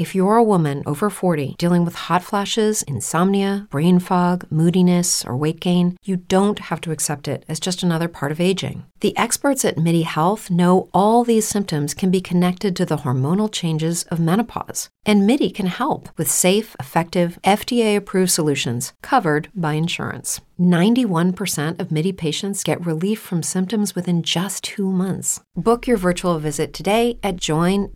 If you're a woman over 40 dealing with hot flashes, insomnia, brain fog, moodiness, or weight gain, you don't have to accept it as just another part of aging. The experts at MIDI Health know all these symptoms can be connected to the hormonal changes of menopause. And MIDI can help with safe, effective, FDA-approved solutions covered by insurance. 91% of MIDI patients get relief from symptoms within just 2 months. Book your virtual visit today at joinmidi.com.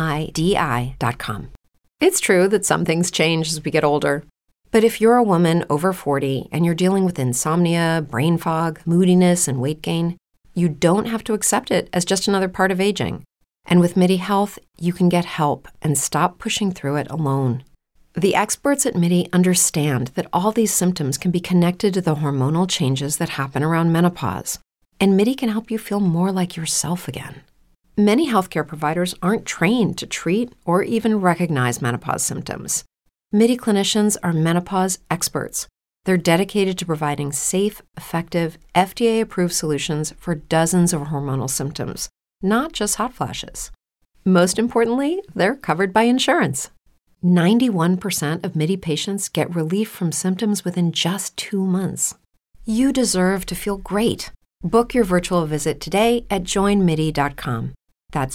It's true that some things change as we get older. But if you're a woman over 40 and you're dealing with insomnia, brain fog, moodiness, and weight gain, you don't have to accept it as just another part of aging. And with MIDI Health, you can get help and stop pushing through it alone. The experts at MIDI understand that all these symptoms can be connected to the hormonal changes that happen around menopause, and MIDI can help you feel more like yourself again. Many healthcare providers aren't trained to treat or even recognize menopause symptoms. MIDI clinicians are menopause experts. They're dedicated to providing safe, effective, FDA-approved solutions for dozens of hormonal symptoms, not just hot flashes. Most importantly, they're covered by insurance. 91% of MIDI patients get relief from symptoms within just 2 months. You deserve to feel great. Book your virtual visit today at joinmidi.com. That's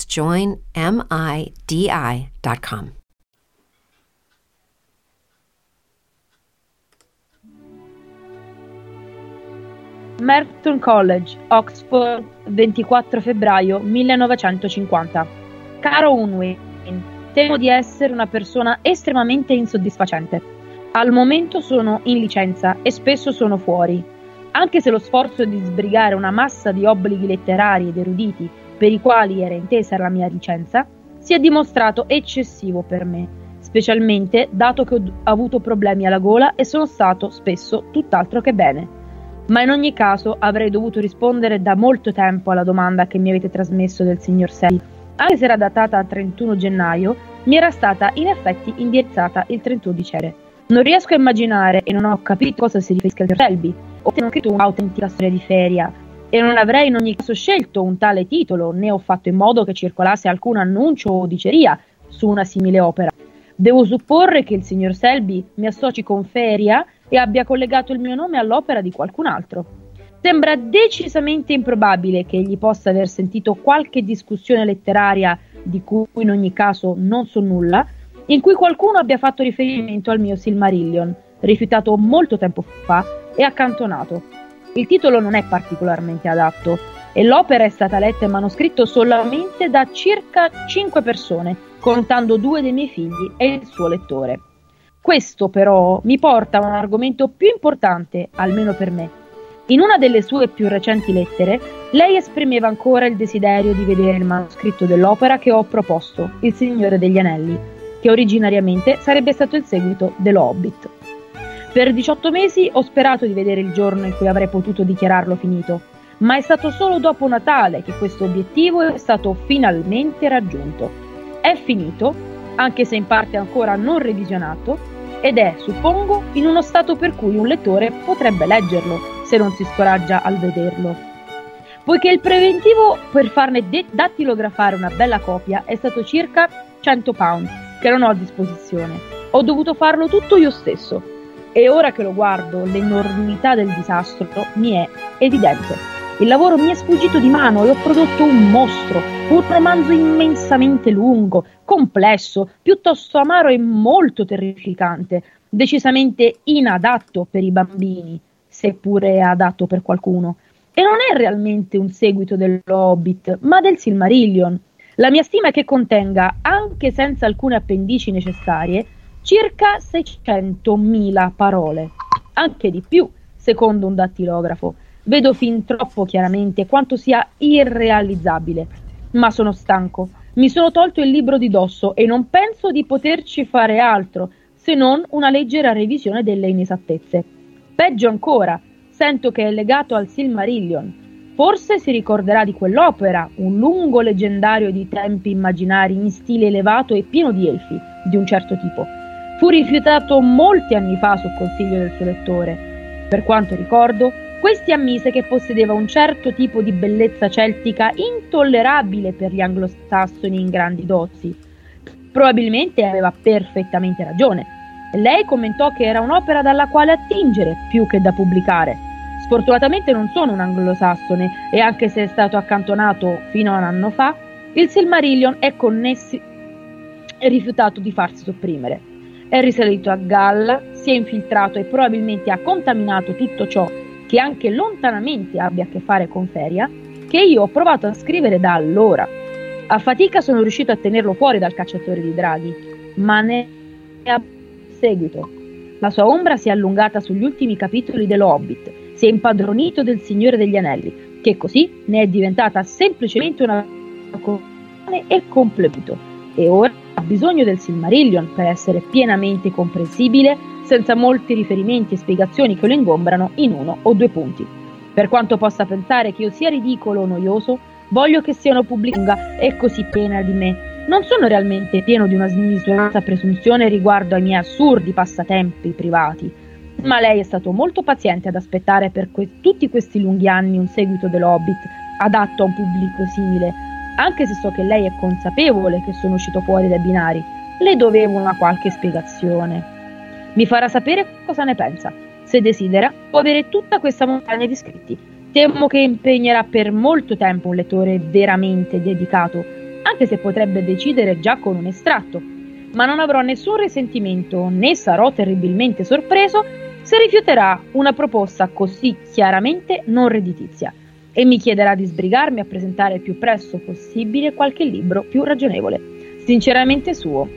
joinmidi.com. Merton College, Oxford, 24 febbraio 1950. Caro Unwin, temo di essere una persona estremamente insoddisfacente. Al momento sono in licenza e spesso sono fuori. Anche se lo sforzo di sbrigare una massa di obblighi letterari ed eruditi per i quali era intesa la mia licenza, si è dimostrato eccessivo per me, specialmente dato che ho avuto problemi alla gola e sono stato spesso tutt'altro che bene. Ma in ogni caso avrei dovuto rispondere da molto tempo alla domanda che mi avete trasmesso del signor Selby. Anche se era datata al 31 gennaio, mi era stata in effetti indirizzata il 31 dicembre. Non riesco a immaginare e non ho capito cosa si riferisca al signor Selby, o se non ho scritto un'autentica storia di feria, e non avrei in ogni caso scelto un tale titolo, né ho fatto in modo che circolasse alcun annuncio o diceria su una simile opera. Devo supporre che il signor Selby mi associ con feria e abbia collegato il mio nome all'opera di qualcun altro. Sembra decisamente improbabile che egli possa aver sentito qualche discussione letteraria, di cui in ogni caso non so nulla, in cui qualcuno abbia fatto riferimento al mio Silmarillion, rifiutato molto tempo fa e accantonato. Il titolo non è particolarmente adatto e l'opera è stata letta in manoscritto solamente da circa 5 persone, contando 2 dei miei figli e il suo lettore. Questo però mi porta a un argomento più importante, almeno per me. In una delle sue più recenti lettere, lei esprimeva ancora il desiderio di vedere il manoscritto dell'opera che ho proposto, Il Signore degli Anelli, che originariamente sarebbe stato il seguito dello Hobbit. Per 18 mesi ho sperato di vedere il giorno in cui avrei potuto dichiararlo finito, ma è stato solo dopo Natale che questo obiettivo è stato finalmente raggiunto. È finito, anche se in parte ancora non revisionato, ed è, suppongo, in uno stato per cui un lettore potrebbe leggerlo, se non si scoraggia al vederlo. Poiché il preventivo per farne dattilografare una bella copia è stato circa £100, che non ho a disposizione. Ho dovuto farlo tutto io stesso. E ora che lo guardo, l'enormità del disastro mi è evidente. Il lavoro mi è sfuggito di mano e ho prodotto un mostro, un romanzo immensamente lungo, complesso, piuttosto amaro e molto terrificante, decisamente inadatto per i bambini, seppure adatto per qualcuno. E non è realmente un seguito dello Hobbit, ma del Silmarillion. La mia stima è che contenga, anche senza alcune appendici necessarie, circa 600.000 parole, anche di più, secondo un dattilografo. Vedo fin troppo chiaramente quanto sia irrealizzabile, ma sono stanco. Mi sono tolto il libro di dosso e non penso di poterci fare altro, se non una leggera revisione delle inesattezze. Peggio ancora, sento che è legato al Silmarillion. Forse si ricorderà di quell'opera, un lungo leggendario di tempi immaginari in stile elevato e pieno di elfi, di un certo tipo. Fu rifiutato molti anni fa su consiglio del suo lettore. Per quanto ricordo, questi ammise che possedeva un certo tipo di bellezza celtica intollerabile per gli anglosassoni in grandi dozzi. Probabilmente aveva perfettamente ragione. Lei commentò che era un'opera dalla quale attingere più che da pubblicare. Sfortunatamente non sono un anglosassone e anche se è stato accantonato fino a un anno fa, il Silmarillion è connessi e rifiutato di farsi sopprimere. È risalito a galla, si è infiltrato e probabilmente ha contaminato tutto ciò che anche lontanamente abbia a che fare con Feria, che io ho provato a scrivere da allora. A fatica sono riuscito a tenerlo fuori dal cacciatore di draghi, ma ne ha seguito. La sua ombra si è allungata sugli ultimi capitoli dello Hobbit, si è impadronito del Signore degli Anelli, che così ne è diventata semplicemente una e complemento, e ora ha bisogno del Silmarillion per essere pienamente comprensibile, senza molti riferimenti e spiegazioni che lo ingombrano in 1 o 2 punti. Per quanto possa pensare che io sia ridicolo o noioso, voglio che siano pubblicata e così piena di me. Non sono realmente pieno di una smisurata presunzione riguardo ai miei assurdi passatempi privati, ma lei è stato molto paziente ad aspettare per tutti questi lunghi anni un seguito dell'Hobbit adatto a un pubblico simile. Anche se so che lei è consapevole che sono uscito fuori dai binari, le dovevo una qualche spiegazione. Mi farà sapere cosa ne pensa. Se desidera, può avere tutta questa montagna di scritti. Temo che impegnerà per molto tempo un lettore veramente dedicato, anche se potrebbe decidere già con un estratto. Ma non avrò nessun risentimento, né sarò terribilmente sorpreso se rifiuterà una proposta così chiaramente non redditizia e mi chiederà di sbrigarmi a presentare il più presto possibile qualche libro più ragionevole. Sinceramente suo,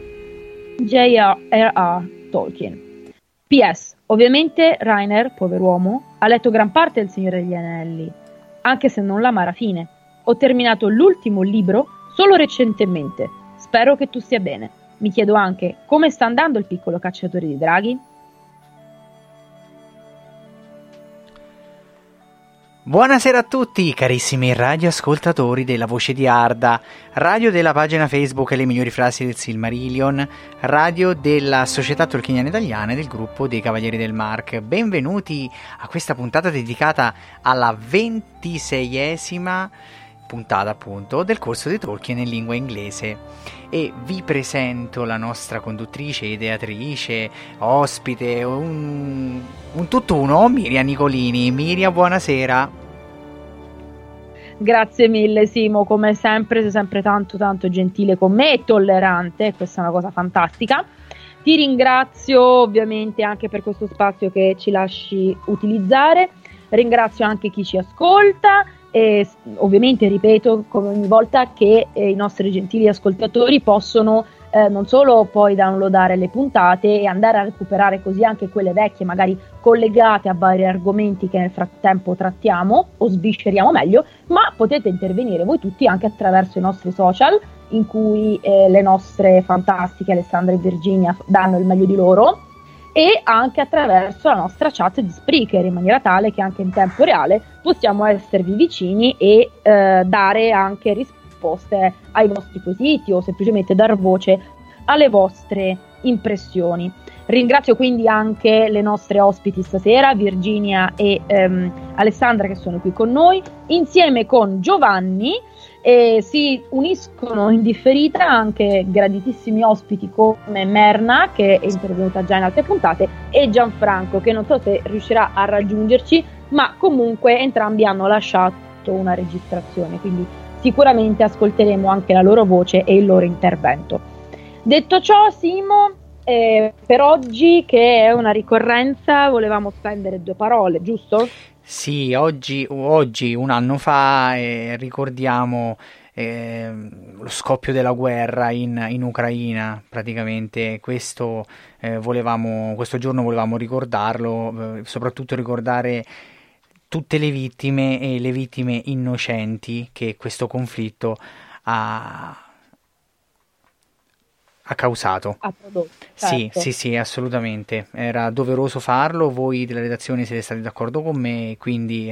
J.R.R. Tolkien. P.S. Ovviamente Rainer, pover'uomo, ha letto gran parte del Signore degli Anelli, anche se non l'amara fine. Ho terminato l'ultimo libro solo recentemente. Spero che tu stia bene. Mi chiedo anche come sta andando il piccolo cacciatore di draghi? Buonasera a tutti carissimi radioascoltatori della Voce di Arda, radio della pagina Facebook Le migliori frasi del Silmarillion, radio della Società Tolkieniana Italiana e del gruppo dei Cavalieri del Mark. Benvenuti a questa puntata dedicata alla 26esima puntata appunto del corso di Tolkien in lingua inglese e vi presento la nostra conduttrice, ideatrice, ospite, un tutt'uno, Miriam Nicolini. Miriam, buonasera. Grazie mille Simo, come sempre sei sempre tanto gentile con me e tollerante, questa è una cosa fantastica. Ti ringrazio ovviamente anche per questo spazio che ci lasci utilizzare, ringrazio anche chi ci ascolta e ovviamente ripeto come ogni volta che i nostri gentili ascoltatori possono non solo poi downloadare le puntate e andare a recuperare così anche quelle vecchie magari collegate a vari argomenti che nel frattempo trattiamo o svisceriamo meglio, ma potete intervenire voi tutti anche attraverso i nostri social in cui le nostre fantastiche Alessandra e Virginia danno il meglio di loro e anche attraverso la nostra chat di Spreaker in maniera tale che anche in tempo reale possiamo esservi vicini e dare anche risposte ai vostri quesiti o semplicemente dar voce alle vostre impressioni. Ringrazio quindi anche le nostre ospiti stasera, Virginia e Alessandra, che sono qui con noi, insieme con Giovanni. Si uniscono in differita anche graditissimi ospiti come Merna, che è intervenuta già in altre puntate, e Gianfranco, che non so se riuscirà a raggiungerci, ma comunque entrambi hanno lasciato una registrazione, quindi sicuramente ascolteremo anche la loro voce e il loro intervento. Detto ciò, Simo, per oggi, che è una ricorrenza, volevamo spendere 2 parole, giusto? Sì, oggi un anno fa ricordiamo lo scoppio della guerra in Ucraina. Praticamente questo giorno volevamo ricordarlo, soprattutto ricordare tutte le vittime e le vittime innocenti che questo conflitto ha causato. Ha prodotto, certo. Sì, assolutamente. Era doveroso farlo, voi della redazione siete stati d'accordo con me, quindi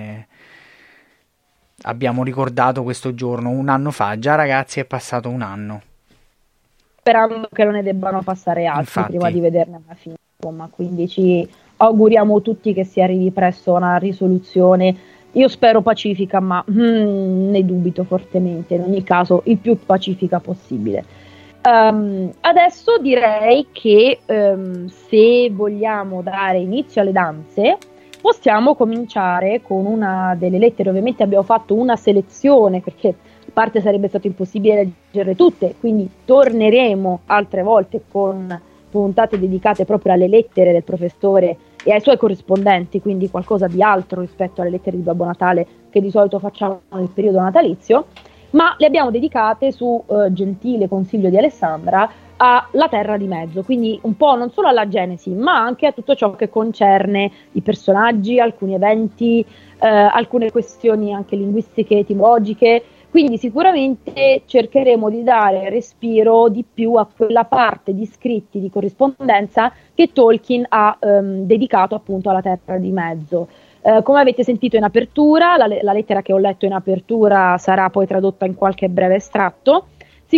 abbiamo ricordato questo giorno un anno fa. Già ragazzi, è passato un anno. Sperando che non ne debbano passare altri. Infatti, prima di vederne una fine, insomma, quindi ci auguriamo tutti che si arrivi presto a una risoluzione. Io spero pacifica, ma ne dubito fortemente, in ogni caso il più pacifica possibile. Adesso direi che se vogliamo dare inizio alle danze, possiamo cominciare con una delle lettere. Ovviamente abbiamo fatto una selezione perché a parte sarebbe stato impossibile leggerle tutte, quindi torneremo altre volte con puntate dedicate proprio alle lettere del professore e ai suoi corrispondenti, quindi qualcosa di altro rispetto alle lettere di Babbo Natale che di solito facciamo nel periodo natalizio, ma le abbiamo dedicate su gentile consiglio di Alessandra alla Terra di Mezzo, quindi un po' non solo alla Genesi, ma anche a tutto ciò che concerne i personaggi, alcuni eventi, alcune questioni anche linguistiche, etimologiche. Quindi sicuramente cercheremo di dare respiro di più a quella parte di scritti di corrispondenza che Tolkien ha dedicato appunto alla Terra di Mezzo. Come avete sentito in apertura, la lettera che ho letto in apertura sarà poi tradotta in qualche breve estratto.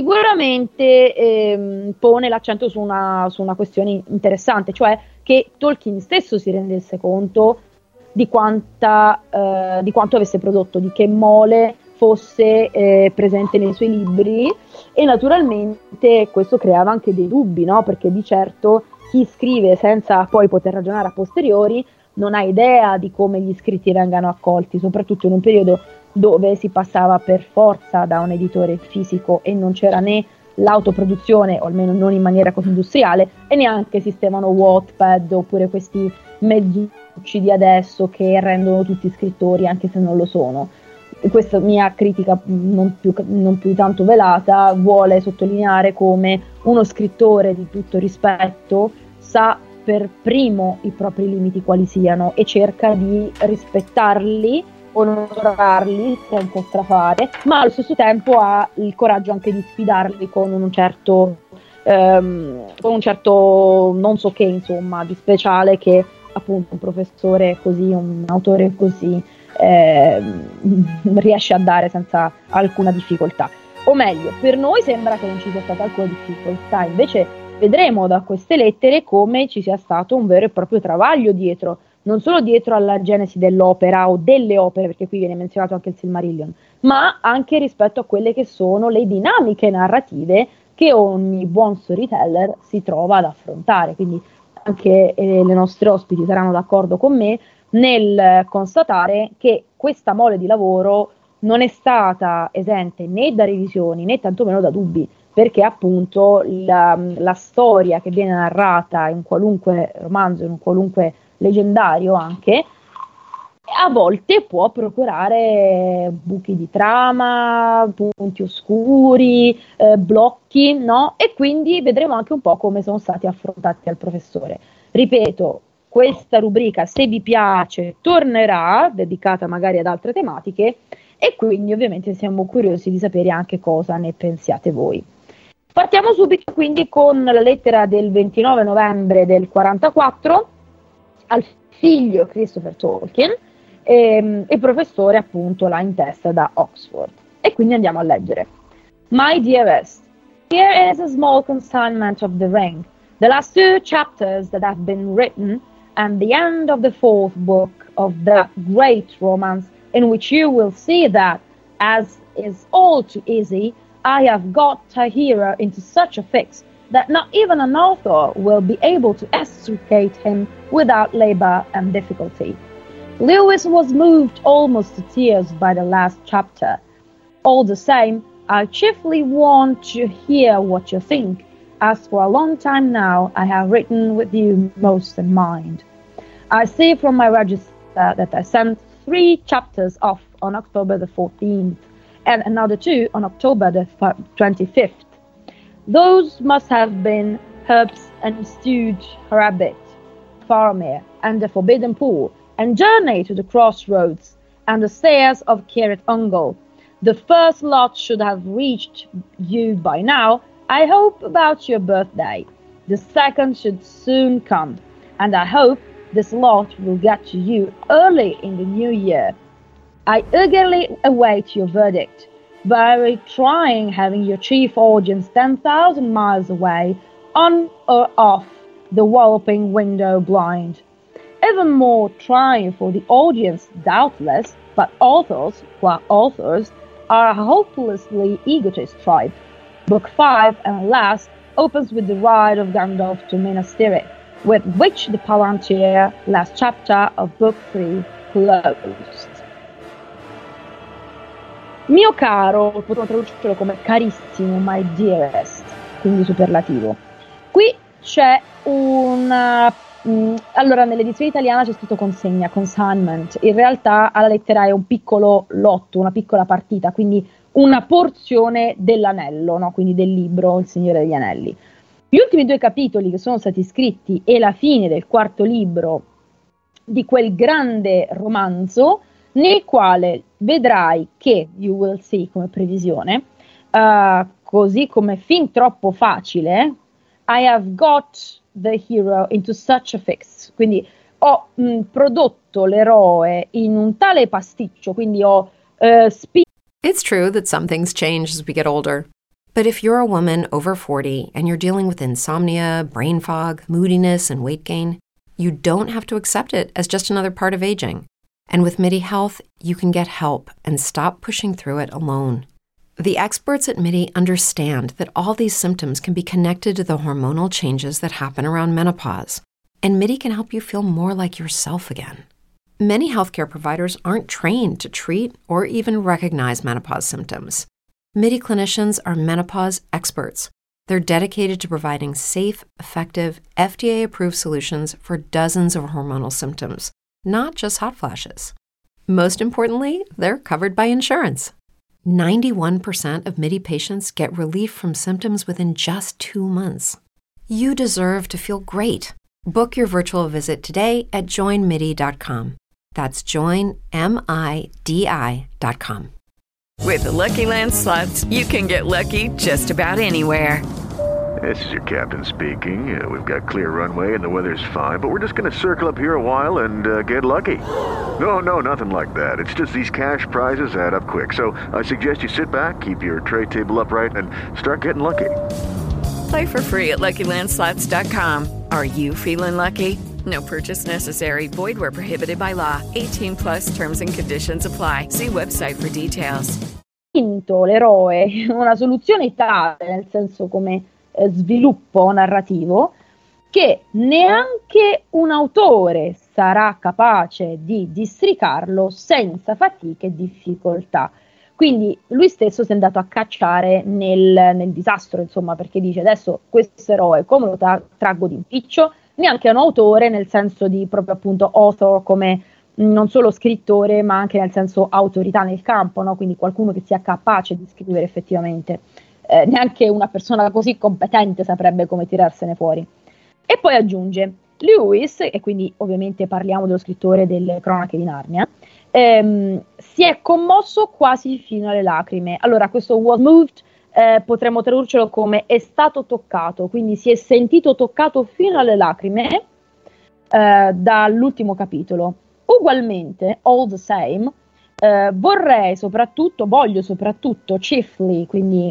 Sicuramente pone l'accento su una questione interessante, cioè che Tolkien stesso si rendesse conto di quanto avesse prodotto, di che mole fosse presente nei suoi libri, e naturalmente questo creava anche dei dubbi, no? Perché di certo chi scrive senza poi poter ragionare a posteriori non ha idea di come gli scritti vengano accolti, soprattutto in un periodo dove si passava per forza da un editore fisico e non c'era né l'autoproduzione, o almeno non in maniera così industriale, e neanche esistevano Wattpad oppure questi mezzucci di adesso che rendono tutti scrittori anche se non lo sono. Questa mia critica non più tanto velata vuole sottolineare come uno scrittore di tutto rispetto sa per primo i propri limiti quali siano e cerca di rispettarli, onorarli senza strafare, ma allo stesso tempo ha il coraggio anche di sfidarli con un certo non so che, insomma, di speciale che appunto un professore così, un autore così riesce a dare senza alcuna difficoltà. O meglio, per noi sembra che non ci sia stata alcuna difficoltà, invece vedremo da queste lettere come ci sia stato un vero e proprio travaglio dietro, non solo dietro alla genesi dell'opera o delle opere, perché qui viene menzionato anche il Silmarillion, ma anche rispetto a quelle che sono le dinamiche narrative che ogni buon storyteller si trova ad affrontare. Quindi anche le nostre ospiti saranno d'accordo con me nel constatare che questa mole di lavoro non è stata esente né da revisioni né tantomeno da dubbi, perché appunto la storia che viene narrata in un qualunque romanzo, in un qualunque leggendario anche, a volte può procurare buchi di trama, punti oscuri, blocchi, no? E quindi vedremo anche un po' come sono stati affrontati dal professore. Ripeto, questa rubrica, se vi piace, tornerà, dedicata magari ad altre tematiche, e quindi ovviamente siamo curiosi di sapere anche cosa ne pensiate voi. Partiamo subito quindi con la lettera del 29 novembre del 44 al figlio Christopher Tolkien, e professore appunto là in testa da Oxford. E quindi andiamo a leggere. My dearest, here is a small consignment of the ring, the last 2 chapters that have been written, and the end of the 4th book of that great romance, in which you will see that, as is all too easy, I have got a hero into such a fix that not even an author will be able to extricate him without labor and difficulty. Lewis was moved almost to tears by the last chapter. All the same, I chiefly want to hear what you think, as for a long time now I have written with you most in mind. I see from my register that I sent 3 chapters off on October the 14th, and another 2 on October the 25th. Those must have been Herbs and Stewed Rabbit, Faramir, and the Forbidden Pool, and Journey to the Crossroads, and the Stairs of Kirit Ungol. The first lot should have reached you by now, I hope, about your birthday. The second should soon come, and I hope this lot will get to you early in the new year. I eagerly await your verdict, very trying having your chief audience 10,000 miles away, on or off the walloping window blind. Even more trying for the audience, doubtless, but authors, qua authors, are a hopelessly egotist tribe. Book 5 and last opens with the ride of Gandalf to Minas Tirith, with which the Palantir last chapter of Book 3 closed. Mio caro, potremmo tradurlo come carissimo, my dearest, quindi superlativo. Qui c'è allora nell'edizione italiana c'è scritto consegna, consignment, in realtà alla lettera è un piccolo lotto, una piccola partita, quindi una porzione dell'anello, no? Quindi del libro Il Signore degli Anelli. Gli ultimi 2 capitoli che sono stati scritti e la fine del 4º libro di quel grande romanzo, nel quale vedrai che, you will see come previsione, così come fin troppo facile, I have got the hero into such a fix, quindi ho prodotto l'eroe in un tale pasticcio, quindi ho It's true that some things change as we get older. But if you're a woman over 40 and you're dealing with insomnia, brain fog, moodiness, and weight gain, you don't have to accept it as just another part of aging. And with MIDI Health, you can get help and stop pushing through it alone. The experts at MIDI understand that all these symptoms can be connected to the hormonal changes that happen around menopause, and MIDI can help you feel more like yourself again. Many healthcare providers aren't trained to treat or even recognize menopause symptoms. MIDI clinicians are menopause experts. They're dedicated to providing safe, effective, FDA-approved solutions for dozens of hormonal symptoms, not just hot flashes. Most importantly, they're covered by insurance. 91% of MIDI patients get relief from symptoms within just 2 months. You deserve to feel great. Book your virtual visit today at joinmidi.com. That's joinmidi.com. With the Lucky Land Slots, you can get lucky just about anywhere. This is your captain speaking. We've got clear runway and the weather's fine, but we're just going to circle up here a while and get lucky. No, nothing like that. It's just these cash prizes add up quick. So I suggest you sit back, keep your tray table upright, and start getting lucky. Play for free at LuckyLandSlots.com. Are you feeling lucky? No purchase necessary. Void where prohibited by law. 18 plus terms and conditions apply. See website for details. L'eroe, una soluzione tale, nel senso come sviluppo narrativo, che neanche un autore sarà capace di districarlo senza fatiche e difficoltà. Quindi lui stesso si è andato a cacciare nel disastro, insomma, perché dice adesso questo eroe come lo traggo d'impiccio? Neanche un autore nel senso di proprio appunto author, come non solo scrittore ma anche nel senso autorità nel campo, no? Quindi qualcuno che sia capace di scrivere effettivamente. Neanche una persona così competente saprebbe come tirarsene fuori. E poi aggiunge Lewis, e quindi ovviamente parliamo dello scrittore delle Cronache di Narnia, si è commosso quasi fino alle lacrime. Allora questo was moved potremmo tradurcelo come è stato toccato, quindi si è sentito toccato fino alle lacrime dall'ultimo capitolo. Ugualmente, all the same, voglio soprattutto chiefly, quindi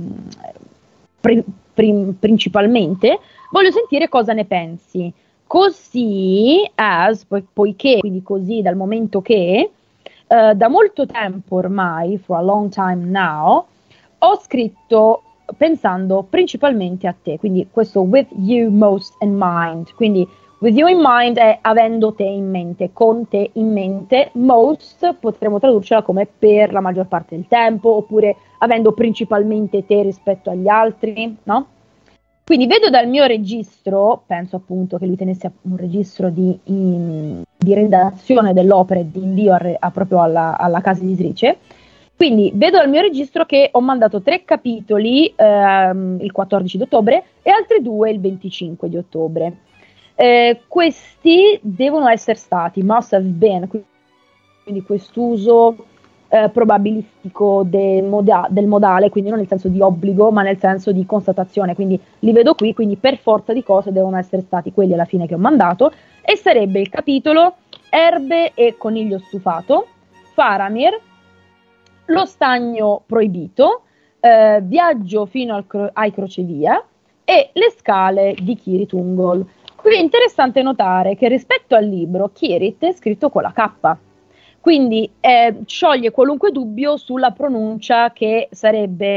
principalmente, voglio sentire cosa ne pensi. Così poiché, quindi così dal momento che, da molto tempo ormai, for a long time now, ho scritto pensando principalmente a te, quindi questo with you most in mind, quindi with you in mind è avendo te in mente, con te in mente, most potremmo tradurcela come per la maggior parte del tempo, oppure avendo principalmente te rispetto agli altri, no? Quindi vedo dal mio registro, penso appunto che lui tenesse un registro di redazione dell'opera e di invio proprio alla casa editrice. Quindi vedo dal mio registro che ho mandato 3 capitoli il 14 di ottobre e altri 2 il 25 di ottobre. Questi devono essere stati, must have been, quindi quest'uso probabilistico del modale, quindi non nel senso di obbligo ma nel senso di constatazione, quindi li vedo qui, quindi per forza di cose devono essere stati quelli alla fine che ho mandato, e sarebbe il capitolo Erbe e coniglio stufato, Faramir, Lo stagno proibito, Viaggio fino ai crocevia e Le scale di Kirit Ungol. Qui è interessante notare che rispetto al libro Kirit è scritto con la K, quindi scioglie qualunque dubbio sulla pronuncia che sarebbe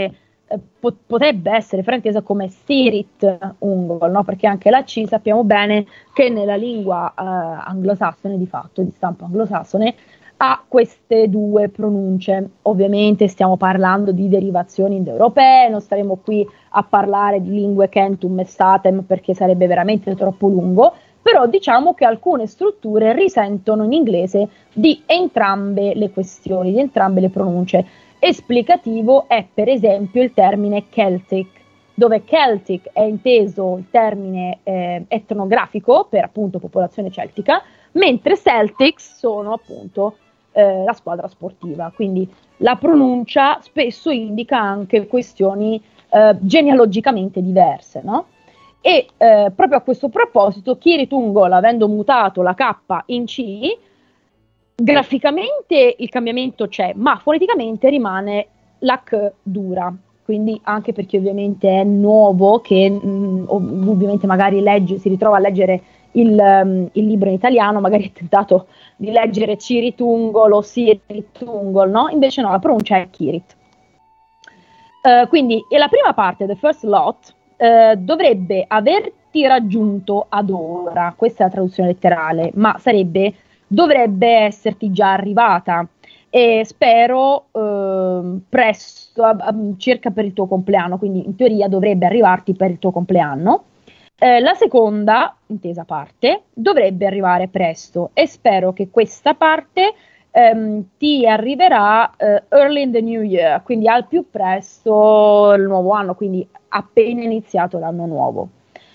potrebbe essere fraintesa come Sirit Ungol, no? Perché anche la C sappiamo bene che nella lingua anglosassone, di fatto, di stampo anglosassone, ha queste due pronunce. Ovviamente stiamo parlando di derivazioni indoeuropee, non staremo qui a parlare di lingue Kentum e Satem perché sarebbe veramente troppo lungo, però diciamo che alcune strutture risentono in inglese di entrambe le questioni, di entrambe le pronunce. Esplicativo è per esempio il termine Celtic, dove Celtic è inteso il termine etnografico per appunto popolazione celtica, mentre Celtics sono appunto la squadra sportiva, quindi la pronuncia spesso indica anche questioni genealogicamente diverse, no? E proprio a questo proposito Kirit Ungol, avendo mutato la K in C, graficamente il cambiamento c'è, ma foneticamente rimane la K dura, quindi anche perché ovviamente è nuovo che ovviamente magari si ritrova a leggere il libro in italiano, magari è tentato di leggere Cirit Ungol o Sirit Ungol, no? Invece no, la pronuncia è Kirit. Quindi la prima parte, the first lot, dovrebbe averti raggiunto ad ora, questa è la traduzione letterale, ma dovrebbe esserti già arrivata e spero presto, circa per il tuo compleanno, quindi in teoria dovrebbe arrivarti per il tuo compleanno. La seconda, intesa parte, dovrebbe arrivare presto e spero che questa parte ti arriverà early in the new year, quindi al più presto il nuovo anno, quindi appena iniziato l'anno nuovo.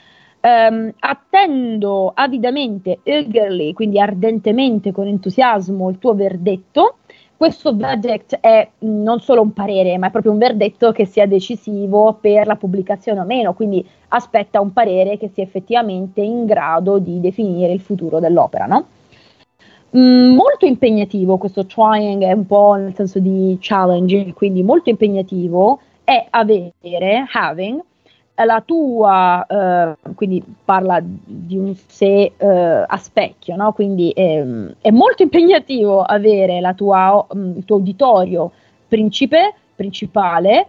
Attendo avidamente, eagerly, quindi ardentemente, con entusiasmo, il tuo verdetto. Questo verdict è non solo un parere, ma è proprio un verdetto che sia decisivo per la pubblicazione o meno, quindi aspetta un parere che sia effettivamente in grado di definire il futuro dell'opera, no? Molto impegnativo, questo trying è un po' nel senso di challenging, quindi molto impegnativo è having, la tua, quindi parla di un sé a specchio, no? Quindi è molto impegnativo avere il tuo uditorio principale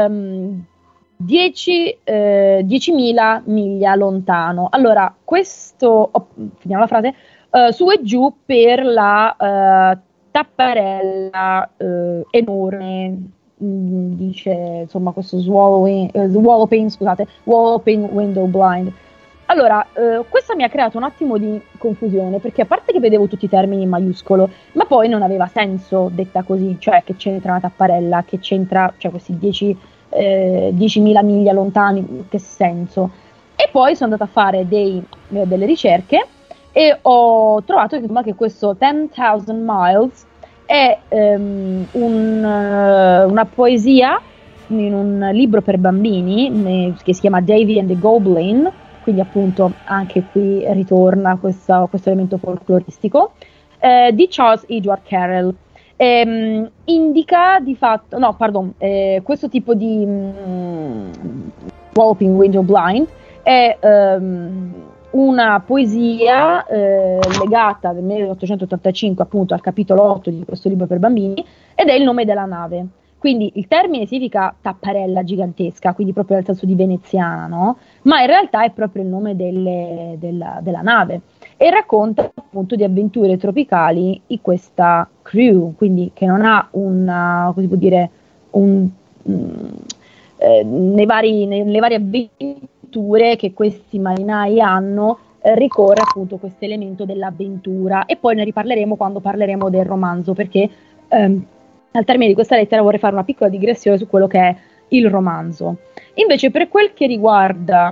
10.000 miglia lontano. Allora, questo, finiamo la frase, su e giù per la tapparella enorme, dice insomma questo swallowing window blind. Allora, questo mi ha creato un attimo di confusione, perché a parte che vedevo tutti i termini in maiuscolo, ma poi non aveva senso detta così, cioè che c'entra una tapparella, che c'entra, cioè questi 10.000 miglia lontani, che senso? E poi sono andata a fare delle ricerche e ho trovato che questo 10,000 miles è una poesia in un libro per bambini che si chiama Davy and the Goblin, quindi appunto anche qui ritorna questo elemento folcloristico, di Charles Edward Carroll. Indica di fatto, questo tipo di Walloping Window Blind è una poesia legata nel 1885 appunto al capitolo 8 di questo libro per bambini, ed è il nome della nave. Quindi il termine significa tapparella gigantesca, quindi proprio nel senso di veneziana, no? Ma in realtà è proprio il nome della nave, e racconta appunto di avventure tropicali di questa crew, quindi che non ha nelle varie avventure che questi marinai hanno, ricorre appunto questo elemento dell'avventura, e poi ne riparleremo quando parleremo del romanzo, perché al termine di questa lettera vorrei fare una piccola digressione su quello che è il romanzo. Invece per quel che riguarda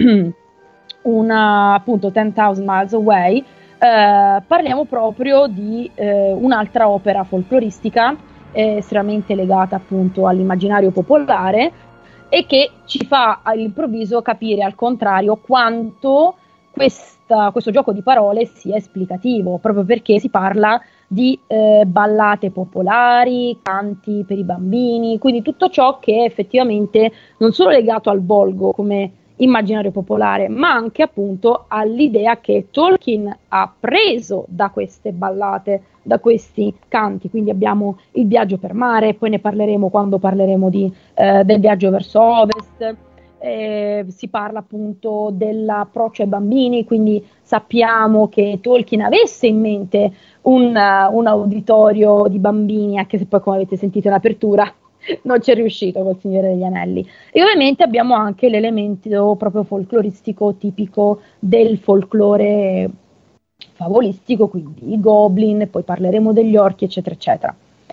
appunto 10,000 Miles Away, parliamo proprio di un'altra opera folcloristica estremamente legata appunto all'immaginario popolare, e che ci fa all'improvviso capire al contrario quanto questo gioco di parole sia esplicativo, proprio perché si parla di ballate popolari, canti per i bambini, quindi tutto ciò che è effettivamente non solo legato al volgo come immaginario popolare, ma anche appunto all'idea che Tolkien ha preso da queste ballate, da questi canti. Quindi abbiamo il viaggio per mare, poi ne parleremo quando parleremo del viaggio verso ovest. Si parla appunto dell'approccio ai bambini, quindi sappiamo che Tolkien avesse in mente un uditorio di bambini, anche se poi, come avete sentito in apertura, non ci è riuscito col Signore degli Anelli. E ovviamente abbiamo anche l'elemento proprio folcloristico tipico del folklore favolistico, quindi i goblin, poi parleremo degli orchi, eccetera, eccetera.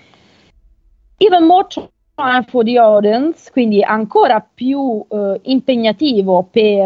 Even more time for the audience, quindi ancora più impegnativo per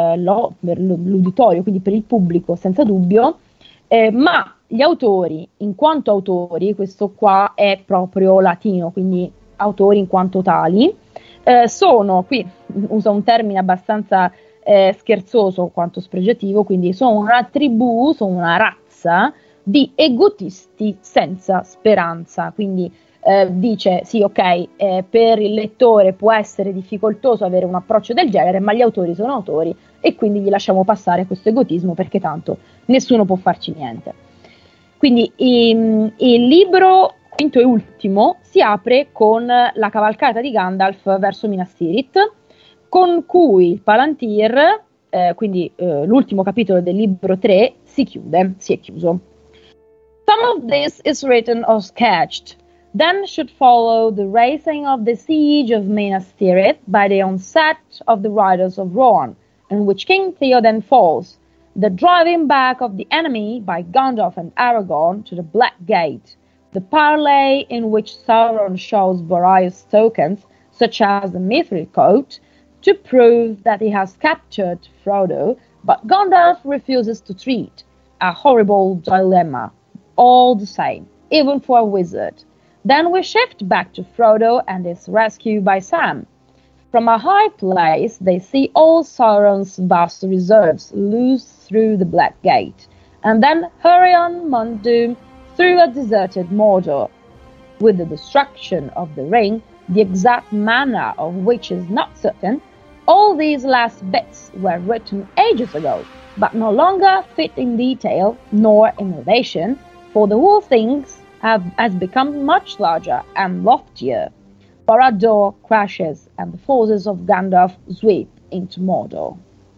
l'uditorio, quindi per il pubblico, senza dubbio, ma gli autori, in quanto autori, questo qua è proprio latino, quindi autori in quanto tali, sono, qui uso un termine abbastanza scherzoso quanto spregiativo, quindi sono una tribù, sono una razza di egotisti senza speranza. Quindi dice sì, ok, per il lettore può essere difficoltoso avere un approccio del genere, ma gli autori sono autori e quindi gli lasciamo passare questo egotismo, perché tanto nessuno può farci niente. Quindi il libro quinto e ultimo si apre con la cavalcata di Gandalf verso Minas Tirith, con cui il Palantir, quindi l'ultimo capitolo del libro 3, si è chiuso. Some of this is written or sketched. Then should follow the raising of the siege of Minas Tirith by the onset of the riders of Rohan, in which King Theoden falls, the driving back of the enemy by Gandalf and Aragorn to the Black Gate, the parley in which Sauron shows various tokens, such as the Mithril coat, to prove that he has captured Frodo, but Gandalf refuses to treat. A horrible dilemma, all the same, even for a wizard. Then we shift back to Frodo and his rescue by Sam. From a high place, they see all Sauron's vast reserves loose through the Black Gate, and then hurry on Mount Doom through a deserted Mordor. With the destruction of the ring, the exact manner of which is not certain, all these last bits were written ages ago, but no longer fit in detail nor innovation, for the whole thing has become much larger and loftier. Barad-dûr crashes and the forces of Gandalf sweep into Mordor.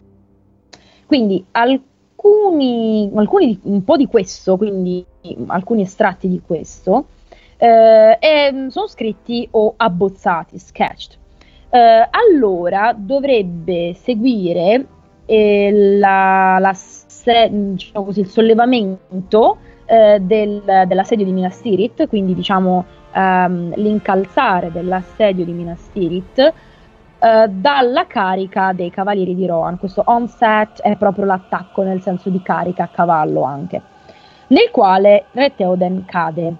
Quindi un po' di questo, quindi alcuni estratti di questo, sono scritti o abbozzati, sketched. Allora dovrebbe seguire diciamo così, il sollevamento dell'assedio di Minas Tirith, quindi diciamo l'incalzare dell'assedio di Minas Tirith dalla carica dei cavalieri di Rohan. Questo onset è proprio l'attacco nel senso di carica a cavallo anche, nel quale Re Theoden cade.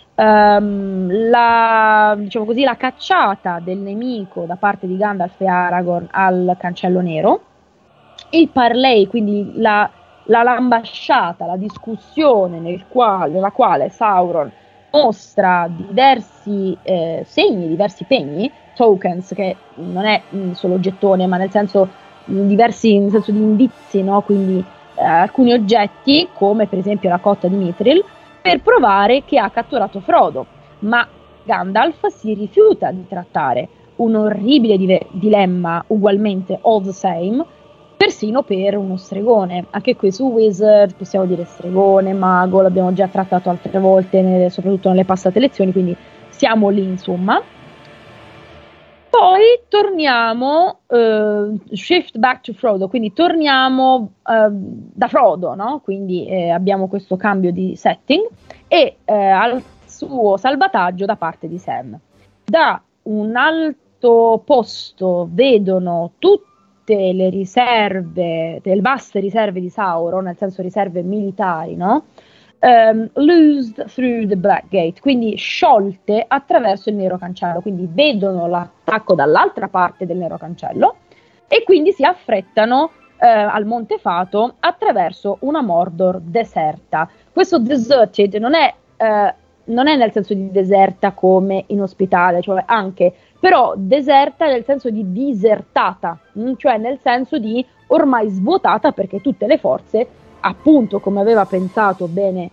Diciamo così, la cacciata del nemico da parte di Gandalf e Aragorn al Cancello Nero, il parley, quindi la l'ambasciata, la discussione nella quale Sauron mostra diversi segni, diversi pegni, tokens, che non è solo gettone, ma nel senso diversi, nel senso di indizi, no? Quindi alcuni oggetti, come per esempio la cotta di Mithril, per provare che ha catturato Frodo, ma Gandalf si rifiuta di trattare un orribile dilemma ugualmente all the same, persino per uno stregone. Anche qui su Wizard possiamo dire stregone, mago, l'abbiamo già trattato altre volte, soprattutto nelle passate lezioni, quindi siamo lì insomma. Poi torniamo, shift back to Frodo, quindi torniamo da Frodo, no? Quindi abbiamo questo cambio di setting e al suo salvataggio da parte di Sam. Da un alto posto vedono tutte le riserve, delle vaste riserve di Sauron, nel senso riserve militari, no? Loosed through the Black Gate, quindi sciolte attraverso il Nero Cancello, quindi vedono l'attacco dall'altra parte del Nero Cancello e quindi si affrettano al Monte Fato attraverso una Mordor deserta. Questo deserted non è nel senso di deserta come inospitale, cioè anche però deserta nel senso di disertata, cioè nel senso di ormai svuotata, perché tutte le forze, appunto come aveva pensato bene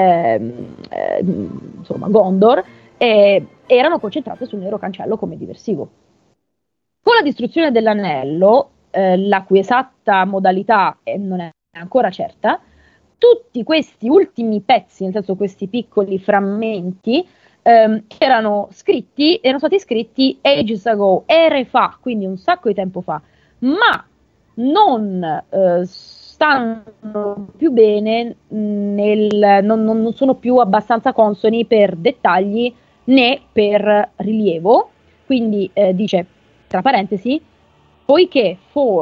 insomma Gondor, erano concentrate sul Nero Cancello come diversivo. Con la distruzione dell'anello, la cui esatta modalità non è ancora certa, tutti questi ultimi pezzi, nel senso questi piccoli frammenti, erano stati scritti ages ago, ere fa, quindi un sacco di tempo fa, ma non stanno più bene, non sono più abbastanza consoni per dettagli né per rilievo, quindi dice, tra parentesi, poiché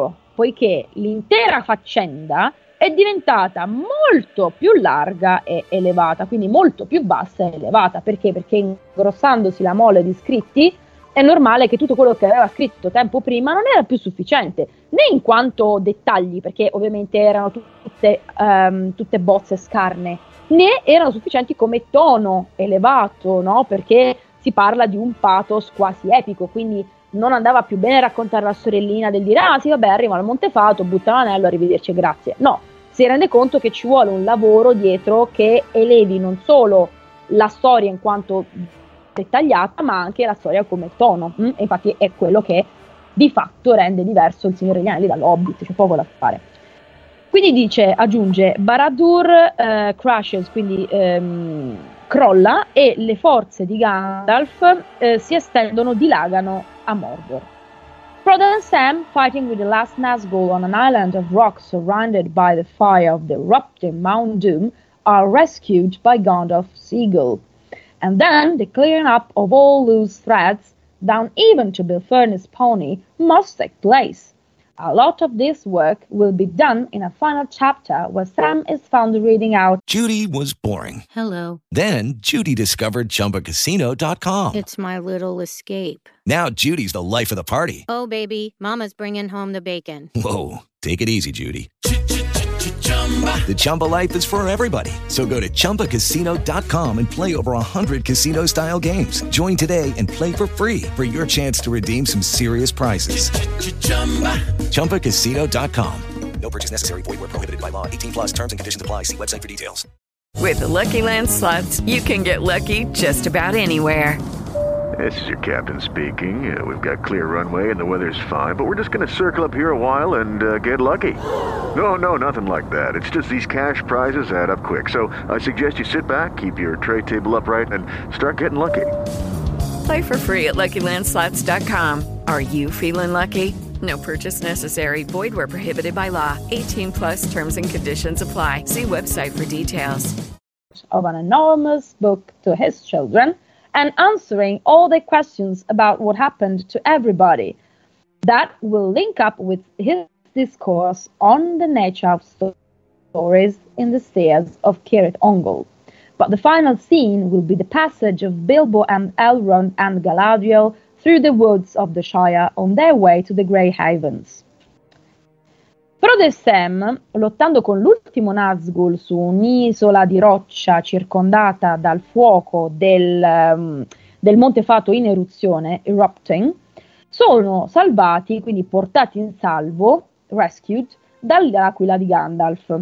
l'intera faccenda è diventata molto più larga e elevata, quindi molto più bassa e elevata. Perché? Perché ingrossandosi la mole di scritti è normale che tutto quello che aveva scritto tempo prima non era più sufficiente, né in quanto dettagli, perché ovviamente erano tutte bozze scarne, né erano sufficienti come tono elevato, no? Perché si parla di un pathos quasi epico, quindi non andava più bene raccontare la sorellina del dire sì vabbè arriva al Montefato, butta l'anello, arrivederci, grazie. No, si rende conto che ci vuole un lavoro dietro che elevi non solo la storia in quanto dettagliata, ma anche la storia come tono. E infatti è quello che di fatto rende diverso il Signore degli Anelli dall'Hobbit, c'è poco da fare. Quindi aggiunge, Barad-dûr crashes, quindi crolla, e le forze di Gandalf si estendono, dilagano a Mordor. Frodo and Sam, fighting with the last Nazgul on an island of rock surrounded by the fire of the erupting Mount Doom, are rescued by Gandalf's eagle. And then the clearing up of all loose threads, down even to Bill Furness's pony, must take place. A lot of this work will be done in a final chapter where Sam is found reading out. Judy was boring. Hello. Then Judy discovered ChumbaCasino.com. It's my little escape. Now Judy's the life of the party. Oh, baby, mama's bringing home the bacon. Whoa, take it easy, Judy. The Chumba life is for everybody. So go to ChumbaCasino.com and play over 100 casino-style games. Join today and play for free for your chance to redeem some serious prizes. ChumbaCasino.com. No purchase necessary. Void where prohibited by law. 18 plus terms and conditions apply. See website for details. With the Lucky Land Slots, you can get lucky just about anywhere. This is your captain speaking. We've got clear runway and the weather's fine, but we're just going to circle up here a while and get lucky. No, nothing like that. It's just these cash prizes add up quick. So I suggest you sit back, keep your tray table upright, and start getting lucky. Play for free at LuckyLandSlots.com. Are you feeling lucky? No purchase necessary. Void where prohibited by law. 18 plus terms and conditions apply. See website for details. Of an enormous book to his children, and answering all the questions about what happened to everybody. That will link up with his discourse on the nature of stories in the stairs of Cirith Ungol. But the final scene will be the passage of Bilbo and Elrond and Galadriel through the woods of the Shire on their way to the Grey Havens. Frodo e Sam, lottando con l'ultimo Nazgul su un'isola di roccia circondata dal fuoco del Montefato in eruzione, erupting, sono salvati, quindi portati in salvo, rescued, dall'aquila di Gandalf.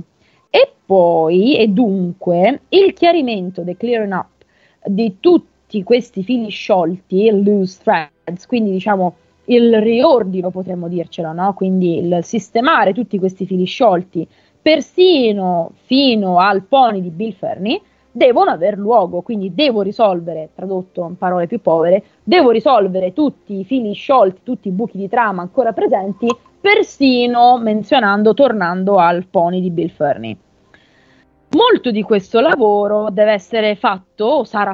E dunque, il chiarimento, the clearing up, di tutti questi fili sciolti, loose threads, quindi diciamo il riordino, potremmo dircelo, no? Quindi il sistemare tutti questi fili sciolti, persino fino al pony di Bill Ferny, devono aver luogo. Quindi devo risolvere, tradotto in parole più povere, devo risolvere tutti i fili sciolti, tutti i buchi di trama ancora presenti, persino tornando al pony di Bill Ferny. Molto di questo lavoro deve essere fatto, o sarà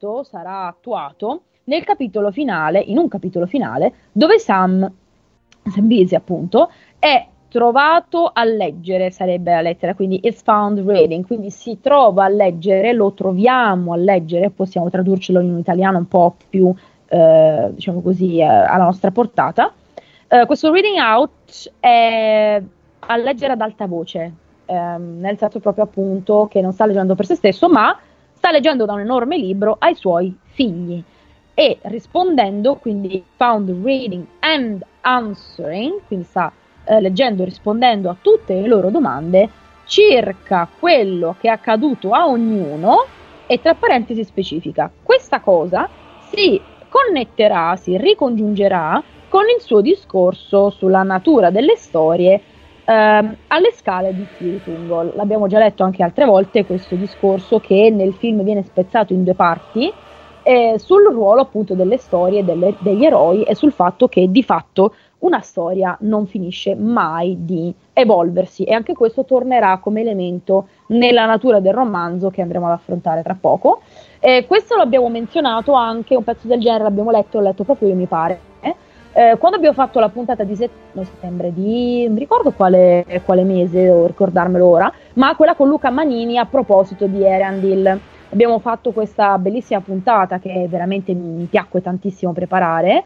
attuato in un capitolo finale, dove Sam Beasley appunto è trovato a leggere, sarebbe la lettera, quindi is found reading, quindi si trova a leggere, lo troviamo a leggere, possiamo tradurcelo in un italiano un po' più diciamo così alla nostra portata. Questo reading out è a leggere ad alta voce, nel senso proprio appunto che non sta leggendo per se stesso, ma sta leggendo da un enorme libro ai suoi figli. e rispondendo, quindi found reading and answering, quindi sta leggendo e rispondendo a tutte le loro domande circa quello che è accaduto a ognuno, e tra parentesi specifica. Questa cosa si connetterà, si ricongiungerà con il suo discorso sulla natura delle storie alle scale di Tirithungol. L'abbiamo già letto anche altre volte questo discorso, che nel film viene spezzato in due parti, sul ruolo appunto delle storie degli eroi e sul fatto che di fatto una storia non finisce mai di evolversi, e anche questo tornerà come elemento nella natura del romanzo che andremo ad affrontare tra poco. Questo l'abbiamo menzionato anche, un pezzo del genere l'abbiamo letto, l'ho letto proprio io mi pare, quando abbiamo fatto la puntata di settembre di, non mi ricordo quale mese, devo ricordarmelo ora, ma quella con Luca Manini a proposito di Erendil. Abbiamo fatto questa bellissima puntata che veramente mi piacque tantissimo preparare,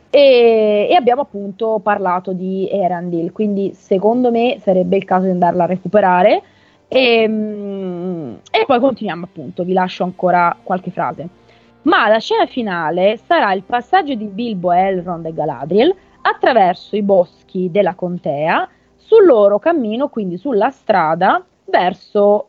e abbiamo appunto parlato di Erendil, quindi secondo me sarebbe il caso di andarla a recuperare, e poi continuiamo appunto, vi lascio ancora qualche frase. Ma la scena finale sarà il passaggio di Bilbo, Elrond e Galadriel attraverso i boschi della contea sul loro cammino, quindi sulla strada verso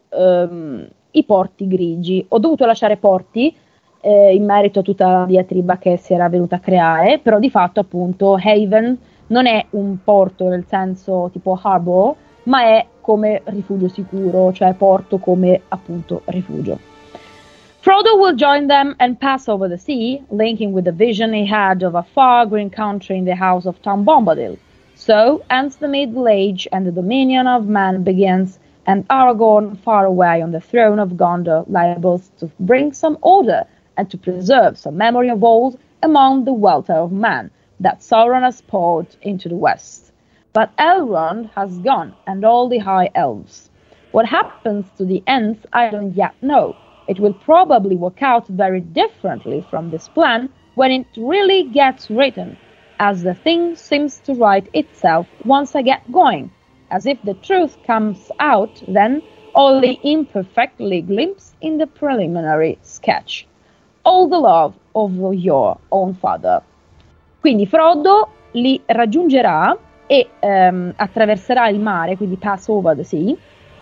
i porti grigi. Ho dovuto lasciare porti in merito a tutta la diatriba che si era venuta a creare, però di fatto appunto Haven non è un porto nel senso tipo harbor, ma è come rifugio sicuro, cioè porto come appunto rifugio. Frodo will join them and pass over the sea, linking with the vision he had of a far green country in the house of Tom Bombadil. So ends the Middle Age and the dominion of man begins, and Aragorn, far away on the throne of Gondor, liable to bring some order and to preserve some memory of old among the welter of man that Sauron has poured into the west. But Elrond has gone, and all the high elves. What happens to the Ents I don't yet know. It will probably work out very differently from this plan when it really gets written, as the thing seems to write itself once I get going, as if the truth comes out then only imperfectly glimpsed in the preliminary sketch. All the love of your own father. Quindi Frodo li raggiungerà e attraverserà il mare, quindi pass over the sea,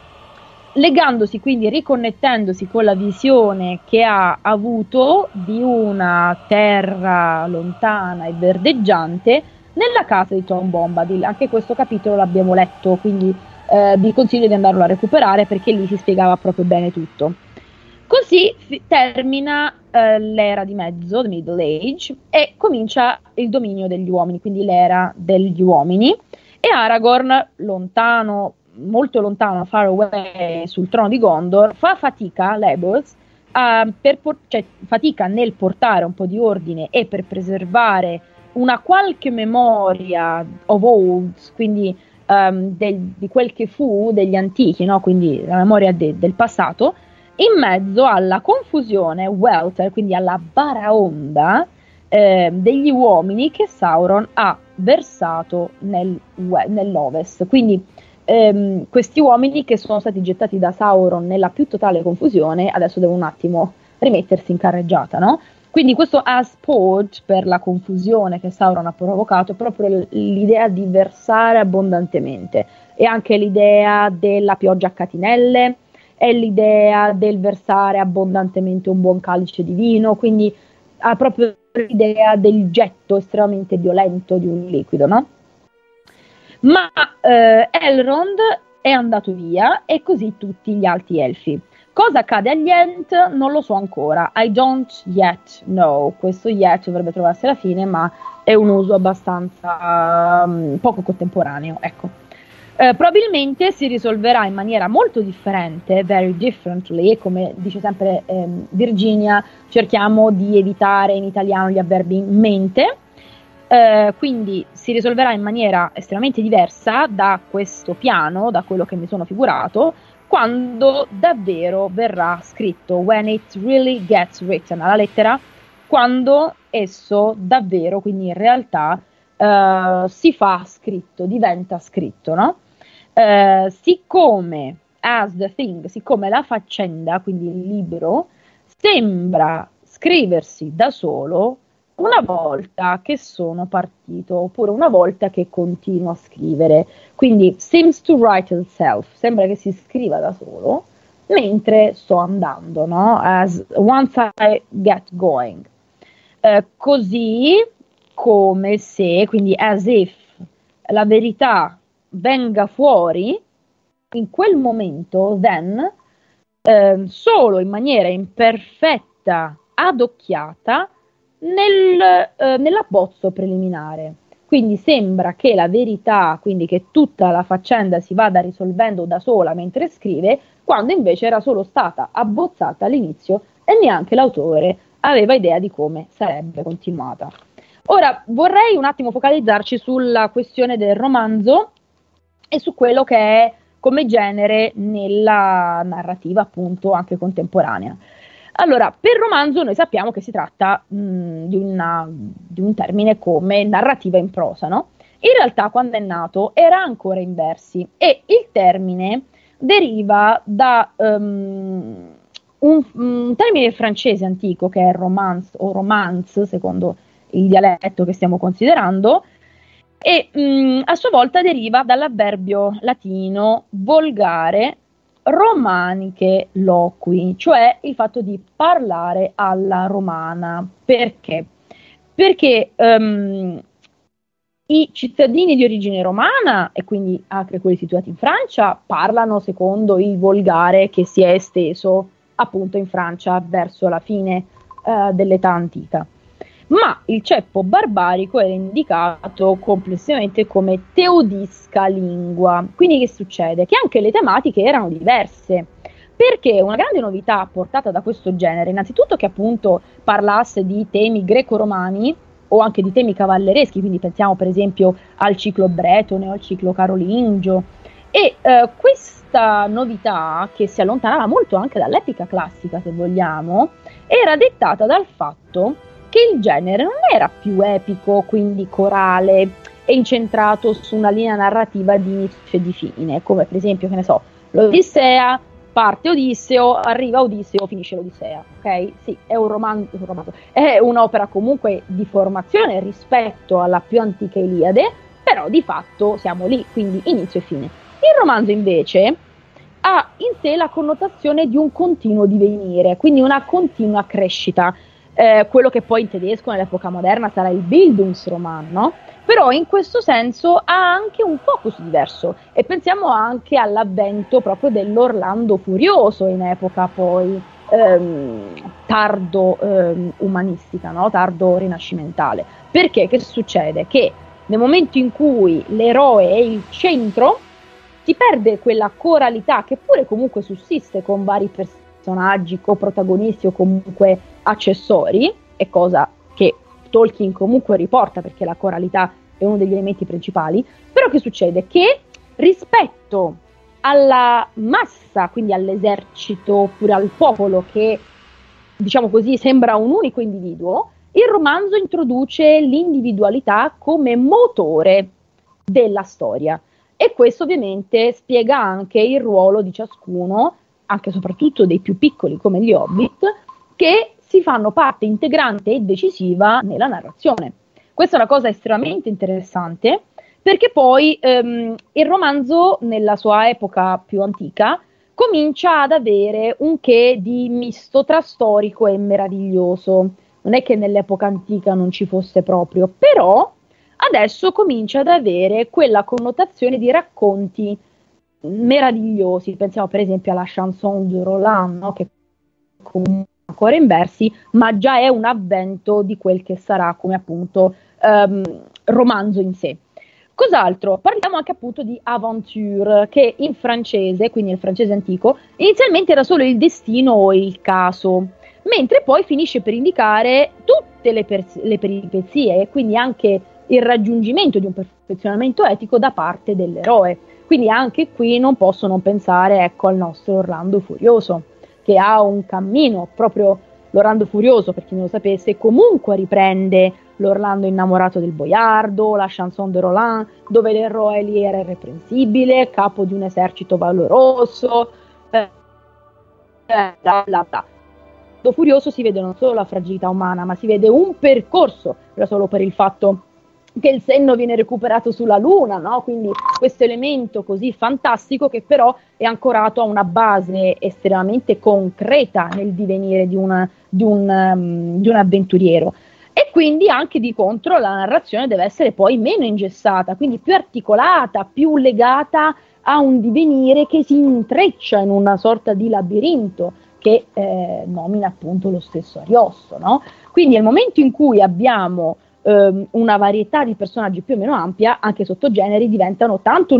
legandosi, quindi riconnettendosi con la visione che ha avuto di una terra lontana e verdeggiante nella casa di Tom Bombadil. Anche questo capitolo l'abbiamo letto, quindi vi consiglio di andarlo a recuperare perché lì si spiegava proprio bene tutto. Così termina l'era di mezzo, the Middle Age, e comincia il dominio degli uomini, quindi l'era degli uomini, e Aragorn, lontano, molto lontano, far away, sul trono di Gondor, fa fatica, labors, fatica nel portare un po' di ordine e per preservare una qualche memoria of old, quindi di quel che fu, degli antichi, no? Quindi la memoria del passato, in mezzo alla confusione welter, quindi alla baraonda degli uomini che Sauron ha versato nell'Ovest. Quindi questi uomini che sono stati gettati da Sauron nella più totale confusione adesso devono un attimo rimettersi in carreggiata, no? Quindi questo has poured, per la confusione che Sauron ha provocato, è proprio l'idea di versare abbondantemente, e anche l'idea della pioggia a catinelle, è l'idea del versare abbondantemente un buon calice di vino, quindi ha proprio l'idea del getto estremamente violento di un liquido, no? Ma Elrond è andato via e così tutti gli alti elfi. Cosa accade agli Ent? Non lo so ancora. I don't yet know. Questo yet dovrebbe trovarsi alla fine, ma è un uso abbastanza poco contemporaneo, ecco. Probabilmente si risolverà in maniera molto differente, very differently, come dice sempre Virginia, cerchiamo di evitare in italiano gli avverbi in mente. Quindi si risolverà in maniera estremamente diversa da questo piano, da quello che mi sono figurato, quando davvero verrà scritto, when it really gets written, alla lettera, quando esso davvero, quindi in realtà, si fa scritto, diventa scritto, no? Siccome as the thing, siccome la faccenda, quindi il libro, sembra scriversi da solo, una volta che sono partito, oppure una volta che continuo a scrivere. Quindi seems to write itself, sembra che si scriva da solo mentre sto andando, no? As once I get going. Così come se, quindi as if, la verità venga fuori in quel momento, then, solo in maniera imperfetta, adocchiata, nell'abbozzo preliminare. Quindi sembra che la verità, quindi che tutta la faccenda si vada risolvendo da sola mentre scrive, quando invece era solo stata abbozzata all'inizio e neanche l'autore aveva idea di come sarebbe continuata. Ora vorrei un attimo focalizzarci sulla questione del romanzo e su quello che è come genere nella narrativa appunto anche contemporanea. Allora, per romanzo noi sappiamo che si tratta di un termine come narrativa in prosa, no? In realtà quando è nato era ancora in versi e il termine deriva da un termine francese antico che è romance o romance, secondo il dialetto che stiamo considerando, e a sua volta deriva dall'avverbio latino volgare romaniche loqui, cioè il fatto di parlare alla romana. Perché? Perché i cittadini di origine romana, e quindi anche quelli situati in Francia, parlano secondo il volgare che si è esteso appunto in Francia verso la fine dell'età antica. Ma il ceppo barbarico era indicato complessivamente come teodisca lingua. Quindi che succede? Che anche le tematiche erano diverse, perché una grande novità portata da questo genere, innanzitutto che appunto parlasse di temi greco-romani o anche di temi cavallereschi, quindi pensiamo per esempio al ciclo bretone o al ciclo carolingio, e questa novità, che si allontanava molto anche dall'epica classica se vogliamo, era dettata dal fatto che il genere non era più epico, quindi corale e incentrato su una linea narrativa di inizio e di fine, come per esempio, che ne so, l'Odissea, parte Odisseo, arriva Odisseo, finisce l'Odissea, ok? Sì, è un romanzo, è un'opera comunque di formazione rispetto alla più antica Iliade, però di fatto siamo lì, quindi inizio e fine. Il romanzo invece ha in sé la connotazione di un continuo divenire, quindi una continua crescita. Quello che poi in tedesco nell'epoca moderna sarà il Bildungsroman, no? Però in questo senso ha anche un focus diverso e pensiamo anche all'avvento proprio dell'Orlando Furioso in epoca poi tardo umanistica, no? Tardo rinascimentale. Perché? Che succede? Che nel momento in cui l'eroe è il centro si perde quella coralità che pure comunque sussiste con vari personaggi, coprotagonisti o comunque accessori, è cosa che Tolkien comunque riporta perché la coralità è uno degli elementi principali. Però che succede? Che rispetto alla massa, quindi all'esercito oppure al popolo che, diciamo così, sembra un unico individuo, il romanzo introduce l'individualità come motore della storia e questo ovviamente spiega anche il ruolo di ciascuno, anche e soprattutto dei più piccoli come gli Hobbit, che si fanno parte integrante e decisiva nella narrazione. Questa è una cosa estremamente interessante, perché poi il romanzo, nella sua epoca più antica, comincia ad avere un che di misto tra storico e meraviglioso. Non è che nell'epoca antica non ci fosse proprio, però adesso comincia ad avere quella connotazione di racconti meravigliosi. Pensiamo per esempio alla Chanson de Roland, no? Che comunque ancora in versi, ma già è un avvento di quel che sarà come appunto romanzo in sé. Cos'altro? Parliamo anche appunto di aventure, che in francese, quindi nel francese antico, inizialmente era solo il destino o il caso, mentre poi finisce per indicare tutte le peripezie e quindi anche il raggiungimento di un perfezionamento etico da parte dell'eroe. Quindi anche qui non posso non pensare, ecco, al nostro Orlando Furioso, che ha un cammino, proprio l'Orlando Furioso, per chi non lo sapesse, comunque riprende l'Orlando innamorato del boiardo, la Chanson de Roland, dove l'eroe lì era irreprensibile, capo di un esercito valoroso, bla bla bla. Furioso si vede non solo la fragilità umana, ma si vede un percorso, solo per il fatto che il senno viene recuperato sulla Luna, no? Quindi questo elemento così fantastico che però è ancorato a una base estremamente concreta nel divenire di un avventuriero. E quindi anche di contro la narrazione deve essere poi meno ingessata, quindi più articolata, più legata a un divenire che si intreccia in una sorta di labirinto che nomina appunto lo stesso Ariosto, no? Quindi nel momento in cui abbiamo una varietà di personaggi più o meno ampia, anche i sottogeneri diventano tanto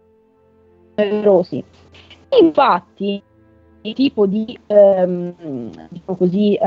numerosi. Infatti il tipo di diciamo così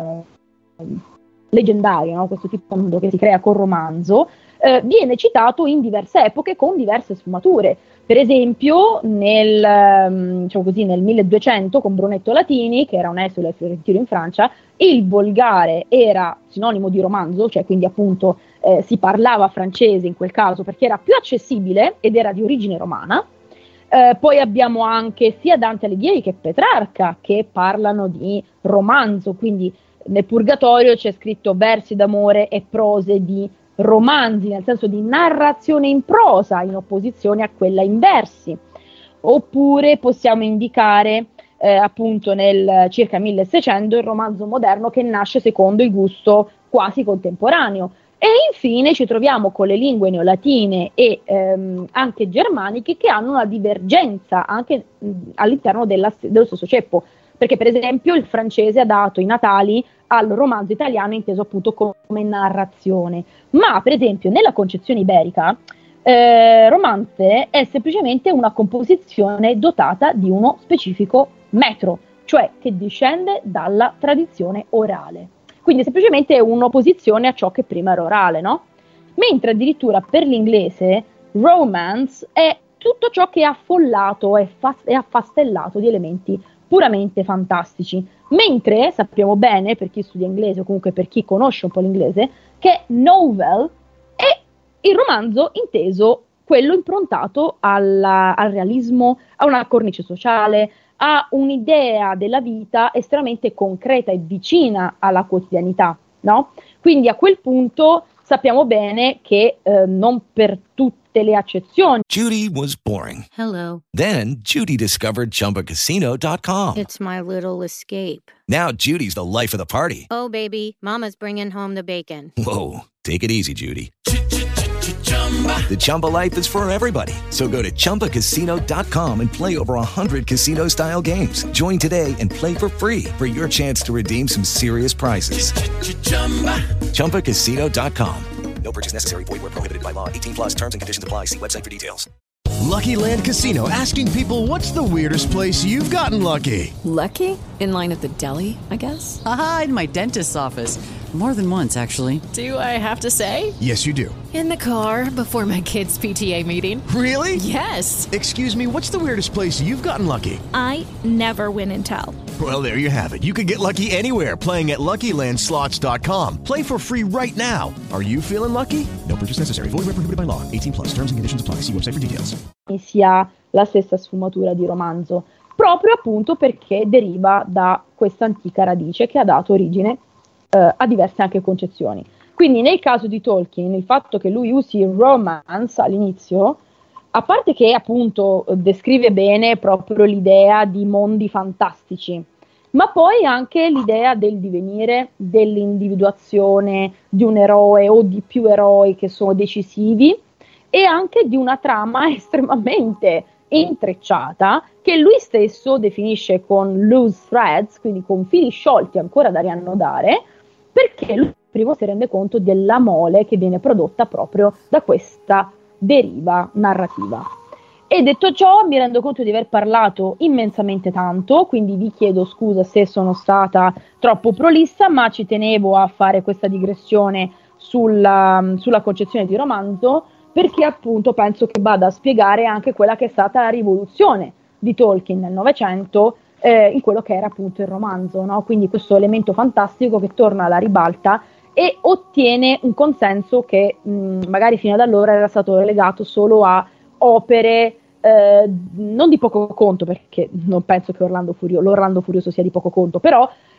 leggendario, no? Questo tipo di mondo che si crea col romanzo viene citato in diverse epoche con diverse sfumature. Per esempio diciamo così, nel 1200 con Brunetto Latini, che era un esule fiorentino in Francia, il volgare era sinonimo di romanzo, cioè quindi appunto si parlava francese in quel caso perché era più accessibile ed era di origine romana. Poi abbiamo anche sia Dante Alighieri che Petrarca che parlano di romanzo, quindi nel Purgatorio c'è scritto versi d'amore e prose di romanzi, nel senso di narrazione in prosa, in opposizione a quella in versi. Oppure possiamo indicare appunto nel circa 1600 il romanzo moderno che nasce secondo il gusto quasi contemporaneo. E infine ci troviamo con le lingue neolatine e anche germaniche che hanno una divergenza anche all'interno dello stesso ceppo, perché per esempio il francese ha dato i natali al romanzo italiano inteso appunto come narrazione, ma per esempio nella concezione iberica romanze è semplicemente una composizione dotata di uno specifico metro, cioè che discende dalla tradizione orale. Quindi semplicemente è un'opposizione a ciò che prima era orale, no? Mentre addirittura per l'inglese romance è tutto ciò che è affollato e affastellato di elementi puramente fantastici. Mentre sappiamo bene, per chi studia inglese o comunque per chi conosce un po' l'inglese, che novel è il romanzo inteso quello improntato al realismo, a una cornice sociale, a un'idea della vita estremamente concreta e vicina alla quotidianità, no? Quindi a quel punto sappiamo bene che non per tutte le accezioni. Judy was boring. Hello. Then Judy discovered ChumbaCasino.com. It's my little escape. Now Judy's the life of the party. Oh, baby, mama's bringing home the bacon. Whoa, take it easy, Judy. The Chumba life is for everybody. So go to ChumbaCasino.com and play over 100 casino-style games. Join today and play for free for your chance to redeem some serious prizes. ChumbaCasino.com. No purchase necessary. Void where prohibited by law. 18 plus terms and conditions apply. See website for details. Lucky Land Casino, asking people, what's the weirdest place you've gotten lucky? Lucky? In line at the deli, I guess? Aha, in my dentist's office. More than once, actually. Do I have to say? Yes, you do. In the car before my kids' PTA meeting. Really? Yes. Excuse me, what's the weirdest place you've gotten lucky? I never win and tell. Well, there you have it. You can get lucky anywhere, playing at LuckyLandSlots.com. Play for free right now. Are you feeling lucky? No purchase necessary. Void where prohibited by law. 18 plus. Terms and conditions apply. See website for details. Sia la stessa sfumatura di romanzo, proprio appunto perché deriva da questa antica radice che ha dato origine a diverse anche concezioni. Quindi nel caso di Tolkien, il fatto che lui usi romance all'inizio, a parte che appunto descrive bene proprio l'idea di mondi fantastici, ma poi anche l'idea del divenire, dell'individuazione di un eroe o di più eroi che sono decisivi, e anche di una trama estremamente intrecciata che lui stesso definisce con loose threads, quindi con fili sciolti ancora da riannodare, perché lui primo si rende conto della mole che viene prodotta proprio da questa deriva narrativa. E detto ciò, mi rendo conto di aver parlato immensamente tanto, quindi vi chiedo scusa se sono stata troppo prolissa, ma ci tenevo a fare questa digressione sulla concezione di romanzo, perché appunto penso che vada a spiegare anche quella che è stata la rivoluzione di Tolkien nel Novecento in quello che era appunto il romanzo, no? Quindi questo elemento fantastico che torna alla ribalta e ottiene un consenso che magari fino ad allora era stato relegato solo a opere non di poco conto, perché non penso che l'Orlando Furioso sia di poco conto, però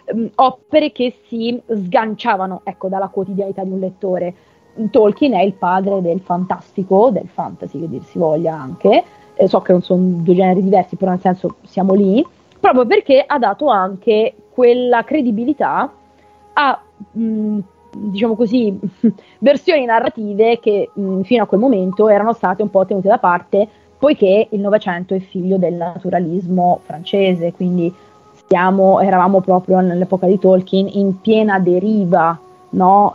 opere che si sganciavano, ecco, dalla quotidianità di un lettore. Tolkien è il padre del fantastico, del fantasy, che dir si voglia anche, so che non sono due generi diversi, però nel senso siamo lì, proprio perché ha dato anche quella credibilità a, diciamo così, versioni narrative che fino a quel momento erano state un po' tenute da parte, poiché il Novecento è figlio del naturalismo francese, quindi eravamo proprio nell'epoca di Tolkien in piena deriva, no,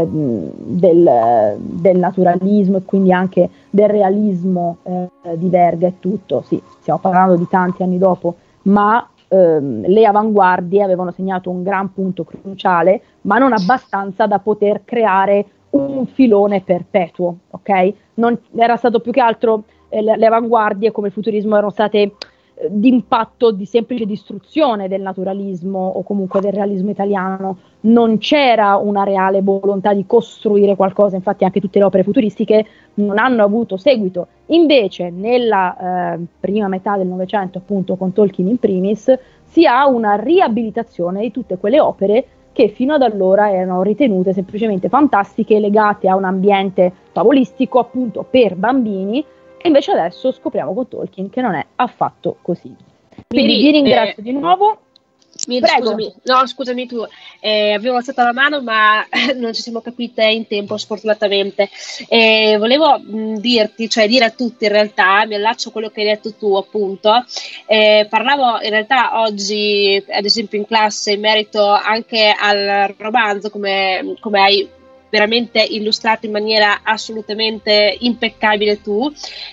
del naturalismo e quindi anche del realismo di Verga e tutto. Sì, stiamo parlando di tanti anni dopo, ma le avanguardie avevano segnato un gran punto cruciale, ma non abbastanza da poter creare un filone perpetuo, ok? Non era stato più che altro le avanguardie come il futurismo erano state d'impatto di semplice distruzione del naturalismo o comunque del realismo italiano, non c'era una reale volontà di costruire qualcosa, infatti anche tutte le opere futuristiche non hanno avuto seguito. Invece nella prima metà del Novecento, appunto con Tolkien in primis, si ha una riabilitazione di tutte quelle opere che fino ad allora erano ritenute semplicemente fantastiche, legate a un ambiente favolistico appunto per bambini. E invece adesso scopriamo con Tolkien che non è affatto così. Quindi vi ringrazio di nuovo. Prego. Scusami tu, avevo alzato la mano ma non ci siamo capite in tempo sfortunatamente. Volevo dirti, cioè dire a tutti in realtà, mi allaccio a quello che hai detto tu appunto, parlavo in realtà oggi ad esempio in classe in merito anche al romanzo come hai veramente illustrato in maniera assolutamente impeccabile tu,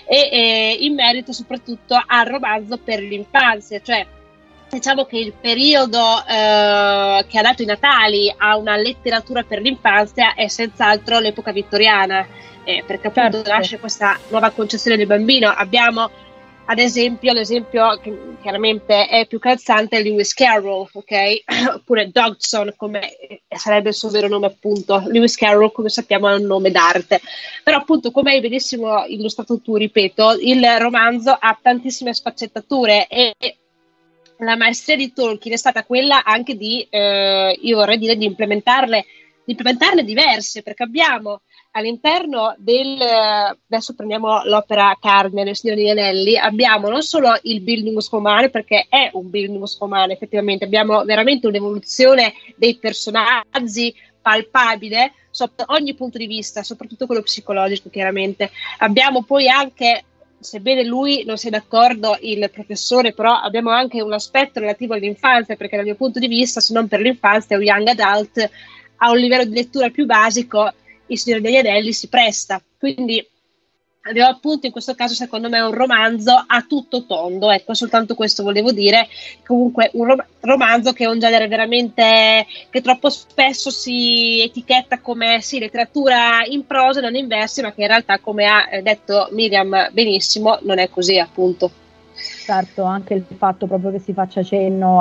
e in merito soprattutto al romanzo per l'infanzia, cioè diciamo che il periodo che ha dato i natali a una letteratura per l'infanzia è senz'altro l'epoca vittoriana, perché appunto nasce questa nuova concezione del bambino. Abbiamo ad esempio, l'esempio che chiaramente è più calzante è Lewis Carroll, ok? Oppure Dodgson, come sarebbe il suo vero nome appunto. Lewis Carroll, come sappiamo, è un nome d'arte. Però appunto, come hai benissimo illustrato tu, ripeto, il romanzo ha tantissime sfaccettature e la maestria di Tolkien è stata quella anche di, io vorrei dire, di implementarne diverse, perché abbiamo all'interno adesso prendiamo l'opera Carmen, il Signore degli Anelli, abbiamo non solo il Bildungsroman, perché è un Bildungsroman effettivamente, abbiamo veramente un'evoluzione dei personaggi palpabile sotto ogni punto di vista, soprattutto quello psicologico chiaramente. Abbiamo poi anche, sebbene lui non sia d'accordo, il professore, però abbiamo anche un aspetto relativo all'infanzia, perché dal mio punto di vista, se non per l'infanzia, un young adult a un livello di lettura più basico il Signore degli Anelli si presta, quindi abbiamo appunto in questo caso secondo me un romanzo a tutto tondo, ecco, soltanto questo volevo dire. Comunque un romanzo che è un genere veramente che troppo spesso si etichetta come sì, letteratura in prosa, non in versi, ma che in realtà, come ha detto Miriam benissimo, non è così appunto. Certo, anche il fatto proprio che si faccia cenno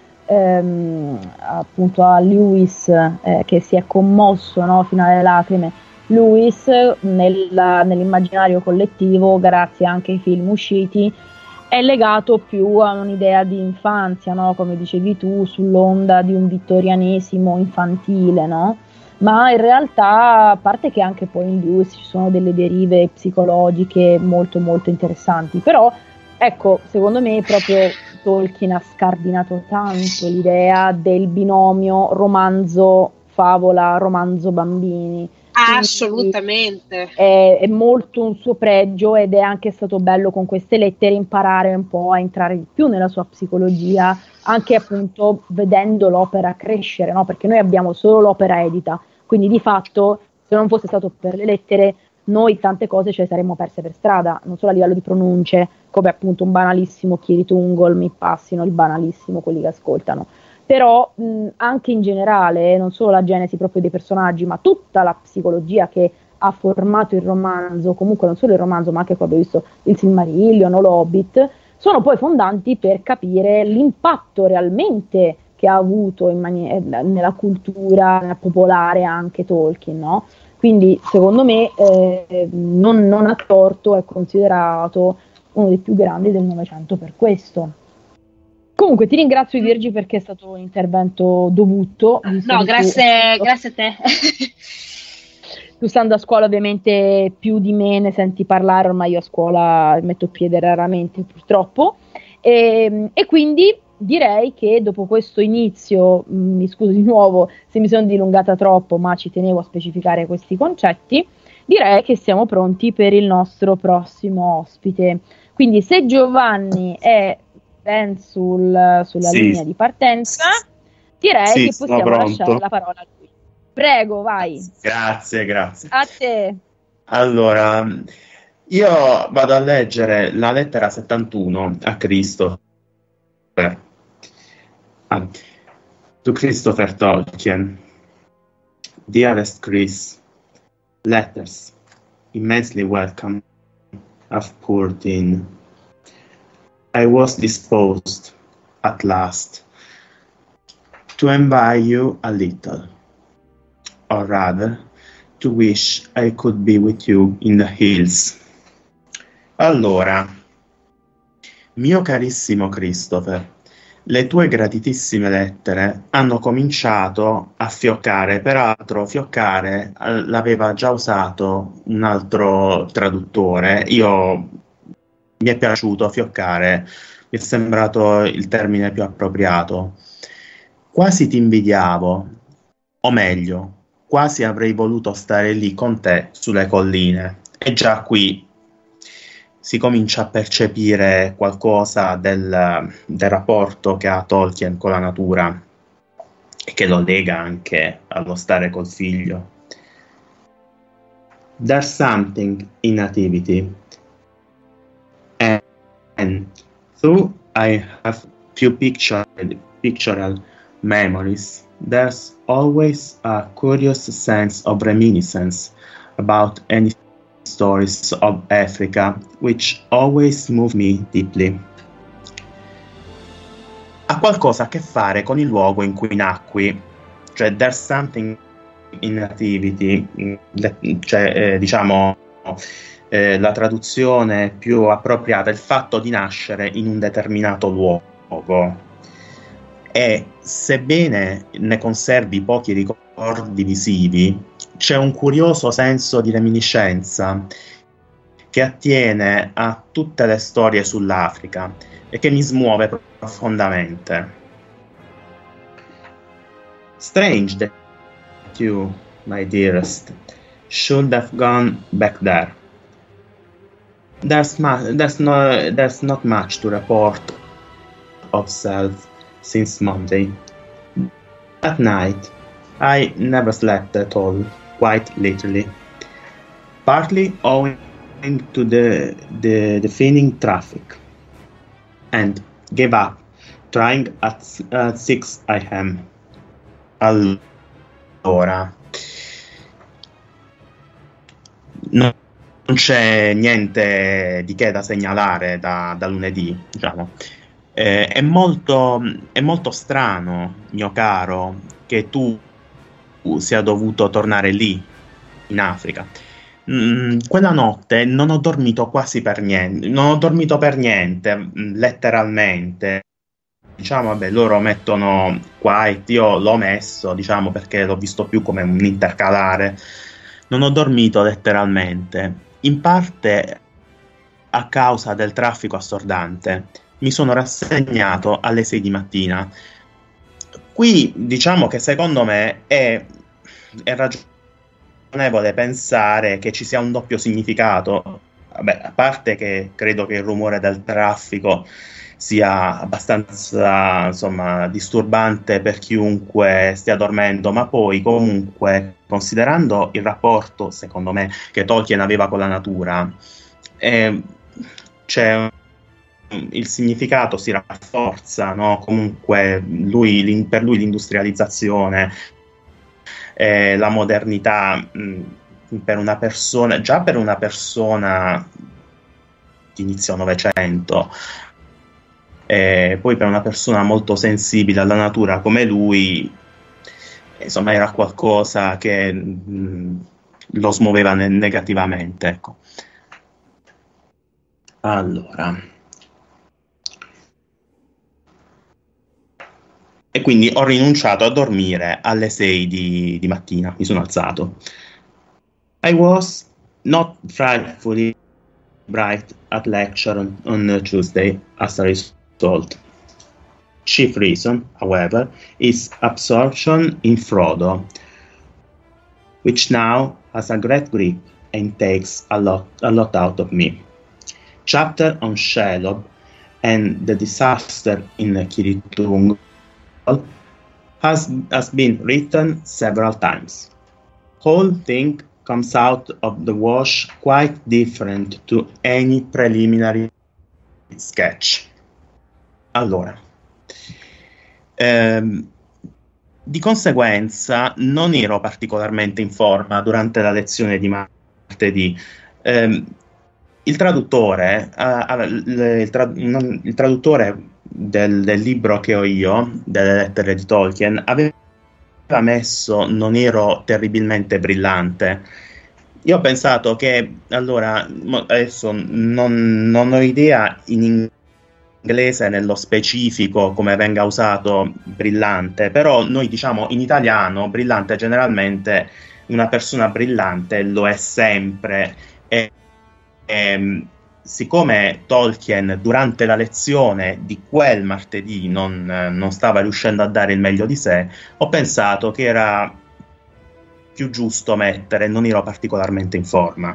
appunto a Lewis, che si è commosso, no, fino alle lacrime. Lewis nell'immaginario collettivo, grazie anche ai film usciti, è legato più a un'idea di infanzia, no? Come dicevi tu, sull'onda di un vittorianesimo infantile, no? Ma in realtà, a parte che anche poi in Lewis ci sono delle derive psicologiche molto molto interessanti, però ecco, secondo me proprio Tolkien ha scardinato tanto l'idea del binomio romanzo-favola, romanzo-bambini. Assolutamente. È molto un suo pregio, ed è anche stato bello con queste lettere imparare un po' a entrare di più nella sua psicologia, anche appunto vedendo l'opera crescere, no? Perché noi abbiamo solo l'opera edita, quindi di fatto se non fosse stato per le lettere noi tante cose ce le saremmo perse per strada, non solo a livello di pronunce, come appunto un banalissimo Kiritungol, mi passino il banalissimo quelli che ascoltano, però anche in generale, non solo la genesi proprio dei personaggi, ma tutta la psicologia che ha formato il romanzo, comunque non solo il romanzo, ma anche qua abbiamo visto il Silmarillion o l'Hobbit, sono poi fondanti per capire l'impatto realmente che ha avuto nella cultura popolare anche Tolkien, no? Quindi secondo me non a torto è considerato uno dei più grandi del Novecento per questo. Comunque ti ringrazio Virgi perché è stato un intervento dovuto. No, grazie a te. Tu stando a scuola ovviamente più di me ne senti parlare, ormai io a scuola metto piede raramente purtroppo, e quindi direi che dopo questo inizio, mi scuso di nuovo se mi sono dilungata troppo, ma ci tenevo a specificare questi concetti, direi che siamo pronti per il nostro prossimo ospite. Quindi se Giovanni è ben sulla linea di partenza, direi che possiamo lasciare la parola a lui. Prego, vai. Grazie. A te. Allora, io vado a leggere la lettera 71 a Christopher. To Christopher Tolkien. Dearest Chris, letters, immensely welcome, I've poured in. I was disposed, at last, to envy you a little, or rather, to wish I could be with you in the hills. Allora, mio carissimo Christopher, le tue gratitissime lettere hanno cominciato a fioccare, peraltro fioccare l'aveva già usato un altro traduttore, mi è piaciuto fioccare, mi è sembrato il termine più appropriato. Quasi ti invidiavo, o meglio, quasi avrei voluto stare lì con te sulle colline. E già qui si comincia a percepire qualcosa del rapporto che ha Tolkien con la natura e che lo lega anche allo stare col figlio. There's something in nativity. And though I have few pictorial memories, there's always a curious sense of reminiscence about any stories of Africa, which always move me deeply. Ha qualcosa a che fare con il luogo in cui nacqui, cioè there's something in nativity, cioè diciamo la traduzione più appropriata è il fatto di nascere in un determinato luogo, e sebbene ne conservi pochi ricordi visivi, c'è un curioso senso di reminiscenza che attiene a tutte le storie sull'Africa e che mi smuove profondamente. Strange that you, my dearest, should have gone back there. There's not much to report of self since Monday. That night, I never slept at all, quite literally. Partly owing to the thinning traffic, and gave up trying at 6 a.m. Allora, non c'è niente di che da segnalare da lunedì, diciamo. È molto strano, mio caro, che tu sia dovuto tornare lì, in Africa. Quella notte non ho dormito quasi per niente, letteralmente. Diciamo, vabbè, loro mettono quiet, io l'ho messo, diciamo, perché l'ho visto più come un intercalare. Non ho dormito letteralmente, in parte a causa del traffico assordante. Mi sono rassegnato alle 6 di mattina. Qui diciamo che secondo me è ragionevole pensare che ci sia un doppio significato. Vabbè, a parte che credo che il rumore del traffico sia abbastanza, insomma, disturbante per chiunque stia dormendo, ma poi comunque, considerando il rapporto, secondo me, che Tolkien aveva con la natura, il significato si rafforza, no? Comunque per lui l'industrializzazione, la modernità, per una persona di inizio Novecento, poi per una persona molto sensibile alla natura come lui, insomma, era qualcosa che lo smuoveva negativamente, ecco. Allora, e quindi ho rinunciato a dormire alle 6 di mattina, mi sono alzato. I was not frightfully bright at lecture on Tuesday as a result. Chief reason, however, is absorption in Frodo, which now has a great grip and takes a lot out of me. Chapter on Shelob and the disaster in Kiritung has been written several times. Whole thing comes out of the wash quite different to any preliminary sketch. Allora, di conseguenza non ero particolarmente in forma durante la lezione di martedì. Il traduttore del libro che ho io, delle lettere di Tolkien, aveva messo "non ero terribilmente brillante". Io ho pensato che, allora, adesso non ho idea in inglese nello specifico come venga usato brillante, però noi diciamo in italiano brillante generalmente, una persona brillante lo è sempre, e siccome Tolkien durante la lezione di quel martedì non stava riuscendo a dare il meglio di sé, ho pensato che era più giusto mettere "non ero particolarmente in forma".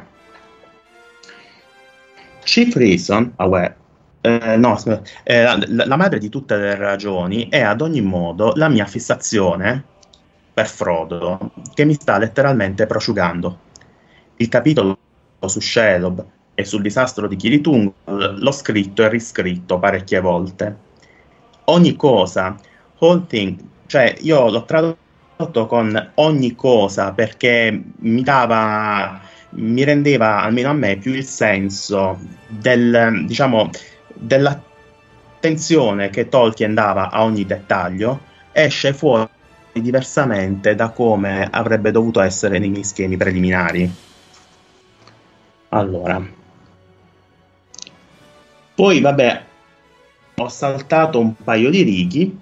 Chief reason, la madre di tutte le ragioni è ad ogni modo la mia fissazione per Frodo, che mi sta letteralmente prosciugando. Il capitolo su Shelob e sul disastro di Kiritung l'ho scritto e riscritto parecchie volte. Ogni cosa, whole thing, cioè io l'ho tradotto con ogni cosa perché mi rendeva, almeno a me, più il senso dell'attenzione che Tolkien dava a ogni dettaglio. Esce fuori diversamente da come avrebbe dovuto essere nei miei schemi preliminari. Allora, poi vabbè, ho saltato un paio di righe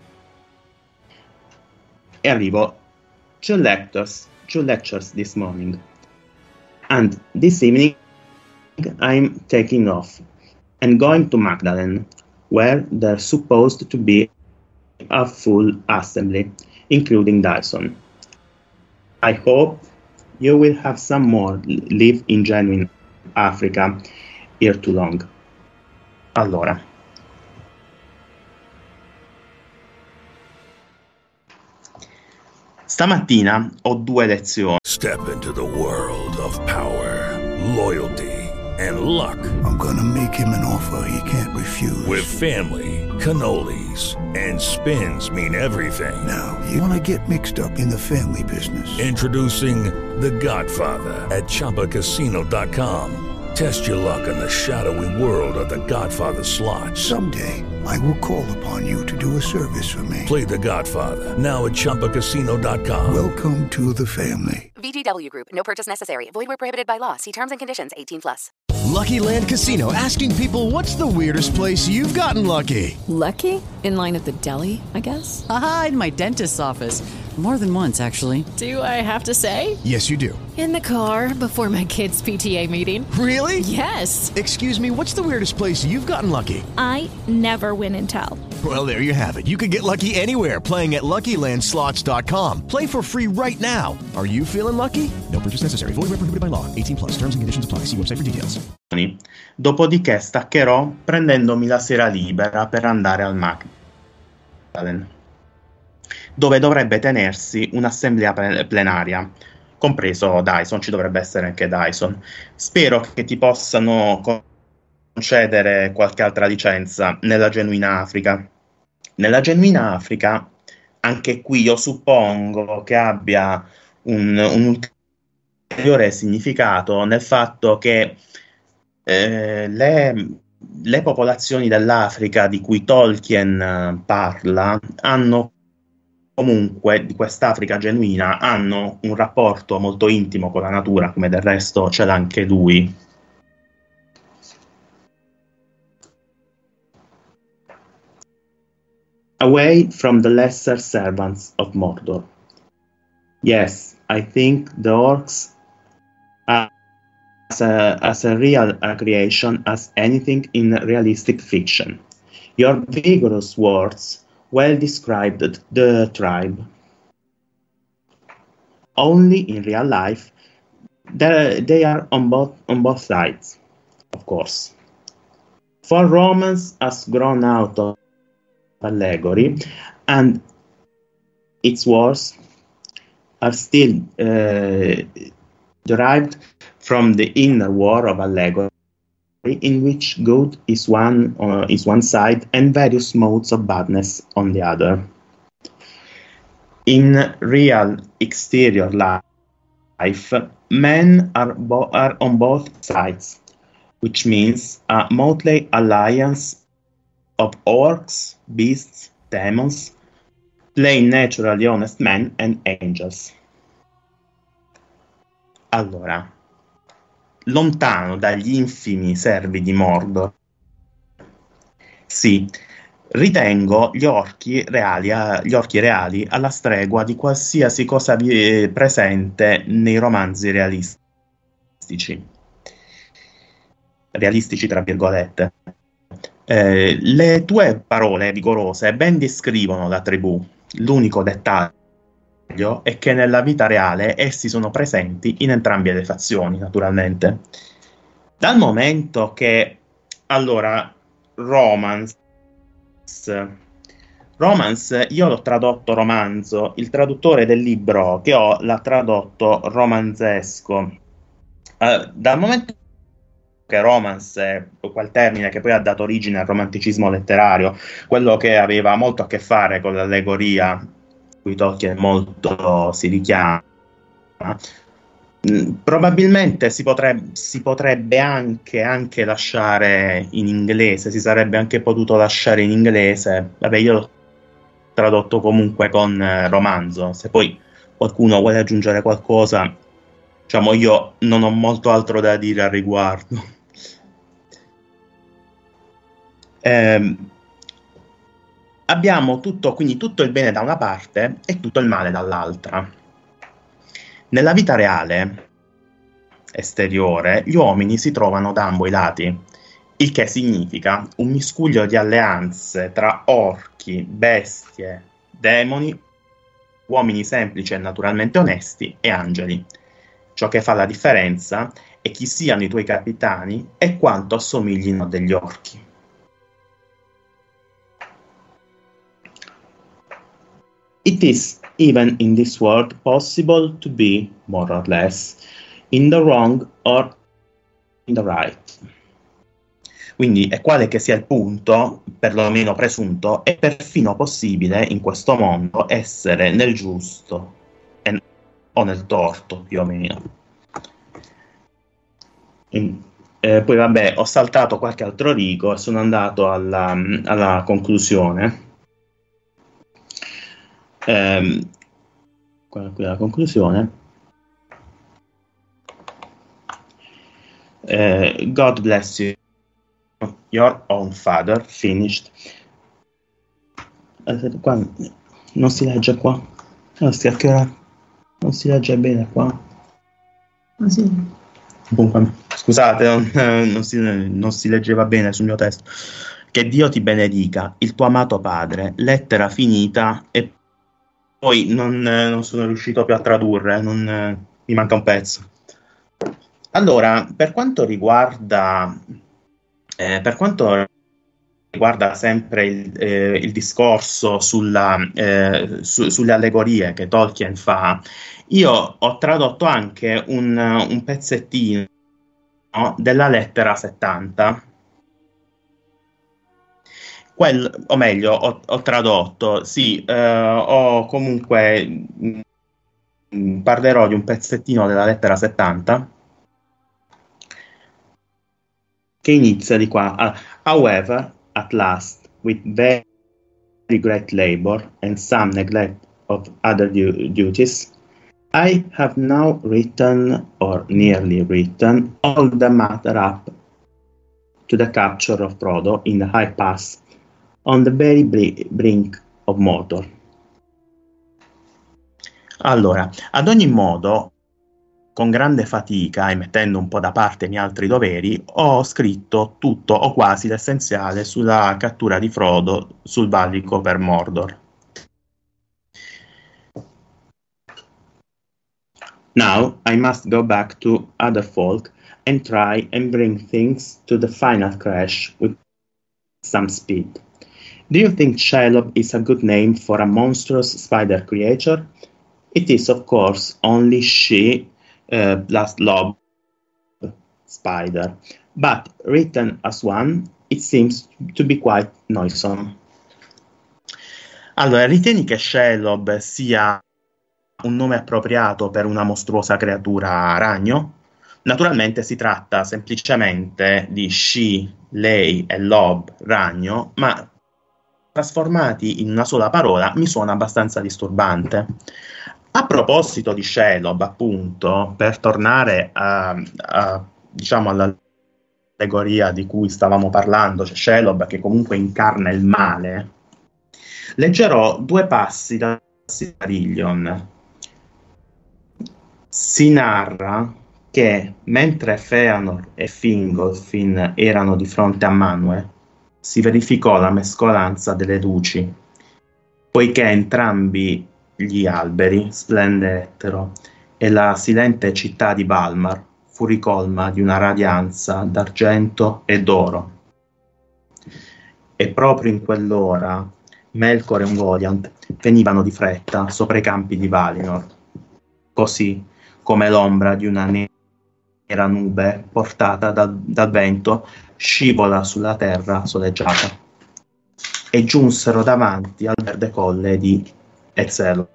e arrivo. Two lectures this morning, and this evening I'm taking off and going to Magdalen, where there's supposed to be a full assembly, including Dyson. I hope you will have some more live in genuine Africa ere too long. Allora, stamattina ho 2 lezioni. Step into the world of power, loyalty, and luck. I'm gonna make him an offer he can't refuse. With family, cannolis, and spins mean everything. Now, you wanna get mixed up in the family business. Introducing The Godfather at ChumbaCasino.com. Test your luck in the shadowy world of The Godfather slot. Someday, I will call upon you to do a service for me. Play The Godfather now at ChumbaCasino.com. Welcome to the family. VGW Group. No purchase necessary. Void where prohibited by law. See terms and conditions. 18+. Lucky Land Casino, asking people, what's the weirdest place you've gotten lucky? Lucky? In line at the deli, I guess? Aha, in my dentist's office. More than once, actually. Do I have to say? Yes, you do. In the car before my kids' PTA meeting. Really? Yes. Excuse me, what's the weirdest place you've gotten lucky? I never win and tell. Well, there you have it. You can get lucky anywhere, playing at LuckyLandSlots.com. Play for free right now. Are you feeling lucky? No purchase necessary. Void where prohibited by law. 18+. Terms and conditions apply. See website for details. Dopodiché staccherò prendendomi la sera libera per andare al Magdalen, dove dovrebbe tenersi un'assemblea plenaria, compreso Dyson. Ci dovrebbe essere anche Dyson. Spero che ti possano concedere qualche altra licenza nella genuina Africa. Nella genuina Africa, anche qui io suppongo che abbia un ulteriore significato nel fatto che le popolazioni dell'Africa di cui Tolkien parla hanno comunque, di quest'Africa genuina, hanno un rapporto molto intimo con la natura, come del resto ce l'ha anche lui. away from the lesser servants of Mordor. Yes, I think the orcs are as a real creation as anything in realistic fiction. Your vigorous words well described the tribe. Only in real life, they are on both sides, of course. For romance has grown out of allegory, and its wars are still derived from the inner war of allegory, in which good is one side and various modes of badness on the other. In real exterior life, men are on both sides, which means a motley alliance of orcs, beasts, demons, plain naturally honest men and angels. Allora, lontano dagli infimi servi di Mordor, sì, ritengo gli orchi reali alla stregua di qualsiasi cosa presente nei romanzi realistici tra virgolette. Le tue parole vigorose ben descrivono la tribù. L'unico dettaglio è che nella vita reale essi sono presenti in entrambe le fazioni, naturalmente. Dal momento che, allora, romance, io l'ho tradotto romanzo, il traduttore del libro che ho l'ha tradotto romanzesco. Dal momento che romance è quel termine che poi ha dato origine al romanticismo letterario, quello che aveva molto a che fare con l'allegoria, cui Tolkien molto si richiama, probabilmente si potrebbe anche lasciare in inglese, si sarebbe anche potuto lasciare in inglese. Vabbè, io l'ho tradotto comunque con romanzo. Se poi qualcuno vuole aggiungere qualcosa, diciamo, io non ho molto altro da dire al riguardo. Abbiamo quindi tutto il bene da una parte e tutto il male dall'altra. Nella vita reale esteriore, gli uomini si trovano da ambo i lati, il che significa un miscuglio di alleanze tra orchi, bestie, demoni, uomini semplici e naturalmente onesti e angeli. Ciò che fa la differenza è chi siano i tuoi capitani e quanto assomiglino a degli orchi. It is, even in this world, possible to be, more or less, in the wrong or in the right. Quindi, è quale che sia il punto, perlomeno presunto, è perfino possibile in questo mondo essere nel giusto o nel torto, più o meno. Poi vabbè, ho saltato qualche altro rigo e sono andato alla conclusione. Qui la conclusione. God bless you, your own father, finished. Qua non si legge qua. Non si legge bene qua. Scusate, non si leggeva bene sul mio testo. Che Dio ti benedica, il tuo amato padre. Lettera finita e poi non sono riuscito più a tradurre, mi manca un pezzo. Allora, per quanto riguarda sempre il discorso sulle allegorie che Tolkien fa, io ho tradotto anche un pezzettino della lettera 70. O meglio, ho tradotto, sì, ho comunque parlerò di un pezzettino della lettera 70 che inizia di qua. However, at last, with very great labor and some neglect of other duties, I have now written, or nearly written, all the matter up to the capture of Frodo in the High Pass, on the very brink of Mordor. Allora, ad ogni modo, con grande fatica e mettendo un po' da parte i miei altri doveri, ho scritto tutto o quasi l'essenziale sulla cattura di Frodo sul valico per Mordor. Now I must go back to Otherfolk and try and bring things to the final crash with some speed. Do you think Shelob is a good name for a monstrous spider creature? It is, of course, only she, last lob spider, but written as one, it seems to be quite noisome. Allora, ritieni che Shelob sia un nome appropriato per una mostruosa creatura ragno? Naturalmente si tratta semplicemente di she, lei e lob, ragno, ma trasformati in una sola parola mi suona abbastanza disturbante. A proposito di Shelob, appunto, per tornare diciamo all'allegoria di cui stavamo parlando, cioè Shelob che comunque incarna il male, leggerò 2 passi da Silmarillion. Si narra che mentre Fëanor e Fingolfin erano di fronte a Manwë, si verificò la mescolanza delle luci, poiché entrambi gli alberi splendettero e la silente città di Balmar fu ricolma di una radianza d'argento e d'oro. E proprio in quell'ora Melkor e Ungoliant venivano di fretta sopra i campi di Valinor, così come l'ombra di una nera nube portata dal vento scivola sulla terra soleggiata, e giunsero davanti al verde colle di Ezelvar.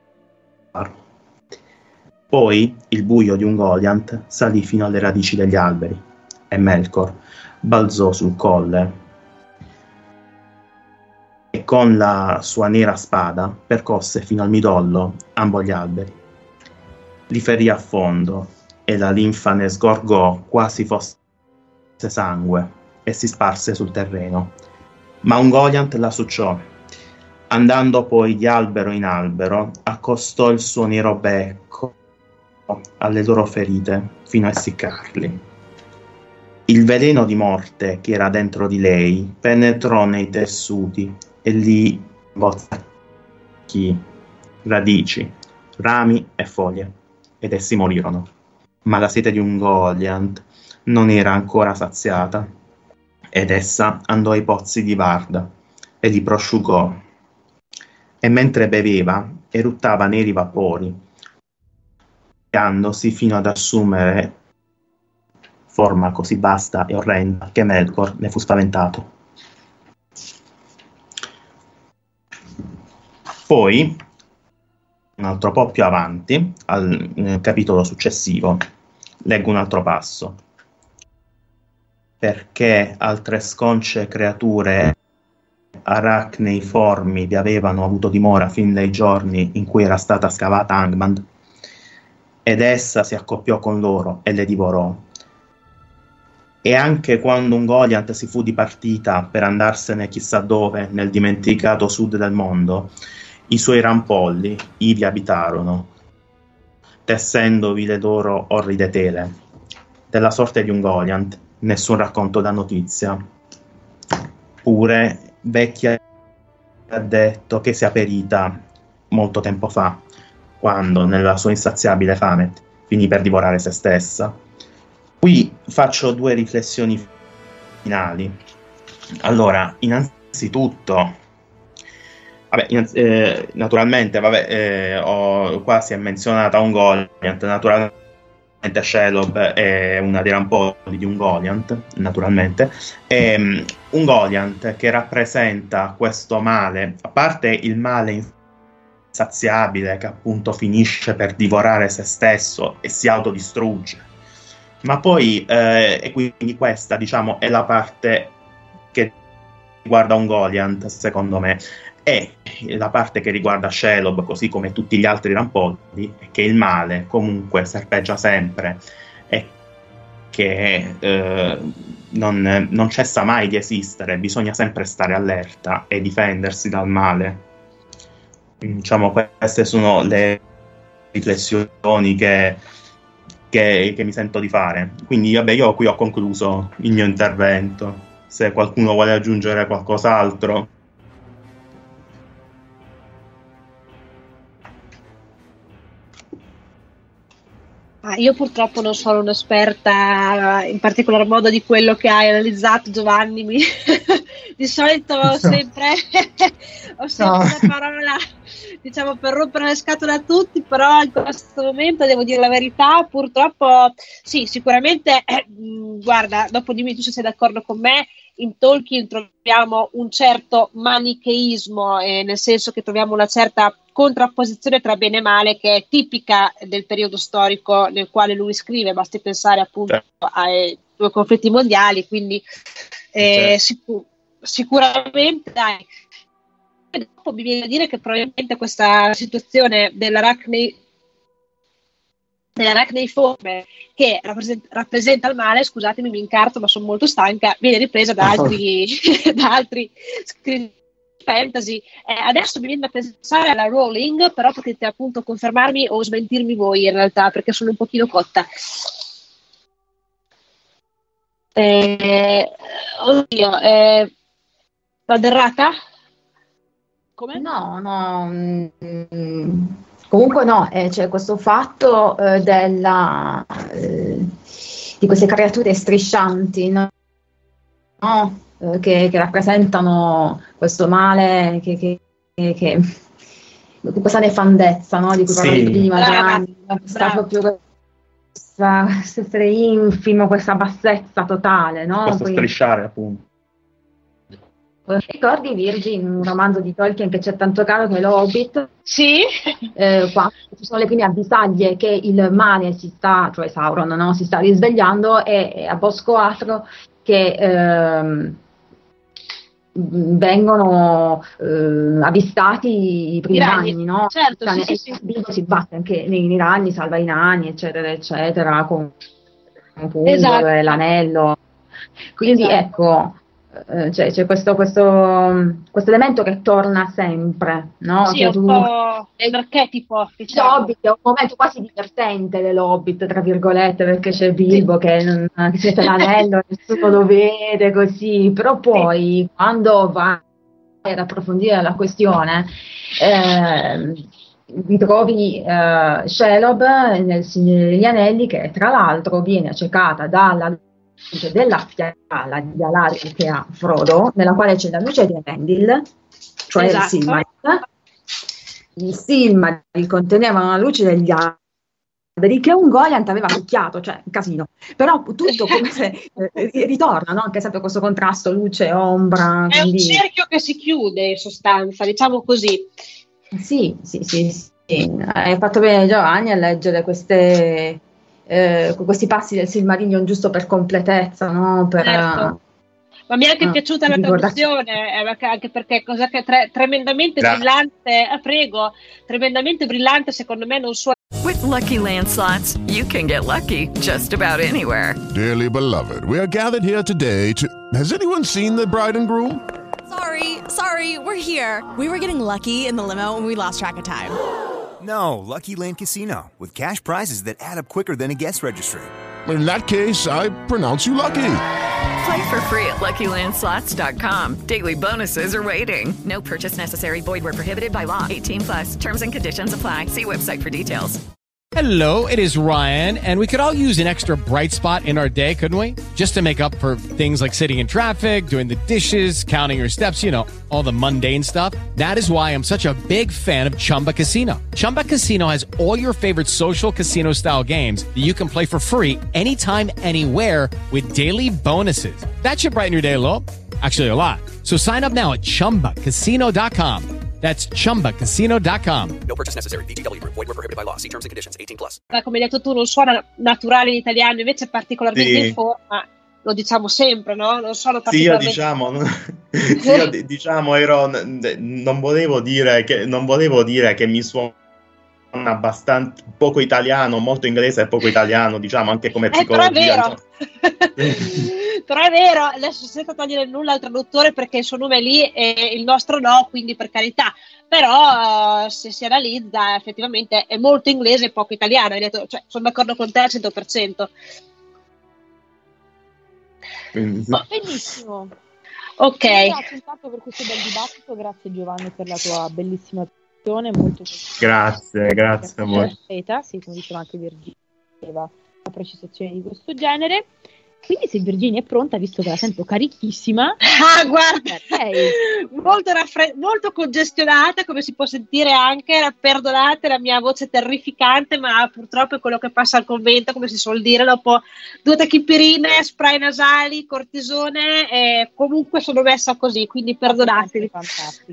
Poi il buio di Ungoliant salì fino alle radici degli alberi, e Melkor balzò sul colle e con la sua nera spada percosse fino al midollo ambo gli alberi. Li ferì a fondo e la linfa ne sgorgò quasi fosse sangue e si sparse sul terreno, ma Ungoliant la succiò. Andando poi di albero in albero, accostò il suo nero becco alle loro ferite fino a essiccarli. Il veleno di morte che era dentro di lei penetrò nei tessuti e lì bozzicchi, radici, rami e foglie, ed essi morirono. Ma la sete di Ungoliant non era ancora saziata, ed essa andò ai pozzi di Varda e li prosciugò, e mentre beveva eruttava neri vapori, creandosi fino ad assumere forma così vasta e orrenda che Melkor ne fu spaventato. Poi, un altro po' più avanti, nel capitolo successivo, leggo un altro passo. Perché altre sconce creature arachneiformi vi avevano avuto dimora fin dai giorni in cui era stata scavata Angband, ed essa si accoppiò con loro e le divorò. E anche quando Ungoliant si fu dipartita per andarsene chissà dove nel dimenticato sud del mondo, i suoi rampolli ivi abitarono, tessendovi le loro orride tele. Della sorte di Ungoliant nessun racconto dà notizia. Pure Vecchia ha detto che si è perita molto tempo fa, quando nella sua insaziabile fame finì per divorare se stessa. Qui faccio 2 riflessioni finali. Allora, innanzitutto, naturalmente, qua si è menzionata Ungoliant, naturalmente Shelob è una dei rampolli di Ungoliant, naturalmente. Ungoliant che rappresenta questo male, a parte il male insaziabile che appunto finisce per divorare se stesso e si autodistrugge, ma poi e quindi questa, diciamo, è la parte che riguarda Ungoliant, secondo me, e la parte che riguarda Shelob, così come tutti gli altri rampolli, è che il male comunque serpeggia sempre e che non cessa mai di esistere, bisogna sempre stare allerta e difendersi dal male. diciamo, queste sono le riflessioni che mi sento di fare. Quindi vabbè, io qui ho concluso il mio intervento. Se qualcuno vuole aggiungere qualcos'altro. Io purtroppo non sono un'esperta in particolar modo di quello che hai analizzato, Giovanni. Di solito ho sempre una parola, diciamo, per rompere le scatole a tutti, però in questo momento devo dire la verità, purtroppo sì, sicuramente, guarda, dopo dimmi tu se sei d'accordo con me, in Tolkien troviamo un certo manicheismo, nel senso che troviamo una certa contrapposizione tra bene e male che è tipica del periodo storico nel quale lui scrive, basti pensare appunto ai due conflitti mondiali, quindi sicuramente dai. E dopo mi viene a dire che probabilmente questa situazione dell'arachneiforme che rappresenta il male, scusatemi mi incarto ma sono molto stanca, viene ripresa da altri scrittori fantasy. Adesso mi viene da pensare alla Rowling, però potete appunto confermarmi o smentirmi voi in realtà, perché sono un pochino cotta. Oddio, vado errata? Come? No, comunque no, c'è questo fatto di queste creature striscianti, no? Che rappresentano questo male, questa nefandezza, no? Di cui parlavo prima, proprio questa infimo, questa bassezza totale, no? Questo strisciare, appunto. Ricordi Virgin, un romanzo di Tolkien che c'è tanto caro, che è l'Hobbit? Sì. Qua ci sono le prime avvisaglie che il male cioè Sauron, no? Si sta risvegliando, e a Bosco Atro che vengono avvistati i primi ragni, no? Certo, sì. Si batte anche nei ragni, salva i nani, eccetera, con Pungolo, esatto, l'anello. Quindi ecco, c'è questo elemento che torna sempre, no? Sì, è un po' l'archetipo, diciamo. L'Hobbit è un momento quasi divertente dell'Hobbit, tra virgolette, perché c'è Bilbo che mette l'anello, nessuno lo vede, così, però poi quando va ad approfondire la questione ritrovi Shelob nel Signore degli Anelli, che tra l'altro viene accecata dalla luce della fiala di Galadriel che ha Frodo, nella quale c'è la luce di Elendil, cioè il Silmaril. Il Silmaril conteneva una luce degli alberi che un Goliath aveva succhiato, cioè un casino, però tutto come se ritorna, no? Anche sempre questo contrasto luce e ombra. È un cerchio che si chiude in sostanza, diciamo così. Sì. Hai fatto bene, Giovanni, a leggere questi passi del Silmarillion giusto per completezza, no? Certo. Ma mi è anche piaciuta la traduzione, anche perché cosa che tremendamente brillante, tremendamente brillante, secondo me non suona. With Lucky Land Slots, you can get lucky just about anywhere. Dearly beloved, we are gathered here today to... Has anyone seen the bride and groom? Sorry, we're here. We were getting lucky in the limo and we lost track of time. No, Lucky Land Casino, with cash prizes that add up quicker than a guest registry. In that case, I pronounce you lucky. Play for free at LuckyLandSlots.com. Daily bonuses are waiting. No purchase necessary. Void where prohibited by law. 18+. Terms and conditions apply. See website for details. Hello, it is Ryan, and we could all use an extra bright spot in our day, couldn't we? Just to make up for things like sitting in traffic, doing the dishes, counting your steps, all the mundane stuff. That is why I'm such a big fan of Chumba Casino. Chumba Casino has all your favorite social casino-style games that you can play for free anytime, anywhere with daily bonuses. That should brighten your day a little. Actually, a lot. So sign up now at ChumbaCasino.com. That's ChumbaCasino.com. No purchase necessary. VGW Group. Void where prohibited by law. See terms and conditions. 18+. Come hai detto tu, non suona naturale in italiano, invece è particolarmente in forma. Lo diciamo sempre, no? Non sono particolarmente... Sì, io diciamo non volevo dire che mi suona abbastanza poco italiano, molto inglese e poco italiano, diciamo, anche come psicologia. Però è vero. Però è vero, adesso senza togliere nulla al traduttore, perché il suo nome è lì e il nostro no, quindi per carità, però se si analizza effettivamente è molto inglese e poco italiano. Hai detto, cioè, sono d'accordo con te al 100%. Benissimo. Ok. Grazie intanto per questo bel dibattito, grazie Giovanni per la tua bellissima azione, molto Grazie a voi. Sì, come diceva anche Virginia, la precisazione di questo genere. Quindi se Virginia è pronta, visto che la sento carichissima, guarda, molto congestionata, come si può sentire anche, perdonate la mia voce terrificante, ma purtroppo è quello che passa al convento, come si suol dire, dopo 2 tachipirine, spray nasali, cortisone, e comunque sono messa così, quindi perdonatemi. Fantastico.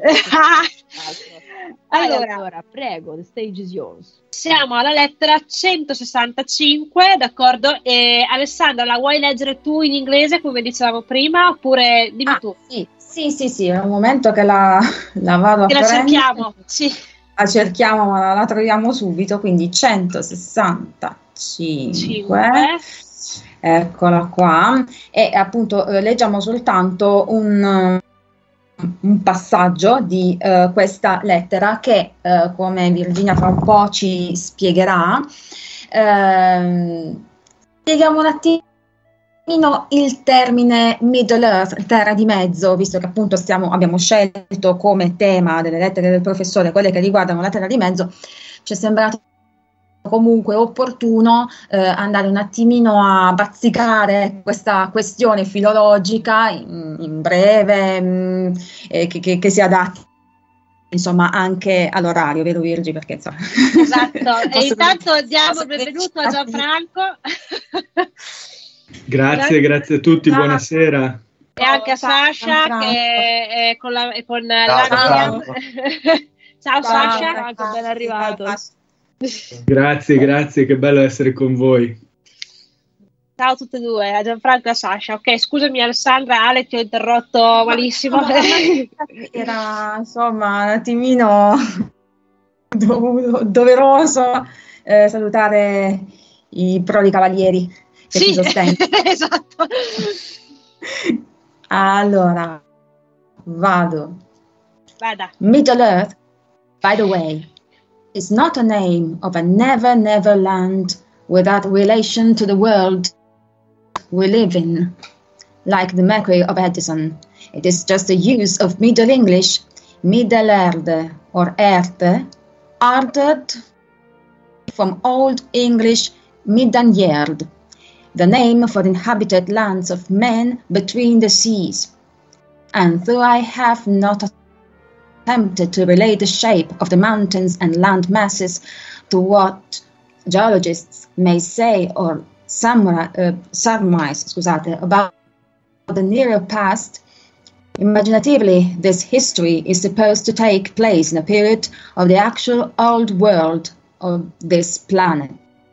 Allora, prego, the stage is yours. Siamo alla lettera 165, d'accordo? E Alessandra, la vuoi leggere tu in inglese come dicevamo prima, oppure dimmi tu? Sì, è un momento che la vado a prendere. La cerchiamo, sì. La cerchiamo, ma la troviamo subito, quindi 165. Eccola qua. E appunto leggiamo soltanto un passaggio di questa lettera che, come Virginia fra un po' ci spiegherà, spieghiamo un attimino il termine Middle Earth, terra di mezzo, visto che appunto abbiamo scelto come tema delle lettere del professore quelle che riguardano la terra di mezzo. Ci è sembrato comunque opportuno andare un attimino a bazzicare questa questione filologica in breve, che si adatti insomma anche all'orario, vero Virgi? Perché insomma esatto. E intanto diamo il benvenuto a Gianfranco. Grazie a tutti, buonasera. E anche a Sasha che è con la Miriam. Ciao Sasha, Franco, ben arrivato. Grazie, che bello essere con voi. Ciao a tutte e due, a Gianfranco e a Sasha. Ok, scusami Alessandra, Ale, ti ho interrotto malissimo. Era insomma un attimino doveroso salutare i proli cavalieri che ci sostengono. Esatto. Allora, vado. Vada. Middle Earth, by the way, is not a name of a never land without relation to the world we live in, like the Mercury of Edison. It is just a use of Middle English, Mittelerde or Erde, altered from Old English Middanjerd, the name for inhabited lands of men between the seas. And though I have not attempted to relate the shape of the mountains and land masses to what geologists may say or surmise about the nearer past, imaginatively this history is supposed to take place in a period of the actual old world of this planet.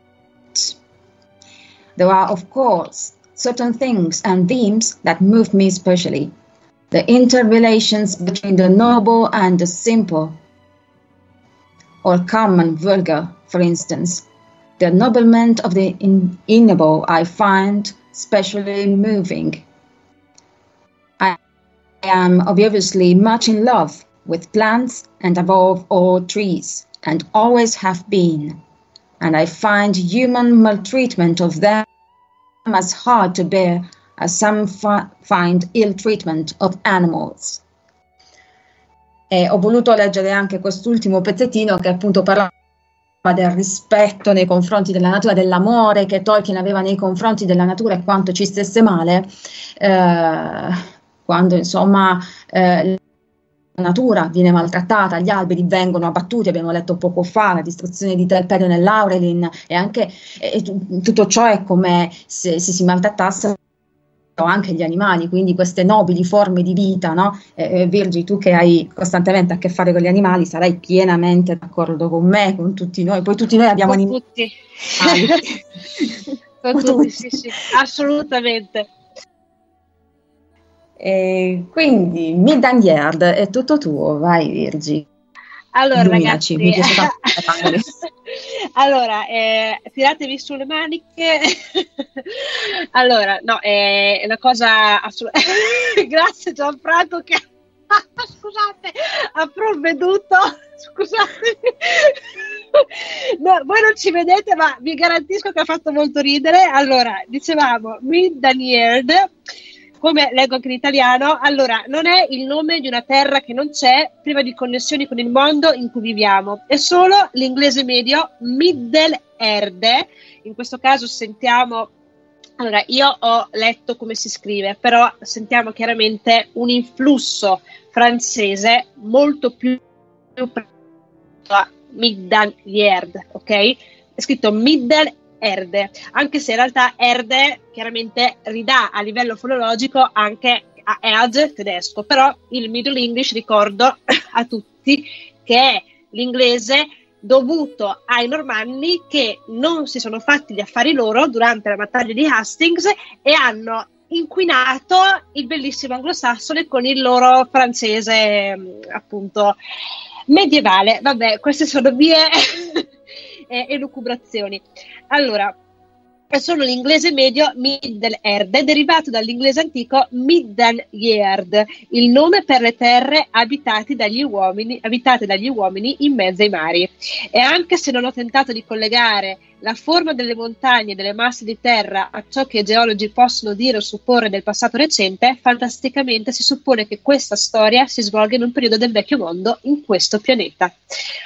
There are, of course, certain things and themes that move me especially. The interrelations between the noble and the simple, or common vulgar, for instance. The ennoblement of the ignoble I find specially moving. I am obviously much in love with plants and above all trees, and always have been. And I find human maltreatment of them as hard to bear as some find ill treatment of animals. E ho voluto leggere anche quest'ultimo pezzettino che appunto parla del rispetto nei confronti della natura, dell'amore che Tolkien aveva nei confronti della natura e quanto ci stesse male quando insomma la natura viene maltrattata, gli alberi vengono abbattuti, abbiamo letto poco fa la distruzione di Telperio nell'Aurelin, e anche tutto ciò è come se si maltrattassero anche gli animali, quindi queste nobili forme di vita, no? Virgi, tu che hai costantemente a che fare con gli animali sarai pienamente d'accordo con me, con tutti noi, poi tutti noi abbiamo animali. Con tutti, sì, assolutamente. E quindi Middanjerd è tutto tuo, vai Virgi. Allora, Illuminaci, mi piace tanto. Allora, tiratevi sulle maniche. Allora, no, è una cosa assolutamente. Grazie Gianfranco che scusate, ha provveduto. Scusatemi. No, voi non ci vedete, ma vi garantisco che ha fatto molto ridere. Allora, dicevamo Mid-Danierd, come leggo anche in italiano. Allora, non è il nome di una terra che non c'è, priva di connessioni con il mondo in cui viviamo, è solo l'inglese medio Middle-Erde. In questo caso sentiamo, allora io ho letto come si scrive, però sentiamo chiaramente un influsso francese molto più Mid-Danierd, ok? È scritto Middle-Erde, anche se in realtà Erde chiaramente ridà a livello fonologico anche a Erde tedesco, però il Middle English, ricordo a tutti, che è l'inglese dovuto ai normanni che non si sono fatti gli affari loro durante la battaglia di Hastings e hanno inquinato il bellissimo anglosassone con il loro francese appunto medievale. Vabbè, queste sono mie elucubrazioni. Allora, è solo l'inglese medio Middle-Erde, derivato dall'inglese antico Mid-Danierd, il nome per le terre abitate dagli uomini in mezzo ai mari. E anche se non ho tentato di collegare la forma delle montagne e delle masse di terra a ciò che i geologi possono dire o supporre del passato recente, fantasticamente si suppone che questa storia si svolga in un periodo del vecchio mondo in questo pianeta.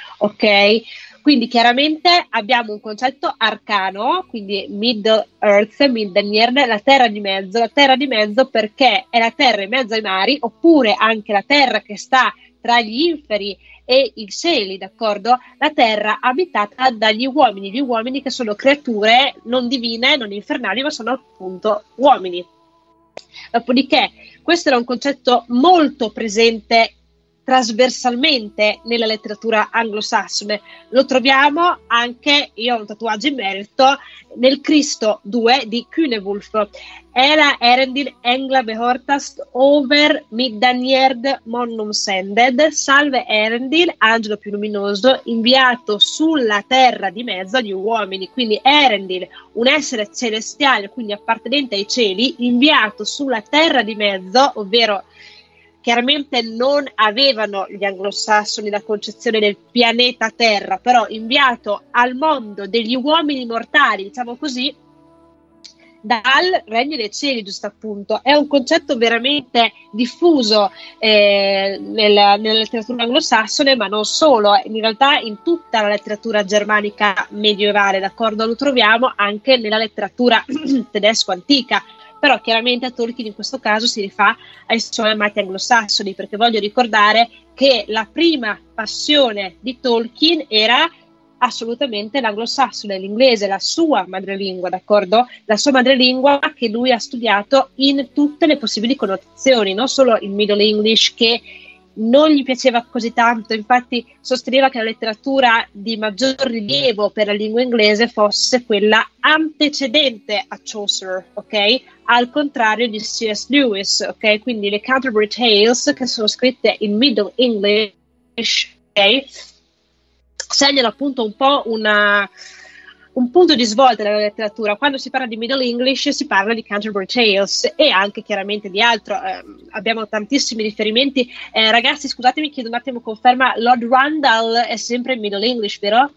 Ok? Quindi chiaramente abbiamo un concetto arcano, quindi Middle Earth, Mid-Danierd, la terra di mezzo perché è la terra in mezzo ai mari, oppure anche la terra che sta tra gli inferi e i cieli, d'accordo? La terra abitata dagli uomini, gli uomini che sono creature non divine, non infernali, ma sono appunto uomini. Dopodiché, questo era un concetto molto presente trasversalmente nella letteratura anglosassone. Lo troviamo anche, io ho un tatuaggio in merito, nel Cristo 2 di Cunewulf. Era Erendil Engla behortast over Mid-Danierd monnum sended, salve Erendil, angelo più luminoso, inviato sulla terra di mezzo agli uomini. Quindi Erendil, un essere celestiale, quindi appartenente ai cieli, inviato sulla terra di mezzo, ovvero chiaramente non avevano gli anglosassoni la concezione del pianeta Terra, però inviato al mondo degli uomini mortali, diciamo così, dal regno dei cieli, giusto appunto. È un concetto veramente diffuso nella letteratura anglosassone, ma non solo, in realtà in tutta la letteratura germanica medievale, d'accordo? Lo troviamo anche nella letteratura tedesco antica. Però chiaramente Tolkien in questo caso si rifà ai suoi amati anglosassoni, perché voglio ricordare che la prima passione di Tolkien era assolutamente l'anglosassone, l'inglese, la sua madrelingua, d'accordo? La sua madrelingua che lui ha studiato in tutte le possibili connotazioni, non solo il Middle English che non gli piaceva così tanto, infatti sosteneva che la letteratura di maggior rilievo per la lingua inglese fosse quella antecedente a Chaucer, ok? Al contrario di C.S. Lewis, ok? Quindi le Canterbury Tales, che sono scritte in Middle English, ok? Segnano appunto un po' un punto di svolta nella letteratura. Quando si parla di Middle English si parla di Canterbury Tales e anche chiaramente di altro. Abbiamo tantissimi riferimenti. Ragazzi, scusatemi, chiedo un attimo conferma, Lord Randall è sempre in Middle English, vero?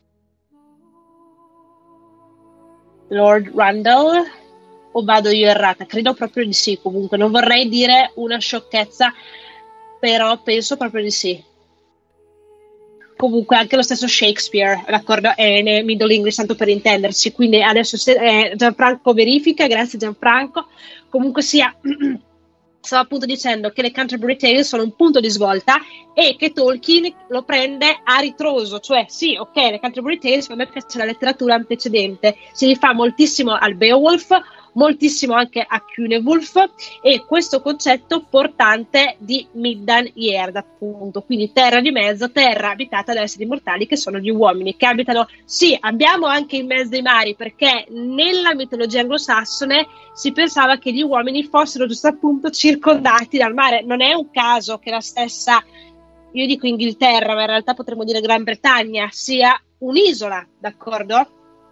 Lord Randall? O vado io errata? Credo proprio di sì, comunque. Non vorrei dire una sciocchezza, però penso proprio di sì. Comunque anche lo stesso Shakespeare, d'accordo, è nel Middle English, tanto per intenderci, quindi adesso Gianfranco verifica, grazie Gianfranco. Comunque sia, stavo appunto dicendo che le Canterbury Tales sono un punto di svolta e che Tolkien lo prende a ritroso, cioè sì, ok, le Canterbury Tales, ma a me piace la letteratura antecedente, si rifà moltissimo al Beowulf, moltissimo anche a Cunewulf e questo concetto portante di Mid-Danierd, appunto, quindi terra di mezzo, terra abitata da esseri mortali che sono gli uomini, che abitano, sì, abbiamo anche in mezzo ai mari, perché nella mitologia anglosassone si pensava che gli uomini fossero giusto appunto circondati dal mare. Non è un caso che la stessa io dico Inghilterra, ma in realtà potremmo dire Gran Bretagna, sia un'isola, d'accordo?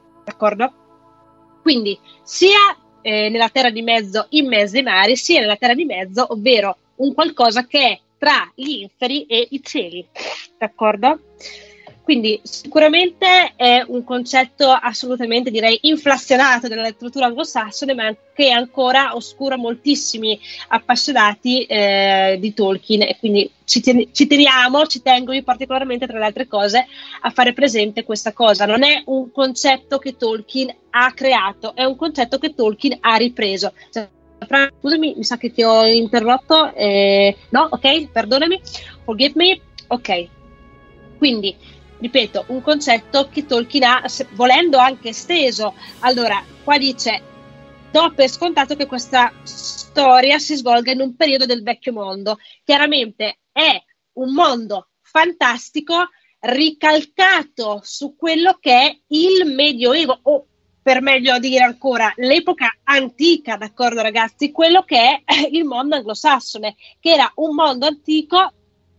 Quindi sia nella terra di mezzo, in mezzo ai mari, sia nella terra di mezzo, ovvero un qualcosa che è tra gli inferi e i cieli, d'accordo? Quindi sicuramente è un concetto assolutamente, direi, inflazionato della letteratura anglosassone, ma che ancora oscura moltissimi appassionati di Tolkien, e quindi ci tengo io particolarmente, tra le altre cose, a fare presente questa cosa. Non è un concetto che Tolkien ha creato, è un concetto che Tolkien ha ripreso. Scusami, mi sa che ti ho interrotto. No, ok, perdonami, forgive me. Ok, quindi ripeto, un concetto che Tolkien ha, volendo, anche esteso. Allora, qua dice: do per scontato che questa storia si svolga in un periodo del vecchio mondo. Chiaramente è un mondo fantastico ricalcato su quello che è il Medioevo, o per meglio dire ancora l'epoca antica, d'accordo ragazzi? Quello che è il mondo anglosassone, che era un mondo antico,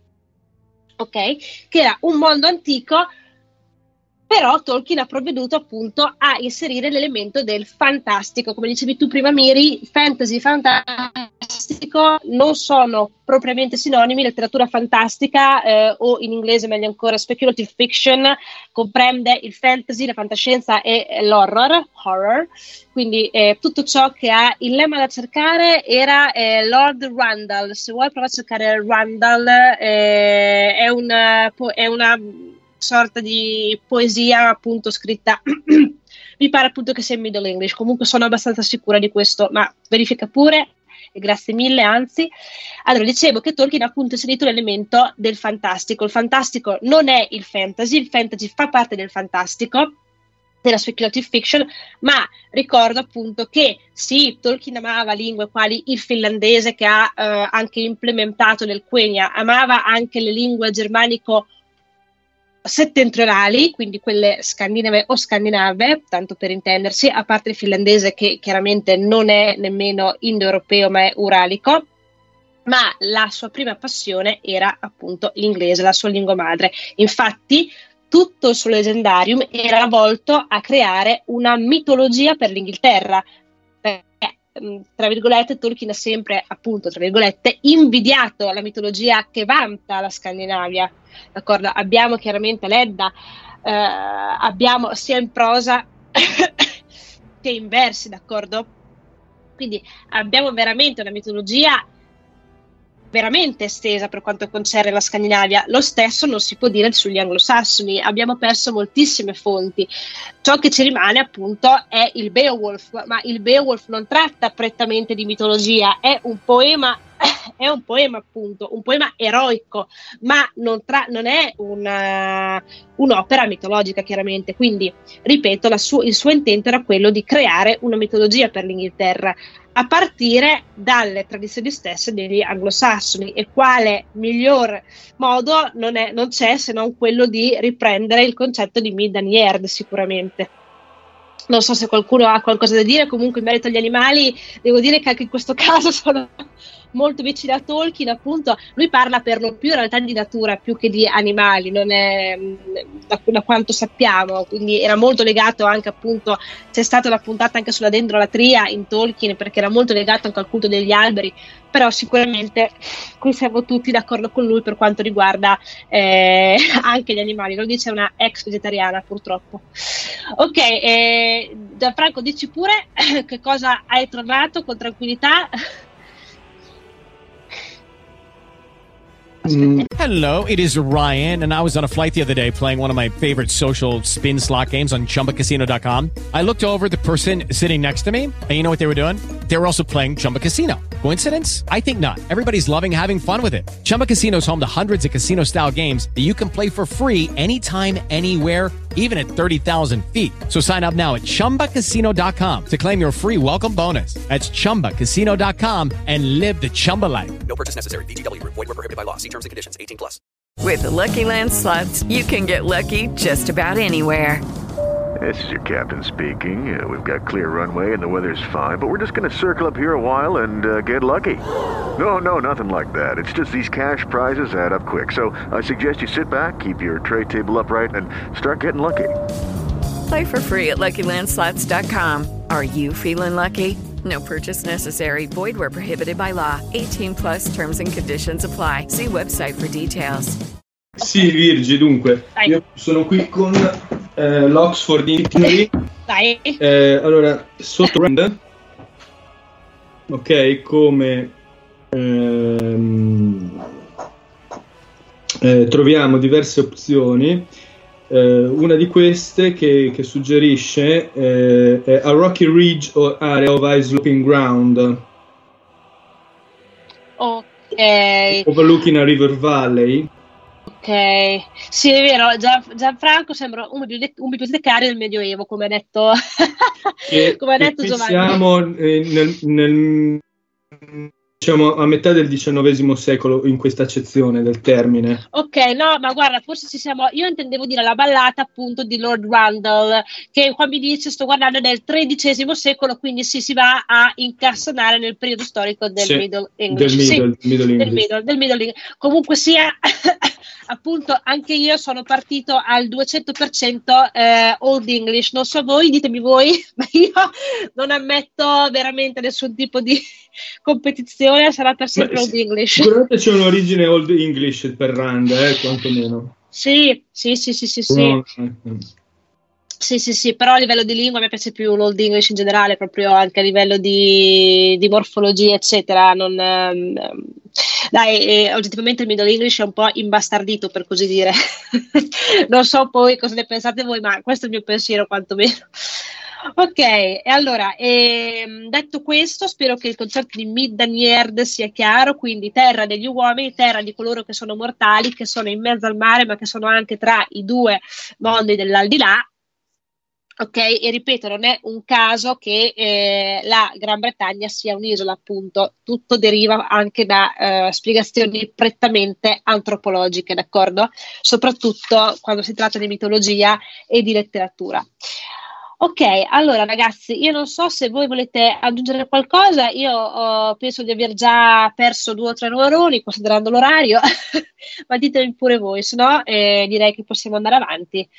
ok? Che era un mondo antico, però Tolkien ha provveduto appunto a inserire l'elemento del fantastico. Come dicevi tu prima, Miri, fantasy e fantastico non sono propriamente sinonimi. Letteratura fantastica, o in inglese meglio ancora speculative fiction, comprende il fantasy, la fantascienza e horror. Quindi tutto ciò che ha il lemma da cercare era Lord Randall. Se vuoi prova a cercare Randall, è una sorta di poesia appunto scritta mi pare appunto che sia in Middle English, comunque sono abbastanza sicura di questo, ma verifica pure, e grazie mille, anzi. Allora, dicevo che Tolkien ha appunto inserito l'elemento del fantastico. Il fantastico non è il fantasy fa parte del fantastico, della speculative fiction, ma ricordo appunto che sì, Tolkien amava lingue quali il finlandese, che ha anche implementato nel Quenya, amava anche le lingue germanico settentrionali, quindi quelle scandinave o scandinave, tanto per intendersi, a parte il finlandese, che chiaramente non è nemmeno indoeuropeo ma è uralico, ma la sua prima passione era appunto l'inglese, la sua lingua madre. Infatti tutto il suo leggendarium era volto a creare una mitologia per l'Inghilterra, perché tra virgolette Tolkien ha sempre, appunto tra virgolette, invidiato la mitologia che vanta la Scandinavia, d'accordo? Abbiamo chiaramente l'Edda, abbiamo sia in prosa che in versi, d'accordo? Quindi abbiamo veramente una mitologia veramente estesa per quanto concerne la Scandinavia. Lo stesso non si può dire sugli anglosassoni, abbiamo perso moltissime fonti. Ciò che ci rimane appunto è il Beowulf, ma il Beowulf non tratta prettamente di mitologia, è un poema appunto, un poema eroico, ma non è un'opera mitologica, chiaramente. Quindi ripeto, il suo intento era quello di creare una mitologia per l'Inghilterra a partire dalle tradizioni stesse degli anglosassoni, e quale miglior modo non c'è se non quello di riprendere il concetto di Mid and Eard, sicuramente. Non so se qualcuno ha qualcosa da dire. Comunque in merito agli animali devo dire che anche in questo caso sono molto vicina a Tolkien, appunto. Lui parla per lo più in realtà di natura più che di animali, non è da quanto sappiamo, quindi era molto legato anche, appunto, c'è stata una puntata anche sulla dendrolatria in Tolkien, perché era molto legato anche al culto degli alberi, però sicuramente qui siamo tutti d'accordo con lui per quanto riguarda anche gli animali. Lo dice una ex vegetariana, purtroppo. Ok, Gianfranco, dici pure che cosa hai trovato con tranquillità. Hello, it is Ryan, and I was on a flight the other day playing one of my favorite social spin slot games on ChumbaCasino.com. I looked over at the person sitting next to me, and you know what they were doing? They were also playing Chumba Casino. Coincidence? I think not. Everybody's loving having fun with it. Chumba Casino is home to hundreds of casino-style games that you can play for free anytime, anywhere, even at 30,000 feet. So sign up now at ChumbaCasino.com to claim your free welcome bonus. That's ChumbaCasino.com and live the Chumba life. No purchase necessary. VGW. Void where prohibited by law. See terms and conditions. 18+. With the Lucky Land Slots, you can get lucky just about anywhere. This is your captain speaking. We've got clear runway and the weather's fine, but we're just going to circle up here a while and get lucky. No, nothing like that. It's just these cash prizes add up quick. So I suggest you sit back, keep your tray table upright, and start getting lucky. Play for free at LuckyLandSlots.com. Are you feeling lucky? No purchase necessary. Void where prohibited by law. 18 plus terms and conditions apply. See website for details. Sì, Virgi, dunque, io sono qui con l'Oxford Dictionary. Dai. Allora, sotto rand, ok, come troviamo diverse opzioni. Una di queste che suggerisce è a rocky ridge or area of high sloping ground. Ok. Overlooking a river valley. Ok, sì, è vero, Gianfranco sembra un bibliotecario del Medioevo, come ha detto, come ha detto Giovanni. Siamo diciamo a metà del XIX secolo in questa accezione del termine. Ok, no, ma guarda, forse io intendevo dire la ballata appunto di Lord Rundle, che qua mi dice, sto guardando del XIII secolo, quindi si va a incastonare nel periodo storico del Middle English. Del Middle English. Comunque sia, appunto, anche io sono partito al 200% Old English, non so voi, ditemi voi, ma io non ammetto veramente nessun tipo di competizione, sarà per sempre Old English. Sicuramente c'è un'origine Old English per Rand, quantomeno. Sì. Sì, però a livello di lingua mi piace più l'Old English in generale, proprio anche a livello di morfologia, eccetera. Oggettivamente il Middle English è un po' imbastardito, per così dire. Non so poi cosa ne pensate voi, ma questo è il mio pensiero, quantomeno. Ok, e allora, detto questo, spero che il concetto di Middanierd sia chiaro, quindi terra degli uomini, terra di coloro che sono mortali, che sono in mezzo al mare, ma che sono anche tra i due mondi dell'aldilà. Ok, e ripeto, non è un caso che la Gran Bretagna sia un'isola, appunto, tutto deriva anche da spiegazioni prettamente antropologiche, d'accordo? Soprattutto quando si tratta di mitologia e di letteratura. Ok, allora ragazzi, io non so se voi volete aggiungere qualcosa, io penso di aver già perso 2 o 3 neuroni considerando l'orario, ma ditemi pure voi, se no direi che possiamo andare avanti.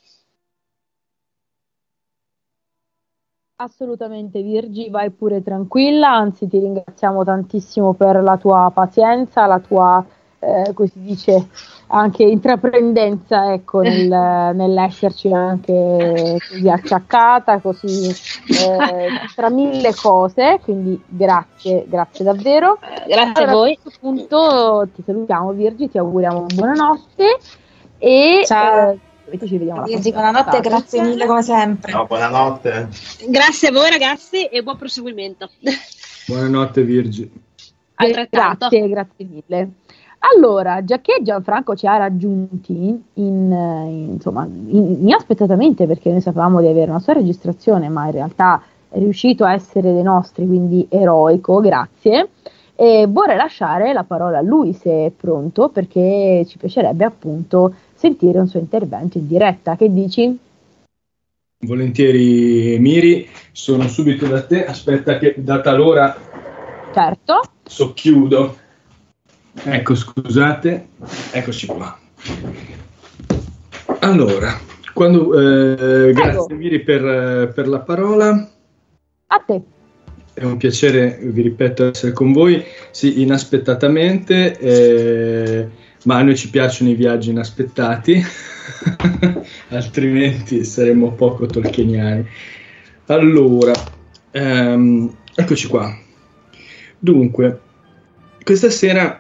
Assolutamente Virgi, vai pure tranquilla, anzi ti ringraziamo tantissimo per la tua pazienza, la tua, come si dice, anche intraprendenza, ecco, nell'esserci anche così acciaccata, così tra mille cose, quindi grazie davvero. Grazie a voi. A questo punto ti salutiamo Virgi, ti auguriamo buonanotte e ciao. Ci vediamo Virgi, buonanotte, grazie mille come sempre. No, buonanotte. Grazie a voi ragazzi e buon proseguimento. Buonanotte Virgi. Grazie mille. Allora, già che Gianfranco ci ha raggiunti inaspettatamente, perché noi sapevamo di avere una sua registrazione, ma in realtà è riuscito a essere dei nostri, quindi eroico, grazie. E vorrei lasciare la parola a lui se è pronto, perché ci piacerebbe appunto sentire un suo intervento in diretta. Che dici? Volentieri Miri, sono subito da te, aspetta che data l'ora certo socchiudo. Ecco, scusate, eccoci qua. Allora, grazie Miri per la parola. A te. È un piacere, vi ripeto, essere con voi, sì, inaspettatamente, ma a noi ci piacciono i viaggi inaspettati, altrimenti saremmo poco tolkieniani. Allora, eccoci qua. Dunque, questa sera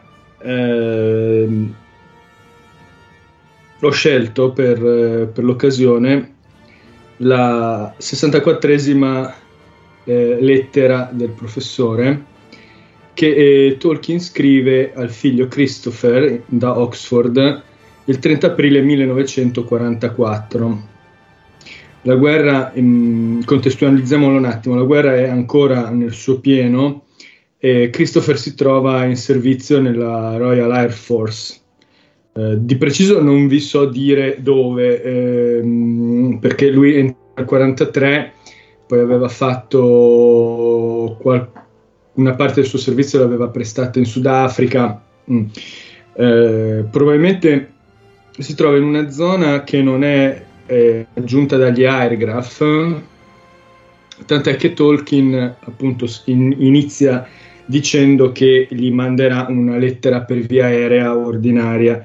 ho scelto per l'occasione la 64esima lettera del professore che Tolkien scrive al figlio Christopher da Oxford il 30 aprile 1944. La guerra, contestualizziamolo un attimo, la guerra è ancora nel suo pieno e Christopher si trova in servizio nella Royal Air Force. Di preciso non vi so dire dove, perché lui 1943, poi aveva fatto una parte del suo servizio l'aveva prestata in Sudafrica. Probabilmente si trova in una zona che non è aggiunta dagli aircraft, tant'è che Tolkien appunto inizia dicendo che gli manderà una lettera per via aerea ordinaria.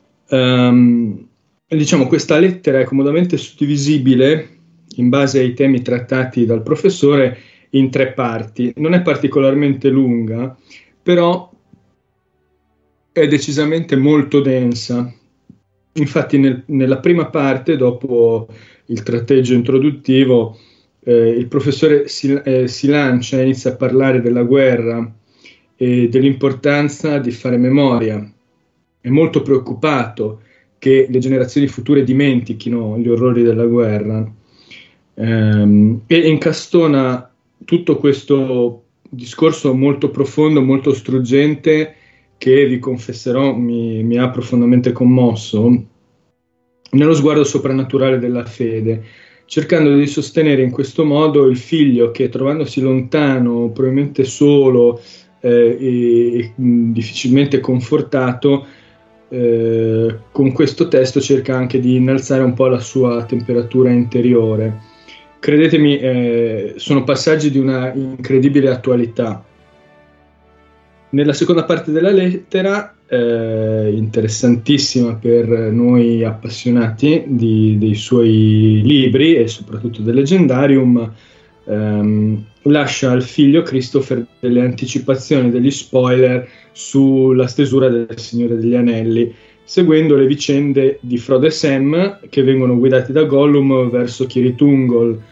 Diciamo, questa lettera è comodamente suddivisibile in base ai temi trattati dal professore in 3 parti. Non è particolarmente lunga, però è decisamente molto densa. Infatti nella prima parte, dopo il tratteggio introduttivo, il professore si lancia e inizia a parlare della guerra e dell'importanza di fare memoria. È molto preoccupato che le generazioni future dimentichino gli orrori della guerra, e incastona tutto questo discorso molto profondo, molto struggente, che vi confesserò mi ha profondamente commosso, nello sguardo soprannaturale della fede, cercando di sostenere in questo modo il figlio che, trovandosi lontano, probabilmente solo e difficilmente confortato, con questo testo cerca anche di innalzare un po' la sua temperatura interiore. Credetemi, sono passaggi di una incredibile attualità. Nella seconda parte della lettera, interessantissima per noi appassionati dei suoi libri e soprattutto del Legendarium, lascia al figlio Christopher delle anticipazioni, degli spoiler sulla stesura del Signore degli Anelli, seguendo le vicende di Frodo e Sam che vengono guidati da Gollum verso Kirith-Ungol,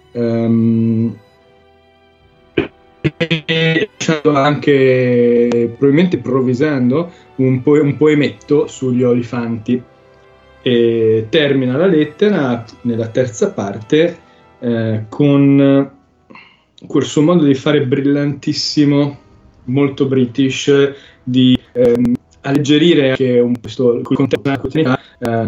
e anche probabilmente improvvisando un poemetto sugli olifanti. E termina la lettera nella terza parte con quel suo modo di fare brillantissimo, molto British, di alleggerire anche questo contesto della quotidianità,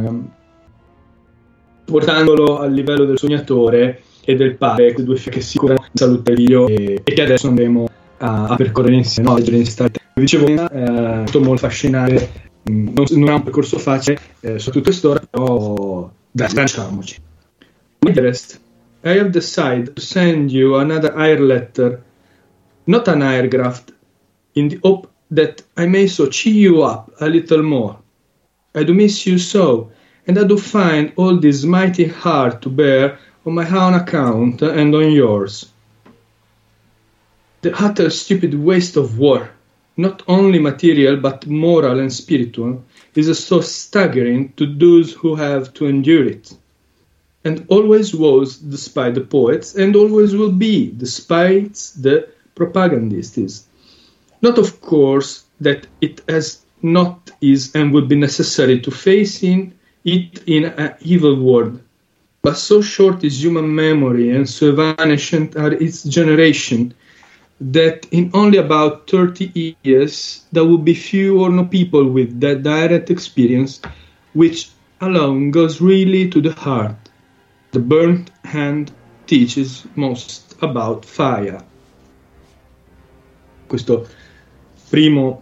portandolo al livello del sognatore e del padre, quei due figli che si curano in salute figlio e che adesso andremo a percorrere insieme, a leggere insieme. Dicevo, molto affascinante, non è un percorso facile, soprattutto quest'ora, però dai, lanciamoci. My dearest, I have decided to send you another air letter, not an aircraft, in the hope that I may so cheer you up a little more. I do miss you so, and I do find all this mighty hard to bear on my own account and on yours. The utter stupid waste of war, not only material but moral and spiritual, is so staggering to those who have to endure it. And always was despite the poets, and always will be despite the propagandists. Not of course that it has not is and would be necessary to face it in an evil world, but so short is human memory and so evanescent are its generation, that in only about 30 years there will be few or no people with that direct experience which alone goes really to the heart. The burnt hand teaches most about fire. Questo primo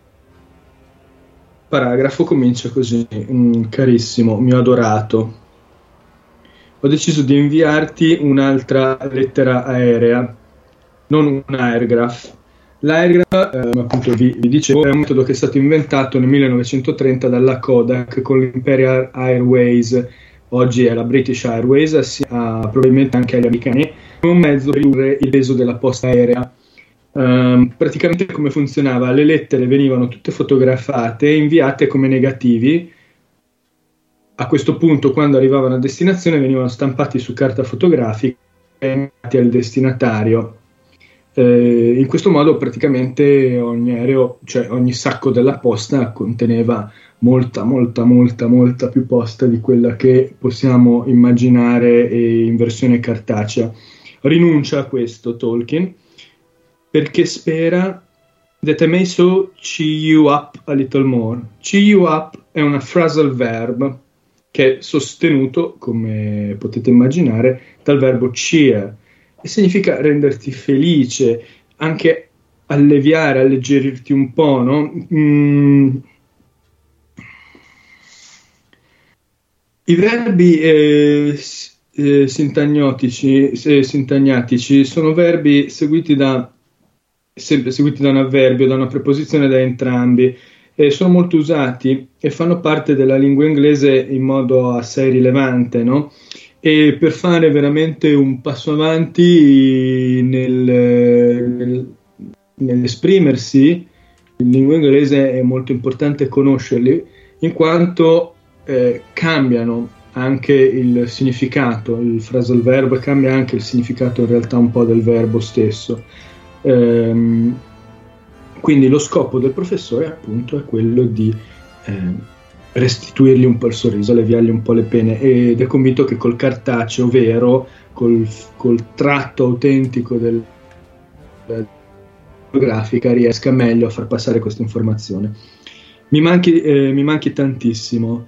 paragrafo comincia così: carissimo, mio adorato, ho deciso di inviarti un'altra lettera aerea, non un aircraft. L'aircraft, appunto vi dicevo, è un metodo che è stato inventato nel 1930 dalla Kodak con l'Imperial Airways, oggi è la British Airways, probabilmente anche agli americani, come un mezzo per ridurre il peso della posta aerea. Praticamente come funzionava? Le lettere venivano tutte fotografate e inviate come negativi. A questo punto, quando arrivavano a destinazione, venivano stampati su carta fotografica e inviati al destinatario. In questo modo praticamente ogni aereo, cioè ogni sacco della posta, conteneva molta più posta di quella che possiamo immaginare in versione cartacea. Rinuncia a questo Tolkien perché spera that I may so cheer you up a little more. Cheer you up è una phrasal verb che è sostenuto, come potete immaginare, dal verbo cheer, e significa renderti felice, anche alleviare, alleggerirti un po', no? I verbi sintagnatici sono verbi seguiti da un avverbio, da una preposizione, da entrambi, e sono molto usati e fanno parte della lingua inglese in modo assai rilevante, no? E per fare veramente un passo avanti nell'esprimersi in lingua inglese è molto importante conoscerli, in quanto cambiano anche il significato, il phrasal verb cambia anche il significato in realtà un po' del verbo stesso. Quindi lo scopo del professore appunto è quello di restituirgli un po' il sorriso, alleviargli un po' le pene, ed è convinto che col cartaceo vero, col tratto autentico della grafica riesca meglio a far passare questa informazione. Mi manchi tantissimo.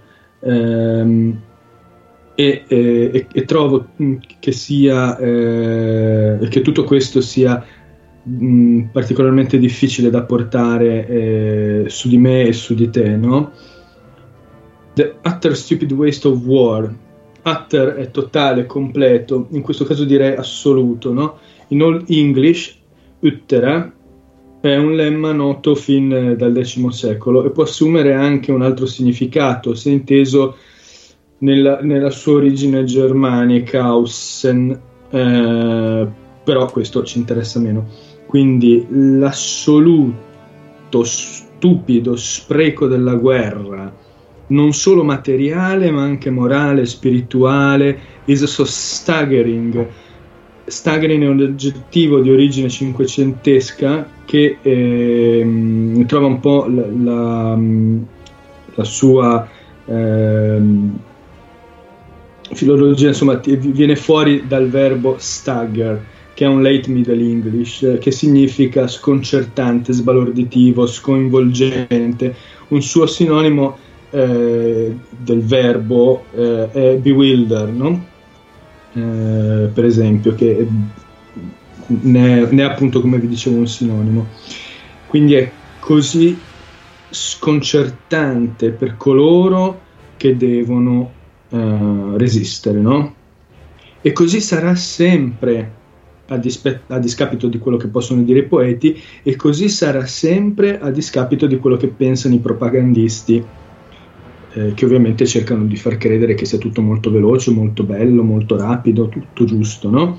E trovo che sia che tutto questo sia particolarmente difficile da portare su di me e su di te, no? The utter stupid waste of war. Utter è totale, completo, in questo caso direi assoluto, no? In Old English, uttera è un lemma noto fin dal X secolo e può assumere anche un altro significato, se inteso nella sua origine germanica, ausen, però questo ci interessa meno. Quindi l'assoluto stupido spreco della guerra, non solo materiale ma anche morale, spirituale, is so staggering. Staggering è un aggettivo di origine cinquecentesca che trova un po' la sua filologia, insomma, viene fuori dal verbo stagger, che è un late middle English, che significa sconcertante, sbalorditivo, sconvolgente. Un suo sinonimo del verbo è bewilder, no? Per esempio, che ne è appunto, come vi dicevo, un sinonimo. Quindi è così sconcertante per coloro che devono resistere, no? E così sarà sempre a discapito di quello che possono dire i poeti, e così sarà sempre a discapito di quello che pensano i propagandisti, che ovviamente cercano di far credere che sia tutto molto veloce, molto bello, molto rapido, tutto giusto, no?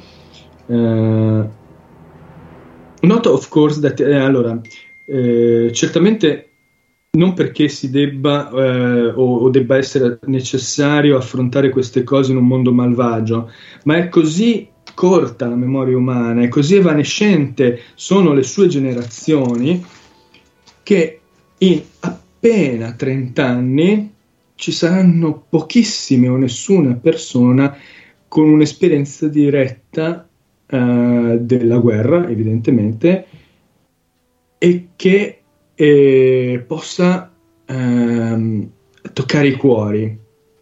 Not of course that, allora, certamente non perché si debba o debba essere necessario affrontare queste cose in un mondo malvagio, ma è così corta la memoria umana, è così evanescente sono le sue generazioni, che in appena 30 anni ci saranno pochissime o nessuna persona con un'esperienza diretta della guerra, evidentemente, e che possa toccare i cuori.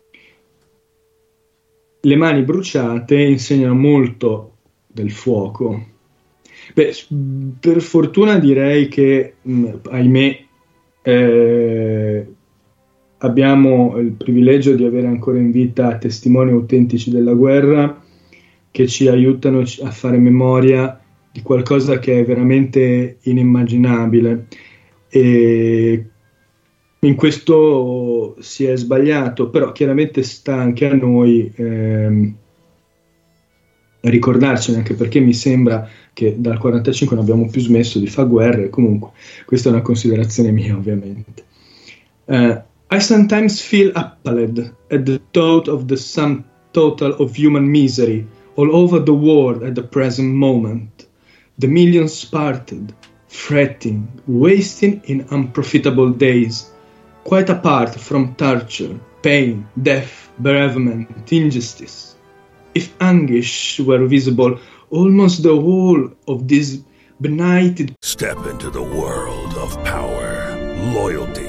Le mani bruciate insegnano molto del fuoco. Beh, per fortuna direi che, ahimè, abbiamo il privilegio di avere ancora in vita testimoni autentici della guerra che ci aiutano a fare memoria di qualcosa che è veramente inimmaginabile. E in questo si è sbagliato, però chiaramente sta anche a noi ricordarcene, anche perché mi sembra che dal 45 non abbiamo più smesso di fare guerre. Comunque questa è una considerazione mia, ovviamente. I sometimes feel appalled at the thought of the sum total of human misery all over the world at the present moment. The millions parted, fretting, wasting in unprofitable days, quite apart from torture, pain, death, bereavement, injustice. If anguish were visible, almost the whole of this benighted... Step into the world of power, loyalty,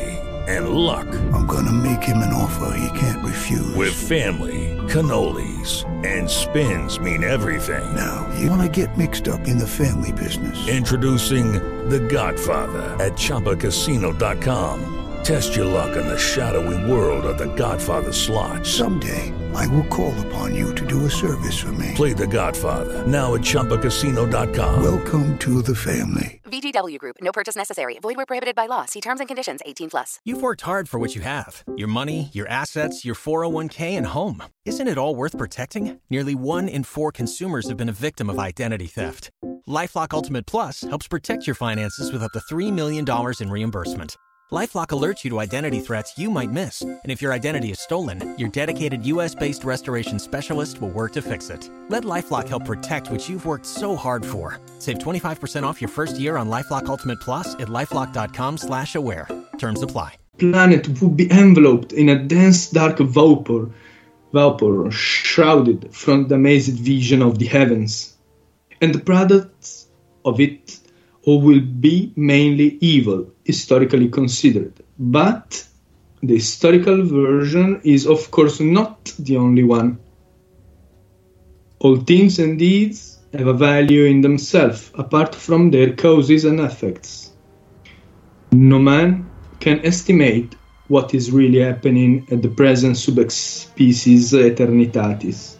and luck. I'm gonna make him an offer he can't refuse. With family, cannolis, and spins mean everything. Now, you wanna get mixed up in the family business. Introducing The Godfather at ChumbaCasino.com. Test your luck in the shadowy world of The Godfather slot. Someday, I will call upon you to do a service for me. Play The Godfather now at ChumbaCasino.com. Welcome to the family. VGW Group. No purchase necessary. Void where prohibited by law. See terms and conditions. 18+. You've worked hard for what you have. Your money, your assets, your 401k, and home. Isn't it all worth protecting? Nearly 1 in 4 consumers have been a victim of identity theft. LifeLock Ultimate Plus helps protect your finances with up to $3 million in reimbursement. LifeLock alerts you to identity threats you might miss. And if your identity is stolen, your dedicated U.S.-based restoration specialist will work to fix it. Let LifeLock help protect what you've worked so hard for. Save 25% off your first year on LifeLock Ultimate Plus at LifeLock.com/aware. Terms apply. Planet would be enveloped in a dense dark vapor shrouded from the amazing vision of the heavens. And the products of it all will be mainly evil, historically considered. But the historical version is of course not the only one. All things and deeds have a value in themselves, apart from their causes and effects. No man can estimate what is really happening at the present subspecies aeternitatis.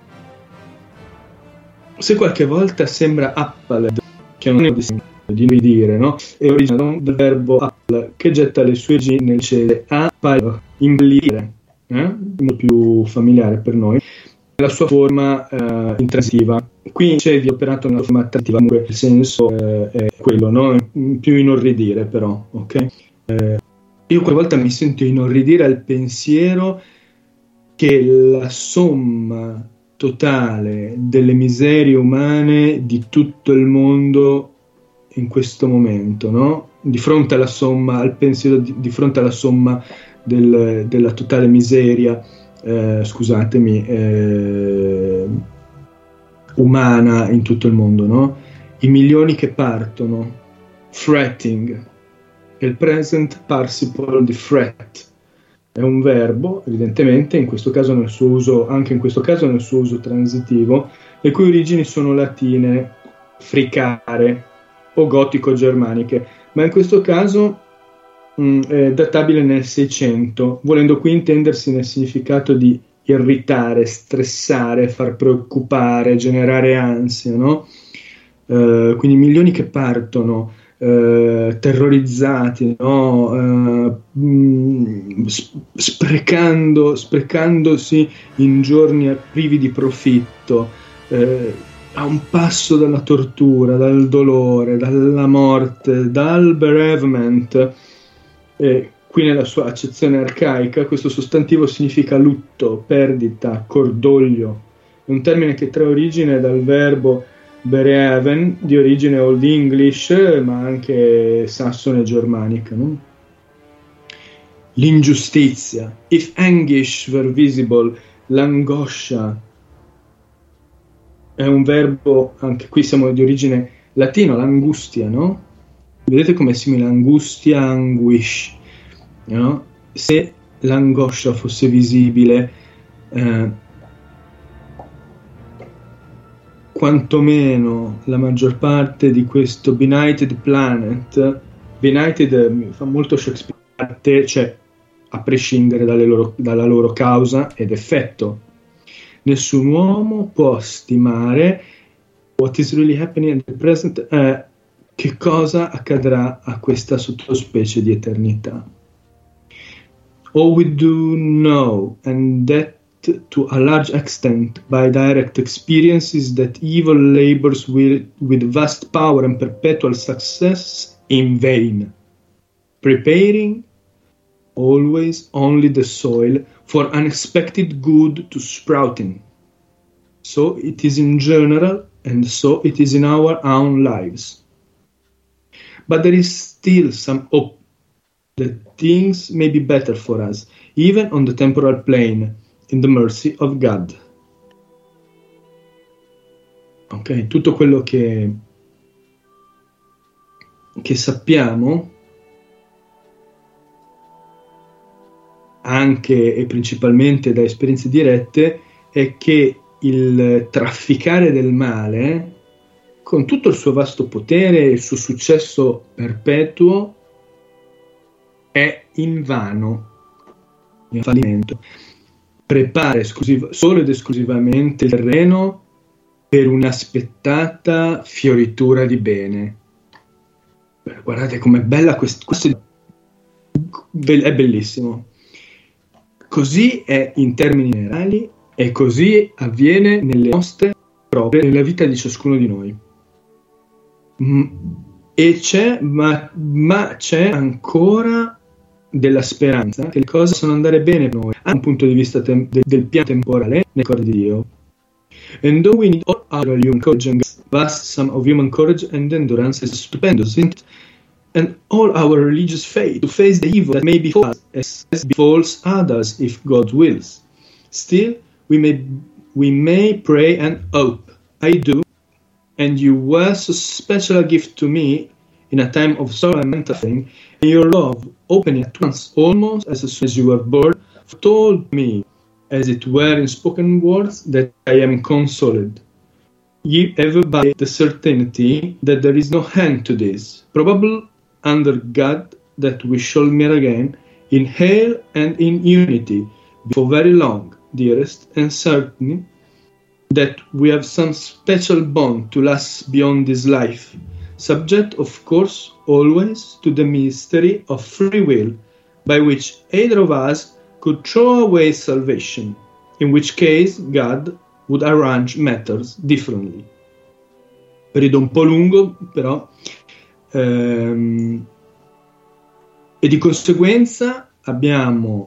Se qualche volta sembra appalled, che non è di dire, no? È originato dal verbo appal, che getta le sue origini nel cielo, appal, impallire, molto più familiare per noi, la sua forma intransitiva. Qui c'è vi operato nella forma attrativa, comunque il senso è quello, no? Più inorridire però, ok? Io qualche volta mi sento inorridire al pensiero che la somma totale delle miserie umane di tutto il mondo in questo momento, no? Di fronte alla somma, al pensiero di fronte alla somma della totale miseria, umana in tutto il mondo, no? I milioni che partono, fretting, il present participle di fret, è un verbo, evidentemente, in questo caso nel suo uso, anche in questo caso nel suo uso transitivo, le cui origini sono latine, fricare, o gotico-germaniche, ma in questo caso è databile nel 600, volendo qui intendersi nel significato di irritare, stressare, far preoccupare, generare ansia, no? Quindi milioni che partono terrorizzati, no? Sprecandosi in giorni privi di profitto, a un passo dalla tortura, dal dolore, dalla morte, dal bereavement. Qui nella sua accezione arcaica questo sostantivo significa lutto, perdita, cordoglio. È un termine che trae origine dal verbo bereaven, di origine Old English, ma anche sassone e germanica, no? L'ingiustizia. If anguish were visible, l'angoscia. È un verbo, anche qui siamo di origine latino, l'angustia, no? Vedete com'è simile angustia, anguish, no? Se l'angoscia fosse visibile, quantomeno la maggior parte di questo benighted planet, benighted mi fa molto Shakespeare, cioè a prescindere dalla loro causa ed effetto. Nessun uomo può stimare what is really happening at the present, che cosa accadrà a questa sottospecie di eternità. All we do know, and that to a large extent by direct experience, is that evil labors with vast power and perpetual success in vain, preparing always only the soil for unexpected good to sprouting. So it is in general, and so it is in our own lives. But there is still some hope that things may be better for us, even on the temporal plane, in the mercy of God. Ok, tutto quello che sappiamo anche e principalmente da esperienze dirette, è che il trafficare del male, con tutto il suo vasto potere e il suo successo perpetuo, è invano, è un fallimento. Prepara solo ed esclusivamente il terreno per un'aspettata fioritura di bene. Guardate com'è bella questo è bellissimo. Così è in termini generali e così avviene nelle nostre proprie, nella vita di ciascuno di noi. E c'è ancora della speranza che le cose possono andare bene per noi, da un punto di vista del piano temporale nei cuori di Dio. And though we need all our human courage and vast sum of human courage and endurance is stupendous, and all our religious faith to face the evil that may befall us as befalls others if God wills. Still, we may pray and hope. I do, and you were so special a gift to me in a time of sorrow and mental thing, and your love, opening at once almost as soon as you were born, told me, as it were in spoken words, that I am consoled. Ye ever by the certainty that there is no end to this, probable under God that we shall meet again in hail and in unity before very long, dearest, and certain that we have some special bond to last beyond this life, subject of course always to the mystery of free will, by which either of us could throw away salvation, in which case God would arrange matters differently. Periodo un po' lungo, però, e di conseguenza abbiamo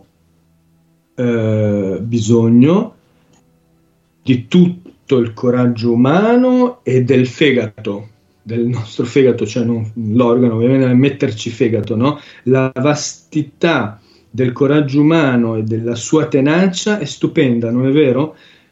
bisogno di tutto il coraggio umano e del fegato, del nostro fegato, cioè non l'organo, ovviamente metterci fegato, no? La vastità del coraggio umano e della sua tenacia è stupenda, non è vero?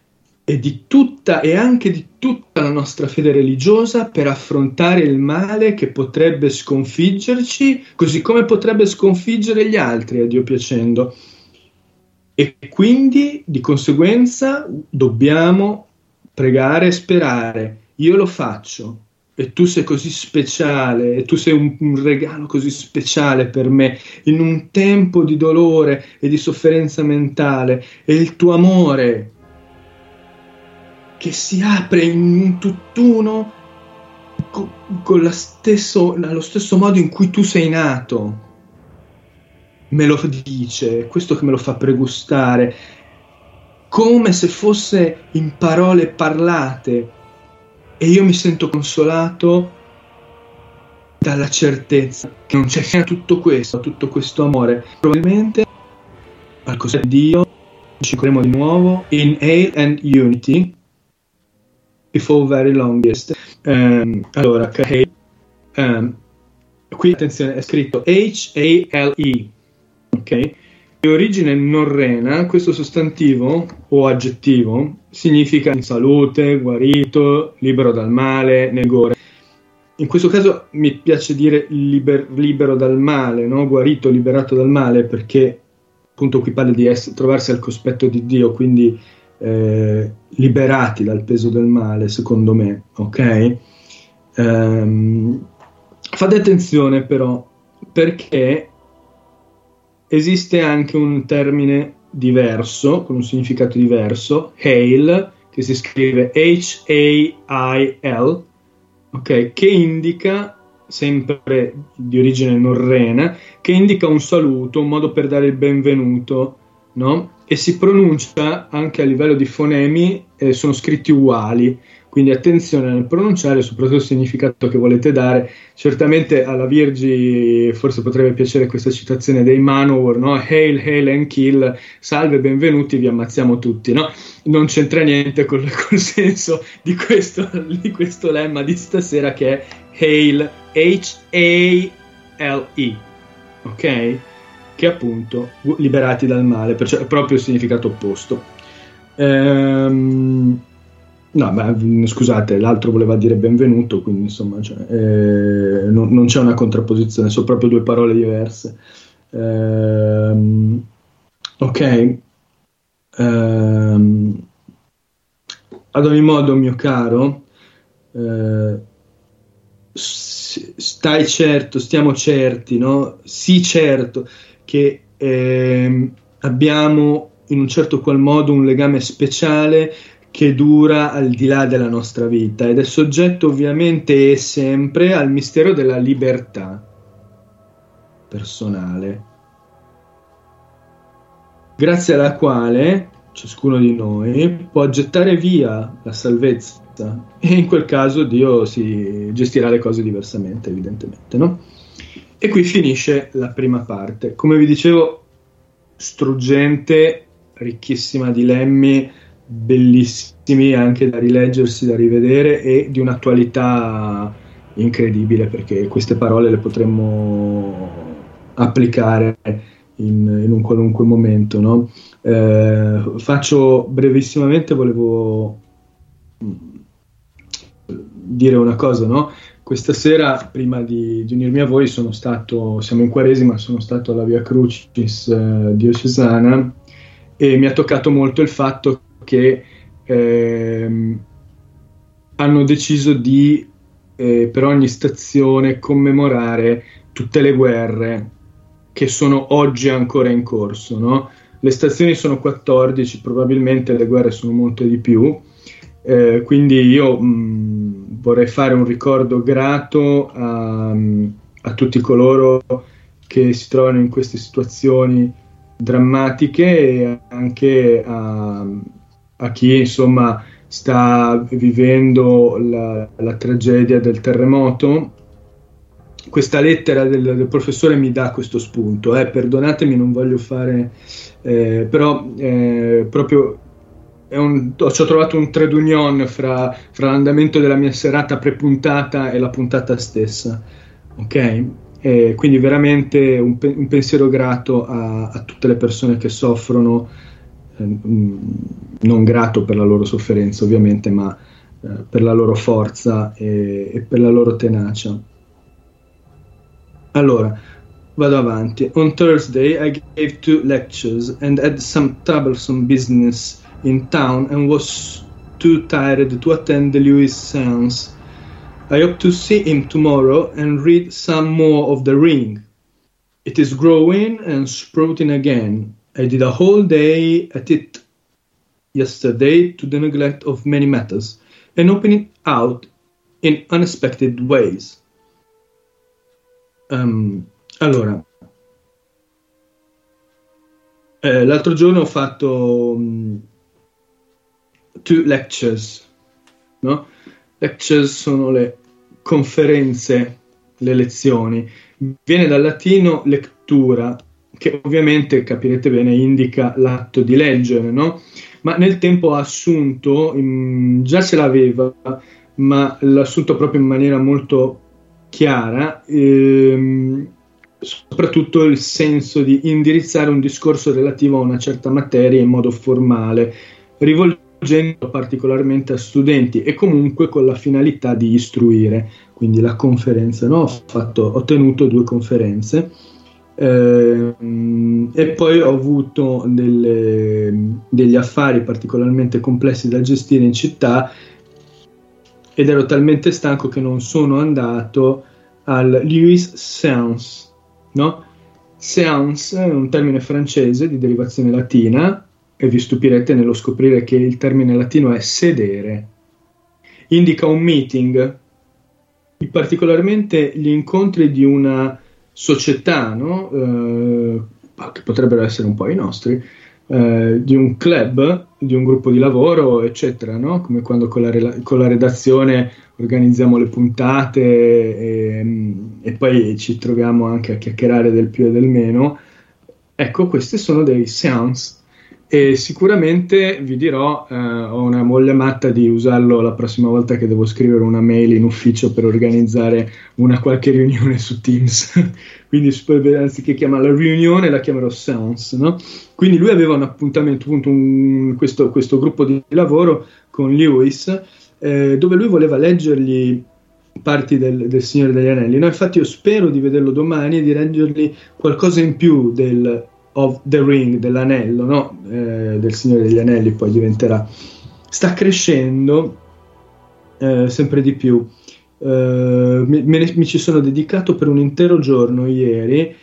E anche di tutta la nostra fede religiosa per affrontare il male che potrebbe sconfiggerci, così come potrebbe sconfiggere gli altri, a Dio piacendo. E quindi, di conseguenza, dobbiamo pregare e sperare. Io lo faccio, e tu sei così speciale, e tu sei un regalo così speciale per me, in un tempo di dolore e di sofferenza mentale, e il tuo amore che si apre in un tutt'uno con allo stesso modo in cui tu sei nato. Me lo dice, questo che me lo fa pregustare, come se fosse in parole parlate, e io mi sento consolato dalla certezza che non c'è fine a tutto questo amore. Probabilmente al cospetto di Dio ci incontreremo di nuovo in hail and unity before very long. Allora, hail, qui attenzione, è scritto H-A-L-E, ok? Di origine norrena, questo sostantivo o aggettivo significa in salute, guarito, libero dal male, negore. In questo caso mi piace dire libero dal male, no? Guarito, liberato dal male, perché appunto qui parla di trovarsi al cospetto di Dio, quindi liberati dal peso del male, secondo me, ok? Fate attenzione però, perché esiste anche un termine diverso, con un significato diverso, hail, che si scrive H-A-I-L, ok, che indica, sempre di origine norrena, che indica un saluto, un modo per dare il benvenuto, no? E si pronuncia anche a livello di fonemi, sono scritti uguali, quindi attenzione nel pronunciare, soprattutto il significato che volete dare. Certamente alla Virgi forse potrebbe piacere questa citazione dei Manowar, no? Hail, hail and kill, salve, benvenuti, vi ammazziamo tutti, no? Non c'entra niente col senso di questo lemma di stasera, che è hail, H-A-L-E, ok? Che appunto liberati dal male, perciò è proprio il significato opposto. No, ma scusate, l'altro voleva dire benvenuto, quindi insomma, cioè, non c'è una contrapposizione, sono proprio due parole diverse. Ok. Ad ogni modo, mio caro, stiamo certi, no? Sì, certo, che abbiamo in un certo qual modo un legame speciale che dura al di là della nostra vita ed è soggetto ovviamente e sempre al mistero della libertà personale, grazie alla quale ciascuno di noi può gettare via la salvezza, e in quel caso Dio si gestirà le cose diversamente, evidentemente, no? E qui finisce la prima parte. Come vi dicevo, struggente, ricchissima di dilemmi, bellissimi anche da rileggersi, da rivedere, e di un'attualità incredibile, perché queste parole le potremmo applicare in un qualunque momento, no? Faccio brevissimamente, volevo dire una cosa, no? Questa sera, prima di unirmi a voi, siamo in Quaresima, sono stato alla Via Crucis diocesana, e mi ha toccato molto il fatto che hanno deciso di per ogni stazione commemorare tutte le guerre che sono oggi ancora in corso, no? Le stazioni sono 14, probabilmente le guerre sono molte di più, quindi io vorrei fare un ricordo grato a tutti coloro che si trovano in queste situazioni drammatiche, e anche a chi insomma sta vivendo la tragedia del terremoto. Questa lettera del professore mi dà questo spunto, perdonatemi, non voglio fare però proprio ci ho trovato un trade union fra l'andamento della mia serata prepuntata e la puntata stessa, ok? Quindi veramente un pensiero grato a tutte le persone che soffrono, non grato per la loro sofferenza ovviamente, ma per la loro forza e per la loro tenacia. Allora, vado avanti. On Thursday I gave 2 lectures and had some troublesome business in town and was too tired to attend the Lewis seance. I hope to see him tomorrow and read some more of The Ring. It is growing and sprouting again. I did a whole day at it yesterday to the neglect of many matters and opening out in unexpected ways. Allora, l'altro giorno ho fatto 2 lectures, no? Lectures sono le conferenze, le lezioni. Viene dal latino lectura, che ovviamente, capirete bene, indica l'atto di leggere, no? Ma nel tempo ha assunto, già ce l'aveva, ma l'ha assunto proprio in maniera molto chiara, soprattutto il senso di indirizzare un discorso relativo a una certa materia in modo formale, rivolgendo particolarmente a studenti e comunque con la finalità di istruire. Quindi la conferenza, no? Ho tenuto 2 conferenze e poi ho avuto degli affari particolarmente complessi da gestire in città, ed ero talmente stanco che non sono andato al Lewis Seance, no? Seance è un termine francese di derivazione latina, e vi stupirete nello scoprire che il termine latino è sedere. Indica un meeting, particolarmente gli incontri di una società, no? Che potrebbero essere un po' i nostri, di un club, di un gruppo di lavoro, eccetera, no? Come quando con la redazione organizziamo le puntate e poi ci troviamo anche a chiacchierare del più e del meno. Ecco, questi sono dei seance, e sicuramente vi dirò, ho una moglie matta di usarlo la prossima volta che devo scrivere una mail in ufficio per organizzare una qualche riunione su Teams. Quindi anziché chiamarla riunione la chiamerò seance, no? Quindi lui aveva un appuntamento, appunto, questo gruppo di lavoro con Lewis, dove lui voleva leggergli parti del Signore degli Anelli, no? Infatti io spero di vederlo domani e di leggergli qualcosa in più del of the Ring, dell'anello, no? Del Signore degli Anelli, poi diventerà, sta crescendo sempre di più. Mi ci sono dedicato per un intero giorno ieri,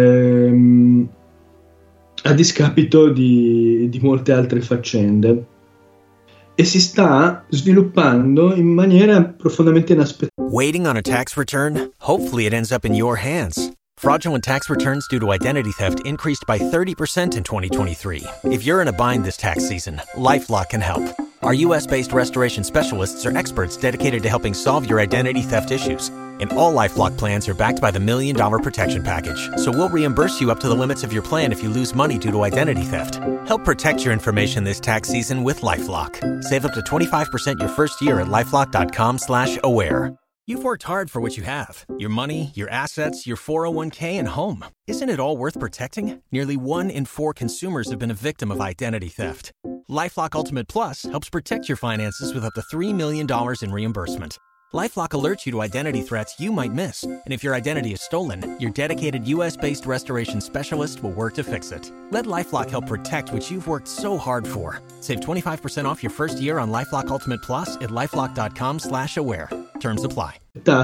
a discapito di molte altre faccende, e si sta sviluppando in maniera profondamente inaspettata. Waiting on a tax return? Hopefully it ends up in your hands. Fraudulent tax returns due to identity theft increased by 30% in 2023. If you're in a bind this tax season, LifeLock can help. Our U.S.-based restoration specialists are experts dedicated to helping solve your identity theft issues. And all LifeLock plans are backed by the $1 Million Protection Package. So we'll reimburse you up to the limits of your plan if you lose money due to identity theft. Help protect your information this tax season with LifeLock. Save up to 25% your first year at LifeLock.com/aware. You've worked hard for what you have. Your money, your assets, your 401k, and home. Isn't it all worth protecting? Nearly 1 in 4 consumers have been a victim of identity theft. LifeLock Ultimate Plus helps protect your finances with up to $3 million in reimbursement. LifeLock alerts you to identity threats you might miss. And if your identity is stolen, your dedicated U.S.-based restoration specialist will work to fix it. Let LifeLock help protect what you've worked so hard for. Save 25% off your first year on LifeLock Ultimate Plus at LifeLock.com/aware. Terms apply.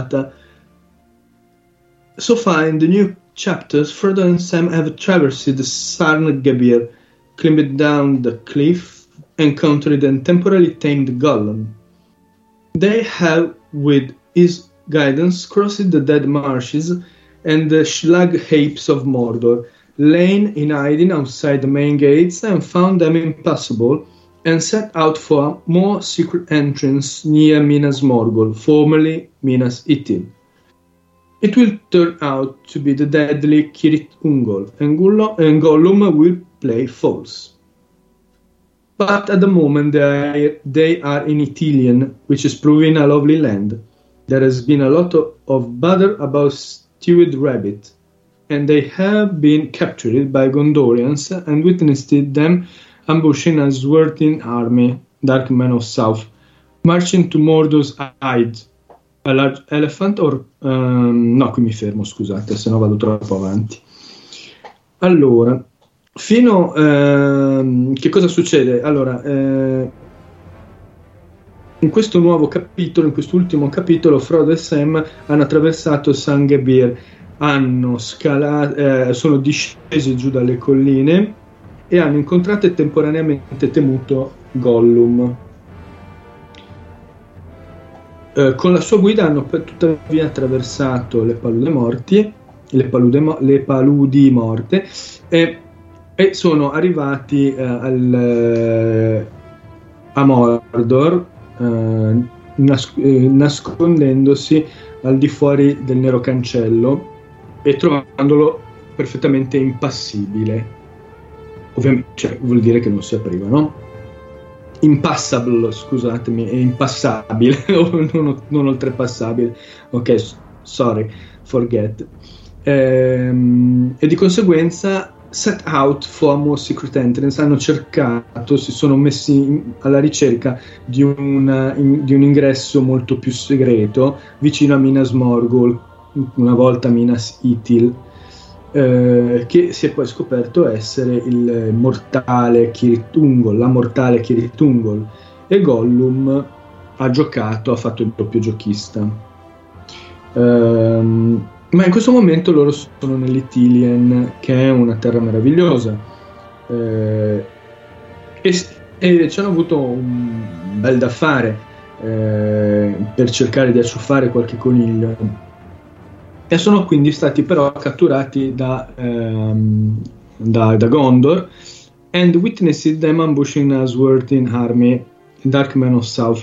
So far in the new chapters, Frodo and Sam have traversed the Sarn Gabir, climbed down the cliff, encountered and temporarily tamed Gollum. They have, with his guidance, crossed the dead marshes and the slag heaps of Mordor, lain in hiding outside the main gates and found them impassable, and set out for a more secret entrance near Minas Morgul, formerly Minas Ithil. It will turn out to be the deadly Cirith Ungol, and Gollum will play false. But at the moment they are in Ithilien, which is proving a lovely land. There has been a lot of bother about Stewed Rabbit, and they have been captured by Gondorians and witnessed them ambushing a Swarthin army, Dark Men of South, marching to Mordor's Hide. A large elephant or... no, qui mi fermo, scusate, se no vado troppo avanti. Allora, fino... che cosa succede? Allora, in questo nuovo capitolo, in quest'ultimo capitolo, Frodo e Sam hanno attraversato San Gebir, hanno scalato, sono discesi giù dalle colline e hanno incontrato e temporaneamente temuto Gollum. Con la sua guida hanno tuttavia attraversato le paludi morte e sono arrivati a Mordor, nascondendosi al di fuori del Nero Cancello e trovandolo perfettamente impassibile. Ovviamente, cioè, vuol dire che non si apriva, no? Impassable, scusatemi, è impassabile, non oltrepassabile. Ok, sorry, forget. E di conseguenza set out for a more secret entrance, hanno cercato, si sono messi alla ricerca di un ingresso molto più segreto vicino a Minas Morgul, una volta Minas Ithil, che si è poi scoperto essere il mortale Cirith Ungol, la mortale Cirith Ungol, e Gollum ha fatto il doppio giochista. Ma in questo momento loro sono nell'Ithilien, che è una terra meravigliosa, e ci hanno avuto un bel da fare per cercare di acciuffare qualche coniglio, e sono quindi stati però catturati da Gondor and witnessed them ambushing a Swarthin army, Dark Men of South.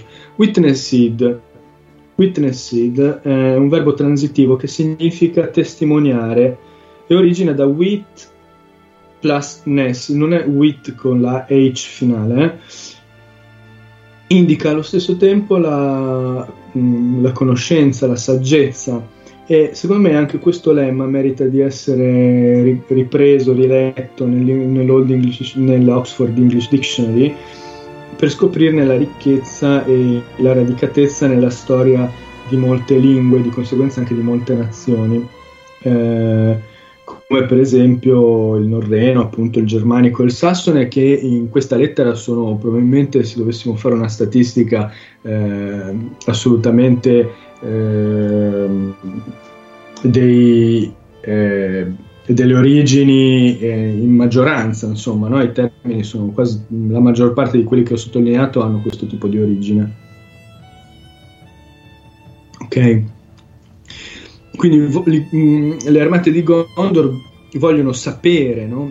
Witnessed è un verbo transitivo che significa testimoniare e origina da wit plus ness, non è wit con la H finale, indica allo stesso tempo la conoscenza, la saggezza, e secondo me anche questo lemma merita di essere ripreso, riletto nell'Oxford English Dictionary, per scoprirne la ricchezza e la radicatezza nella storia di molte lingue, di conseguenza anche di molte nazioni, per esempio il norreno, appunto il germanico e il sassone, che in questa lettera sono probabilmente, se dovessimo fare una statistica, assolutamente delle origini in maggioranza, insomma, no? I termini sono quasi la maggior parte di quelli che ho sottolineato hanno questo tipo di origine. Ok. Quindi le armate di Gondor vogliono sapere, no?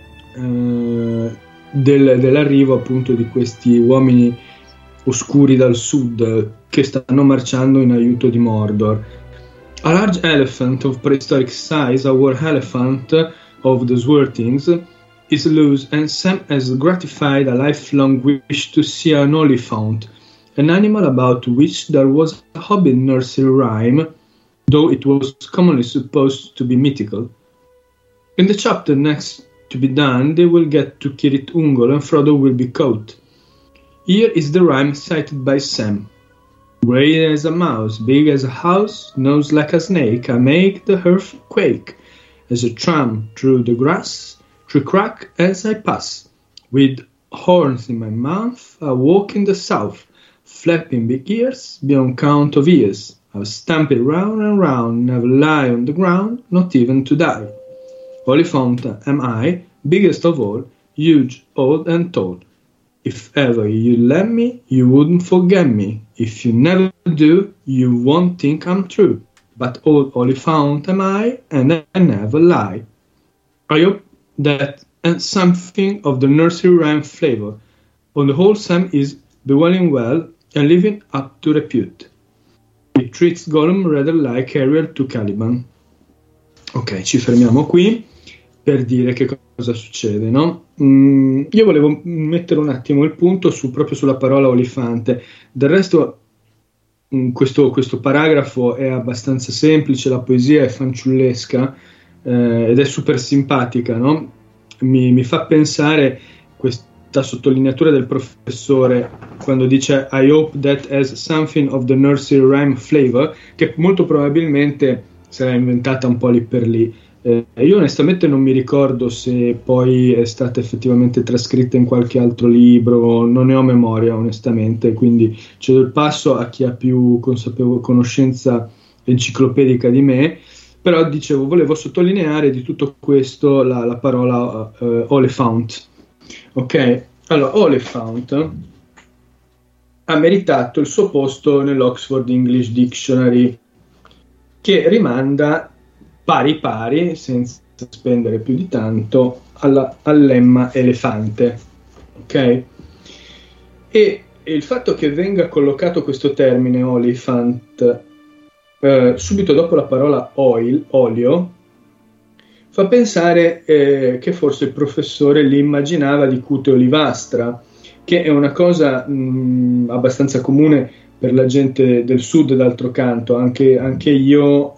Dell'arrivo appunto di questi uomini oscuri dal sud che stanno marciando in aiuto di Mordor. A large elephant of prehistoric size, a war elephant of the Swartings, is loose, and Sam has gratified a lifelong wish to see an Oliphaunt, an animal about which there was a Hobbit nursery rhyme, though it was commonly supposed to be mythical. In the chapter next to be done, they will get to Kirith Ungol and Frodo will be caught. Here is the rhyme cited by Sam. Grey as a mouse, big as a house, nose like a snake, I make the earth quake. As a tramp through the grass, crack as I pass. With horns in my mouth, I walk in the south, flapping big ears beyond count of years. I'll stamp it round and round, never lie on the ground, not even to die. Oliphant am I, biggest of all, huge, old and tall. If ever you let me, you wouldn't forget me. If you never do, you won't think I'm true. But old Oliphant am I, and I never lie. I hope that and something of the nursery rhyme flavor. On the whole, Sam is dwelling well and living up to repute. He treats Gollum rather like Ariel to Caliban. Ok, ci fermiamo qui per dire che cosa succede, no? Io volevo mettere un attimo il punto proprio sulla parola olifante. Del resto questo paragrafo è abbastanza semplice, la poesia è fanciullesca ed è super simpatica, no? Mi fa pensare questa sottolineatura del professore quando dice I hope that has something of the nursery rhyme flavor, che molto probabilmente sarà inventata un po' lì per lì. Io onestamente non mi ricordo se poi è stata effettivamente trascritta in qualche altro libro, non ne ho memoria onestamente, quindi cedo il passo a chi ha più conoscenza enciclopedica di me. Però dicevo, volevo sottolineare di tutto questo la parola Oliphant. Ok, allora Oliphant ha meritato il suo posto nell'Oxford English Dictionary, che rimanda pari pari, senza spendere più di tanto, al lemma elefante. Ok? E il fatto che venga collocato questo termine Oliphant subito dopo la parola olio fa pensare che forse il professore li immaginava di cute olivastra, che è una cosa abbastanza comune per la gente del sud. D'altro canto anche io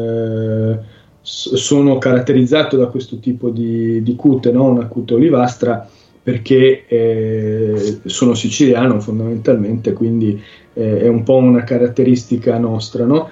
sono caratterizzato da questo tipo di cute, no? Una cute olivastra, perché sono siciliano fondamentalmente, quindi è un po' una caratteristica nostra, no?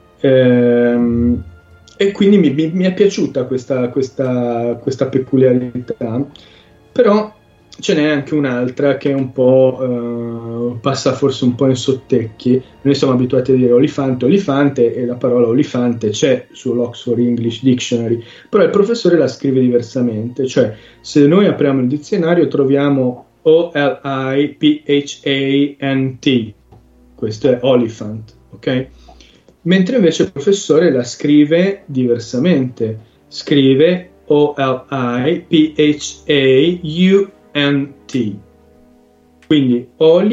E quindi mi è piaciuta questa peculiarità, però ce n'è anche un'altra che è un po' passa forse un po' in sottecchi. Noi siamo abituati a dire olifante, e la parola olifante c'è sull'Oxford English Dictionary, però il professore la scrive diversamente, cioè se noi apriamo il dizionario troviamo Oliphant, questo è Oliphant, ok? Mentre invece il professore la scrive diversamente, scrive Oliphant, quindi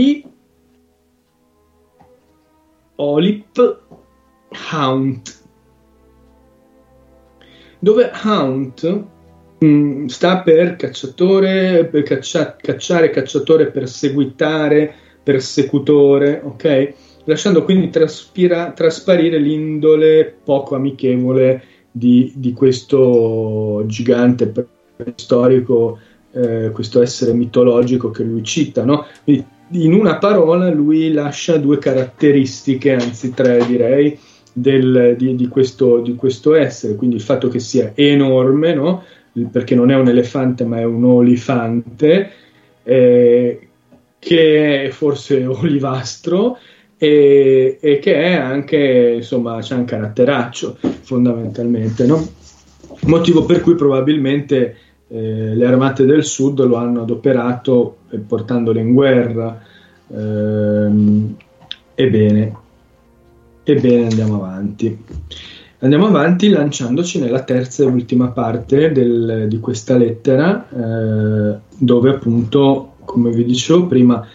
Oliphant, dove Hound sta per cacciatore, per cacciare, cacciatore, perseguitare, persecutore, ok? Lasciando quindi trasparire l'indole poco amichevole di questo gigante storico, questo essere mitologico che lui cita, no? Quindi in una parola lui lascia due caratteristiche, anzi tre direi, di questo essere, quindi il fatto che sia enorme, no? Perché non è un elefante ma è un olifante, che è forse olivastro e che è anche, insomma, c'è un caratteraccio fondamentalmente, no? Motivo per cui probabilmente le armate del sud lo hanno adoperato portandolo in guerra. Ebbene, andiamo avanti lanciandoci nella terza e ultima parte di questa lettera, dove appunto, come vi dicevo prima,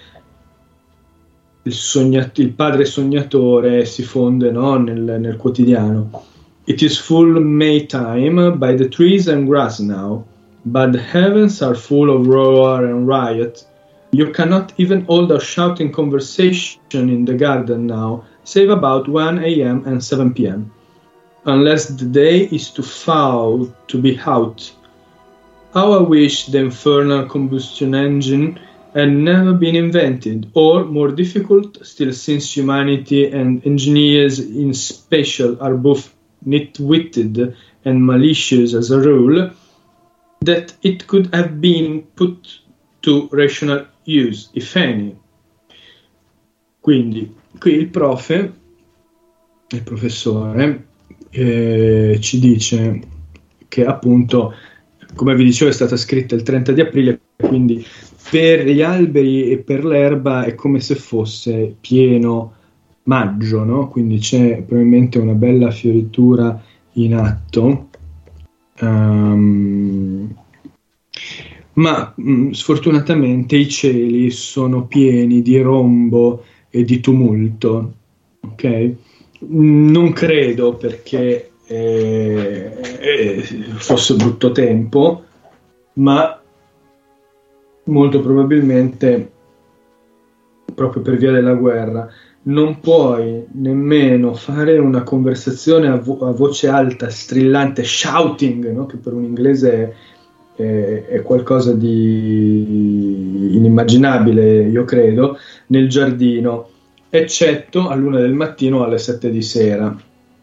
il padre sognatore si fonde, no, nel quotidiano. It is full May time by the trees and grass now, but the heavens are full of roar and riot. You cannot even hold a shouting conversation in the garden now, save about 1 a.m. and 7 p.m. Unless the day is too foul to be out. How I wish the infernal combustion engine had never been invented, or, more difficult still, since humanity and engineers in special are both nit-witted and malicious as a rule, that it could have been put to rational use, if any. Quindi, qui il professore, ci dice che appunto, come vi dicevo, è stata scritta il 30 di aprile, quindi per gli alberi e per l'erba è come se fosse pieno maggio, no? Quindi c'è probabilmente una bella fioritura in atto, ma sfortunatamente i cieli sono pieni di rombo e di tumulto, ok? Non credo perché fosse brutto tempo, ma molto probabilmente proprio per via della guerra. Non puoi nemmeno fare una conversazione a voce alta, strillante, shouting, no? Che per un inglese è qualcosa di inimmaginabile, io credo, nel giardino, eccetto all'1 del mattino o alle 7 di sera,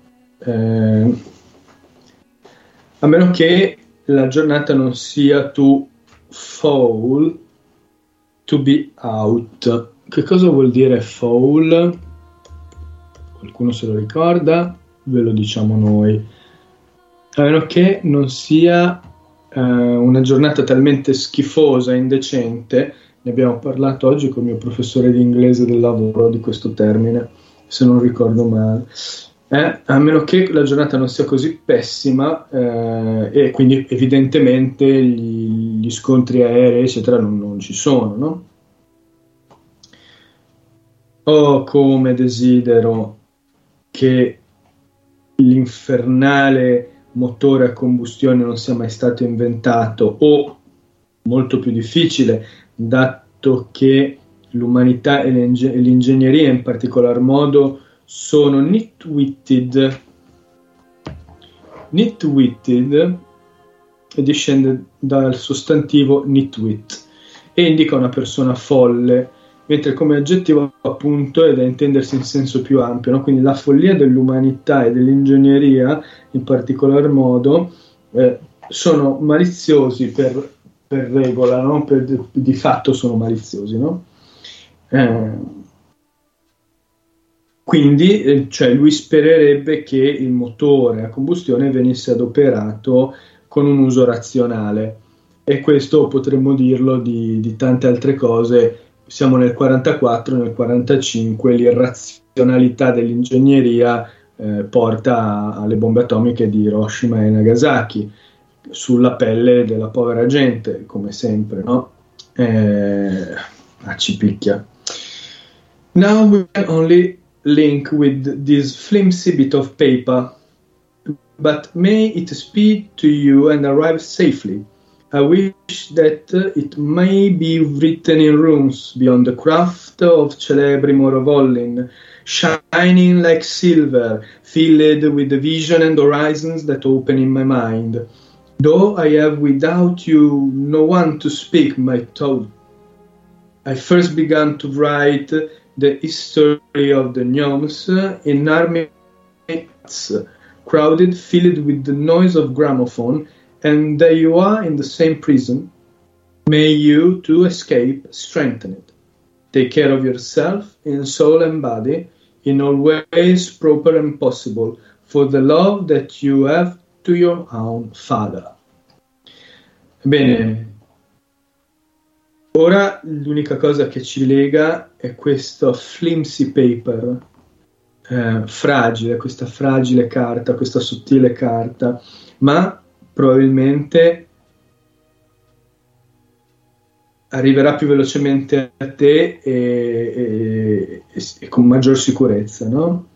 a meno che la giornata non sia too foul to be out. Che cosa vuol dire foul? Qualcuno se lo ricorda? Ve lo diciamo noi. A meno che non sia una giornata talmente schifosa e indecente. Ne abbiamo parlato oggi con il mio professore di inglese del lavoro di questo termine, se non ricordo male. A meno che la giornata non sia così pessima, e quindi evidentemente gli scontri aerei eccetera non ci sono, no? Oh, come desidero che l'infernale motore a combustione non sia mai stato inventato, o molto più difficile, dato che l'umanità e l'ingegneria in particolar modo sono nitwitted, e discende dal sostantivo nitwit e indica una persona folle, mentre come aggettivo appunto è da intendersi in senso più ampio, no? Quindi la follia dell'umanità e dell'ingegneria in particolar modo sono maliziosi per regola, no? Di fatto sono maliziosi, no? Quindi cioè lui spererebbe che il motore a combustione venisse adoperato con un uso razionale, e questo potremmo dirlo di tante altre cose. Siamo nel 44, nel 45 l'irrazionalità dell'ingegneria porta alle bombe atomiche di Hiroshima e Nagasaki sulla pelle della povera gente, come sempre, no? Ci picchia. Now we can only link with this flimsy bit of paper, but may it speed to you and arrive safely. I wish that it may be written in runes beyond the craft of Celebrim or of Ollin, shining like silver, filled with the vision and horizons that open in my mind. Though I have without you no one to speak my thought, I first began to write the history of the gnomes in army huts, crowded, filled with the noise of gramophone, and there you are in the same prison. May you, to escape, strengthen it. Take care of yourself in soul and body, in all ways proper and possible, for the love that you have to your own father. Bene, ora l'unica cosa che ci lega è questo flimsy paper, fragile, questa fragile carta, questa sottile carta, ma probabilmente arriverà più velocemente a te e con maggior sicurezza, no?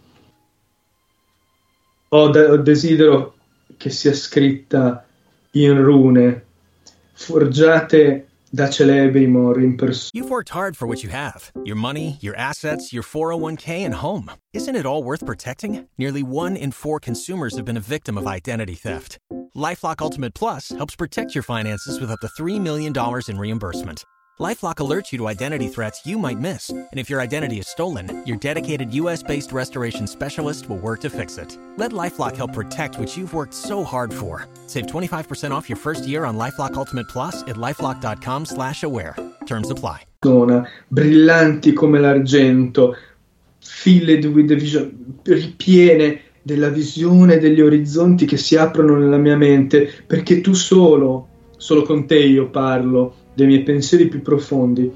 Ho desidero che sia scritta in rune, forgiate da celebri mori in persona. You've worked hard for what you have. Your money, your assets, your 401k, and home. Isn't it all worth protecting? Nearly 1 in 4 consumers have been a victim of identity theft. LifeLock Ultimate Plus helps protect your finances with up to $3 million in reimbursement. LifeLock alerts you to identity threats you might miss. And if your identity is stolen, your dedicated U.S.-based restoration specialist will work to fix it. Let LifeLock help protect what you've worked so hard for. Save 25% off your first year on LifeLock Ultimate Plus at LifeLock.com/aware. Terms apply. Brillanti come l'argento, filled with the vision, ripiene della visione degli orizzonti che si aprono nella mia mente, perché tu solo con te io parlo dei miei pensieri più profondi.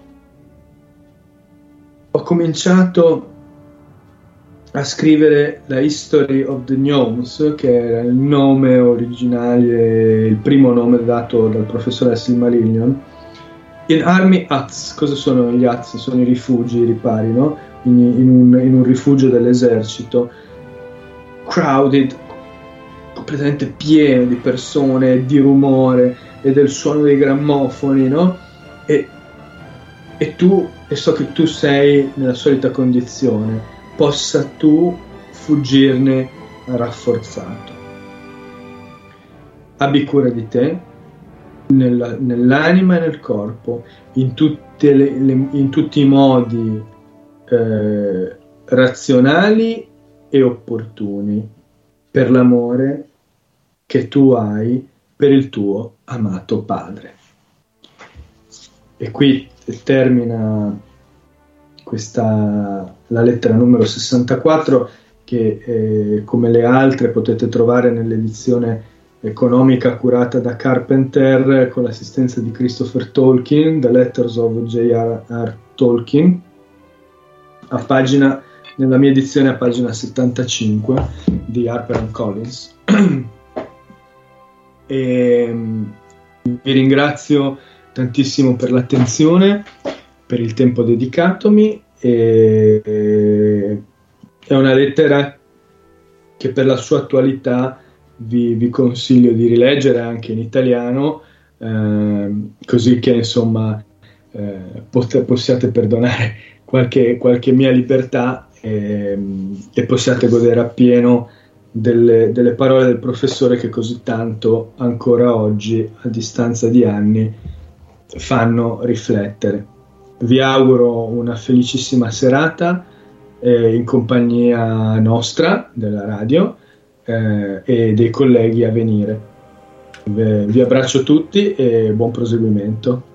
Ho cominciato a scrivere la History of the Gnomes, che era il nome originale, il primo nome dato dal professore Silmarillion, in army huts. Cosa sono gli huts? Sono i rifugi, i ripari, no? In un rifugio dell'esercito, crowded, completamente pieno di persone, di rumore e del suono dei grammofoni, no? E so che tu sei nella solita condizione, possa tu fuggirne rafforzato. Abbi cura di te nell'anima e nel corpo, in tutti i modi razionali e opportuni, per l'amore che tu hai per il tuo amato padre. E qui termina la lettera numero 64, che come le altre potete trovare nell'edizione economica curata da Carpenter con l'assistenza di Christopher Tolkien, The Letters of J.R.R. Tolkien, nella mia edizione a pagina 75 di Harper & Collins. E vi ringrazio tantissimo per l'attenzione, per il tempo dedicatomi, è una lettera che per la sua attualità vi consiglio di rileggere anche in italiano, così che insomma possiate perdonare qualche mia libertà e possiate godere appieno delle parole del professore che così tanto ancora oggi, a distanza di anni, fanno riflettere. Vi auguro una felicissima serata in compagnia nostra, della radio, e dei colleghi a venire. Vi abbraccio tutti e buon proseguimento.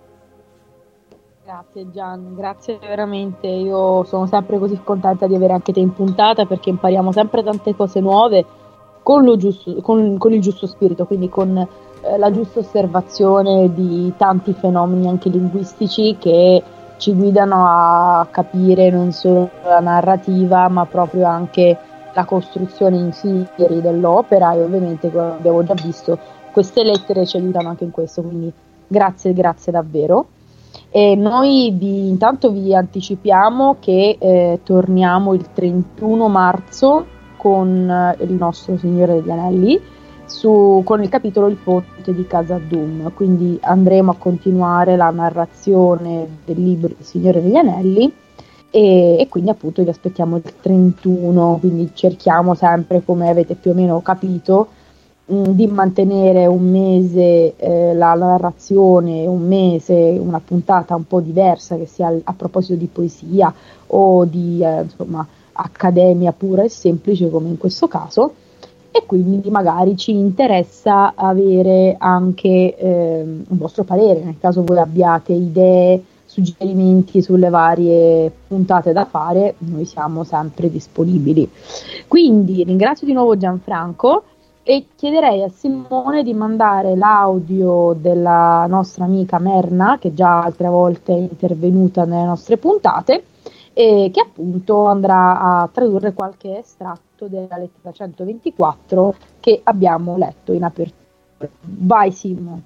Grazie Gian, grazie veramente. Io sono sempre così contenta di avere anche te in puntata, perché impariamo sempre tante cose nuove con il giusto spirito, quindi con la giusta osservazione di tanti fenomeni anche linguistici che ci guidano a capire non solo la narrativa ma proprio anche la costruzione in fieri dell'opera, e ovviamente, come abbiamo già visto, queste lettere ci aiutano anche in questo, quindi grazie davvero. E noi intanto vi anticipiamo che torniamo il 31 marzo con il nostro Signore degli Anelli, con il capitolo Il Ponte di Khazad-dûm, quindi andremo a continuare la narrazione del libro Il Signore degli Anelli, e quindi appunto vi aspettiamo il 31, quindi cerchiamo sempre, come avete più o meno capito, di mantenere un mese la narrazione, un mese una puntata un po' diversa, che sia a proposito di poesia o di accademia pura e semplice come in questo caso, e quindi magari ci interessa avere anche un vostro parere nel caso voi abbiate idee, suggerimenti sulle varie puntate da fare. Noi siamo sempre disponibili. Quindi ringrazio di nuovo Gianfranco e chiederei a Simone di mandare l'audio della nostra amica Merna, che già altre volte è intervenuta nelle nostre puntate, e che appunto andrà a tradurre qualche estratto della lettera 124 che abbiamo letto in apertura. Vai Simo.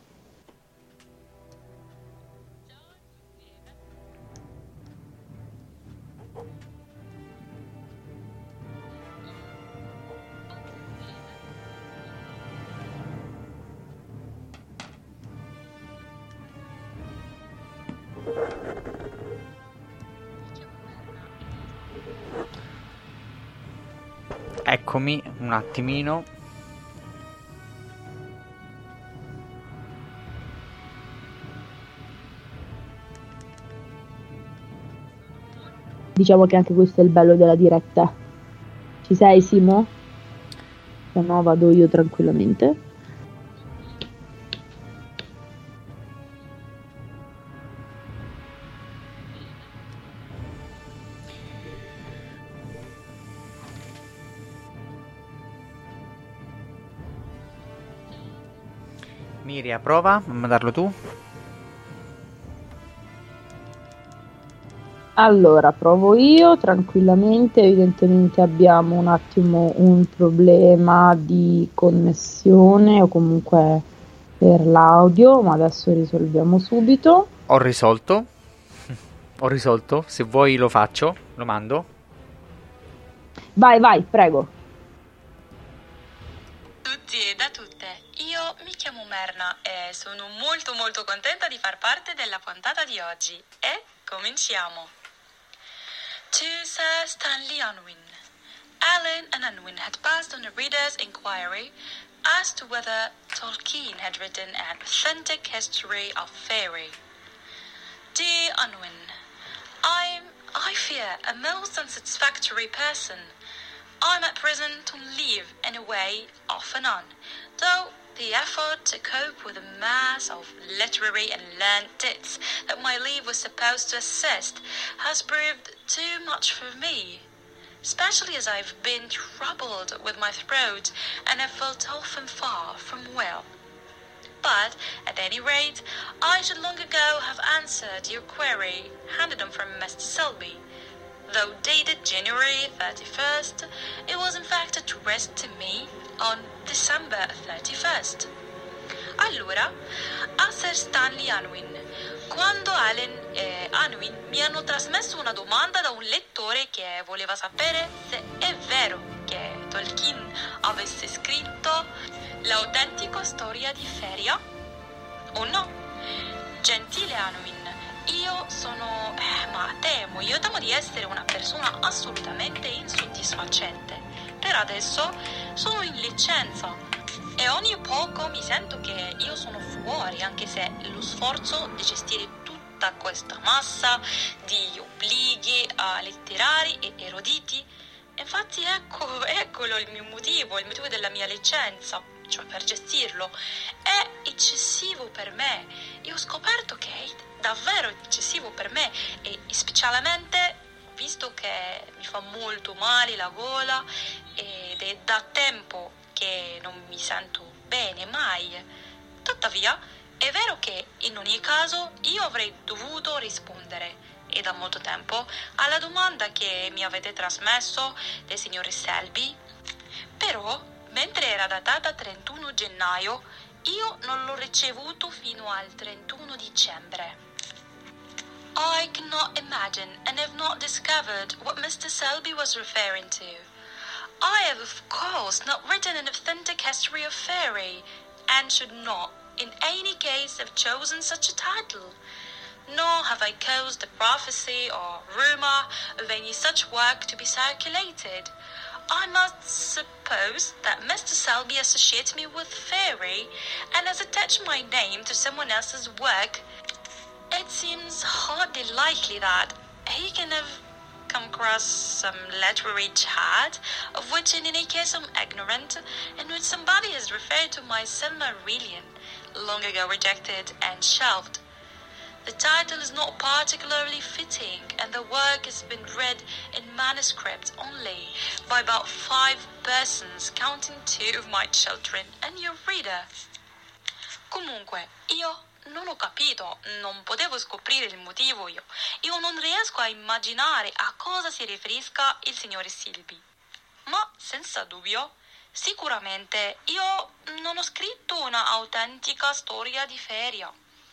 Eccomi un attimino. Diciamo che anche questo è il bello della diretta. Ci sei Simo? Se no vado io tranquillamente. Miria, prova a mandarlo tu. Allora, provo io tranquillamente. Evidentemente abbiamo un attimo un problema di connessione o comunque per l'audio, ma adesso risolviamo subito. Ho risolto. Se vuoi lo faccio, lo mando. Vai, prego. Tutti e da tutte. Io mi chiamo Merna e sono molto contenta di far parte della puntata di oggi. E cominciamo. To Sir Stanley Unwin. Alan and Unwin had passed on a reader's inquiry as to whether Tolkien had written an authentic history of fairy. Dear Unwin, I fear a most unsatisfactory person. I'm at present on leave in a way off and on, though the effort to cope with the mass of literary and learned tits that my leave was supposed to assist has proved too much for me, especially as I've been troubled with my throat and have felt often far from well. But, at any rate, I should long ago have answered your query handed on from Mr. Selby. Though dated January 31st, it was in fact addressed to me on December 31st. Allora, a Sir Stanley Unwin, quando Alan e Unwin mi hanno trasmesso una domanda da un lettore che voleva sapere se è vero che Tolkien avesse scritto l'autentica storia di Feria o no. Gentile Unwin, io temo di essere una persona assolutamente insoddisfacente. Per adesso sono in licenza e ogni poco mi sento che io sono fuori, anche se lo sforzo di gestire tutta questa massa di obblighi letterari e eruditi. Infatti eccolo il motivo della mia licenza, cioè per gestirlo, è eccessivo per me. Io ho scoperto che è davvero eccessivo per me e specialmente visto che mi fa molto male la gola ed è da tempo che non mi sento bene mai. Tuttavia è vero che in ogni caso io avrei dovuto rispondere e da molto tempo alla domanda che mi avete trasmesso del signore Selby, però mentre era datata 31 gennaio io non l'ho ricevuto fino al 31 dicembre. I cannot imagine and have not discovered what Mr. Selby was referring to. I have of course not written an authentic history of fairy and should not in any case have chosen such a title. Nor have I caused the prophecy or rumor of any such work to be circulated. I must suppose that Mr. Selby associates me with fairy and has attached my name to someone else's work. It seems hardly likely that he can have come across some literary chat, of which in any case I'm ignorant, in which somebody has referred to my Silmarillion, long ago rejected and shelved. The title is not particularly fitting, and the work has been read in manuscript only by about 5 persons, counting 2 of my children and your reader. Comunque, io non ho capito, non potevo scoprire il motivo io non riesco a immaginare a cosa si riferisca il signore Silvi. Ma senza dubbio, sicuramente io non ho scritto una autentica storia di feria.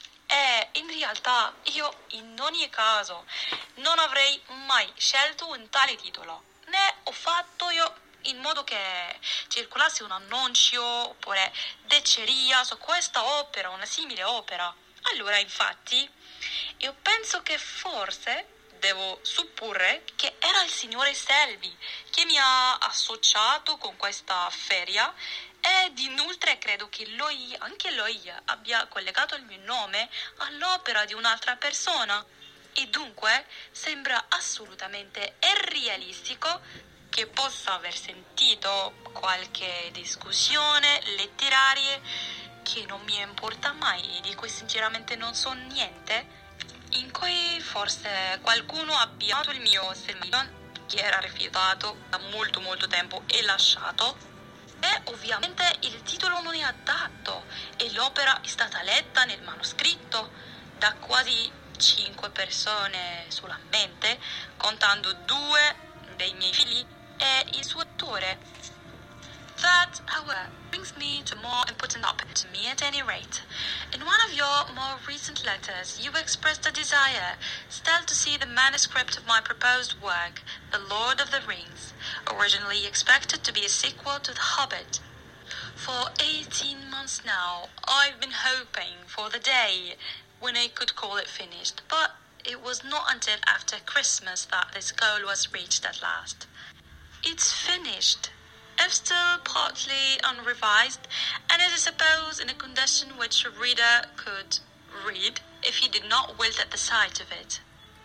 E in realtà io in ogni caso non avrei mai scelto un tale titolo, né ho fatto io in modo che circolasse un annuncio oppure deceria su questa opera, una simile opera. Allora, infatti, io penso che forse devo supporre che era il signore Selvi che mi ha associato con questa feria, ed inoltre credo che anche lui abbia collegato il mio nome all'opera di un'altra persona, e dunque sembra assolutamente irrealistico che possa aver sentito qualche discussione letteraria che non mi importa mai, di cui sinceramente non so niente, in cui forse qualcuno abbia usato il mio Silmarillion, che era rifiutato da molto tempo e lasciato. E ovviamente il titolo non è adatto e l'opera è stata letta nel manoscritto da quasi 5 persone solamente, contando 2 dei miei figli e il suo attore. That, however, brings me to more important topic to me at any rate. In one of your more recent letters, you expressed a desire still to see the manuscript of my proposed work, The Lord of the Rings, originally expected to be a sequel to The Hobbit. For 18 months now, I've been hoping for the day when I could call it finished, but it was not until after Christmas that this goal was reached at last. It's finished, if still partly unrevised, and it is supposed in a condition which a reader could read if he did not wilt at the sight of it.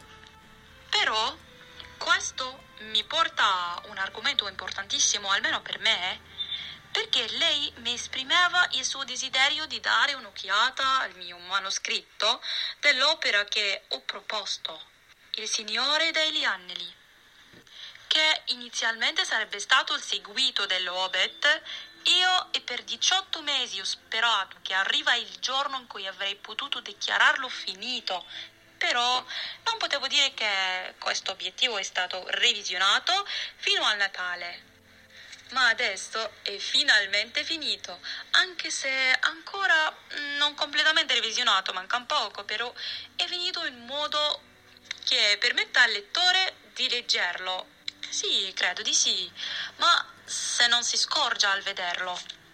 Però questo mi porta a un argomento importantissimo, almeno per me, perché lei mi esprimeva il suo desiderio di dare un'occhiata al mio manoscritto dell'opera che ho proposto, Il Signore degli Anelli, che inizialmente sarebbe stato il seguito dello Hobbit. Io e per 18 mesi ho sperato che arriva il giorno in cui avrei potuto dichiararlo finito, però non potevo dire che questo obiettivo è stato revisionato fino al Natale. Ma adesso è finalmente finito, anche se ancora non completamente revisionato, manca un poco, però è finito in modo che permetta al lettore di leggerlo. Sì, credo di sì, ma se non si scorgia al vederlo.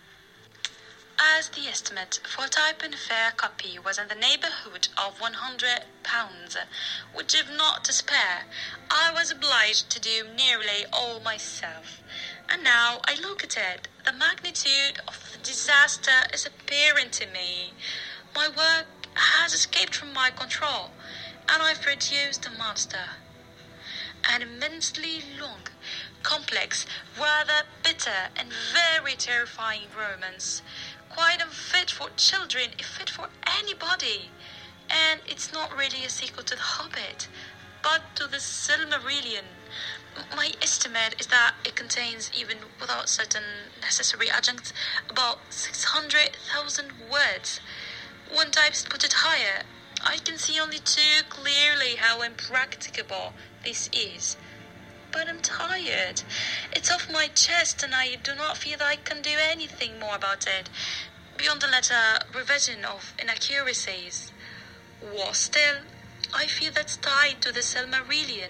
As the estimate for a type and fair copy was in the neighbourhood of £100, which if not to spare, I was obliged to do nearly all myself. And now I look at it, the magnitude of the disaster is apparent to me. My work has escaped from my control, and I've produced a monster. An immensely long, complex, rather bitter and very terrifying romance, quite unfit for children, if fit for anybody. And it's not really a sequel to The Hobbit, but to the Silmarillion. My estimate is that it contains, even without certain necessary adjuncts, about 600,000 words. One typist put it higher. I can see only too clearly how impracticable this is. But I'm tired. It's off my chest, and I do not feel that I can do anything more about it, beyond a letter revision of inaccuracies. Worse still, I feel that's tied to the Silmarillion.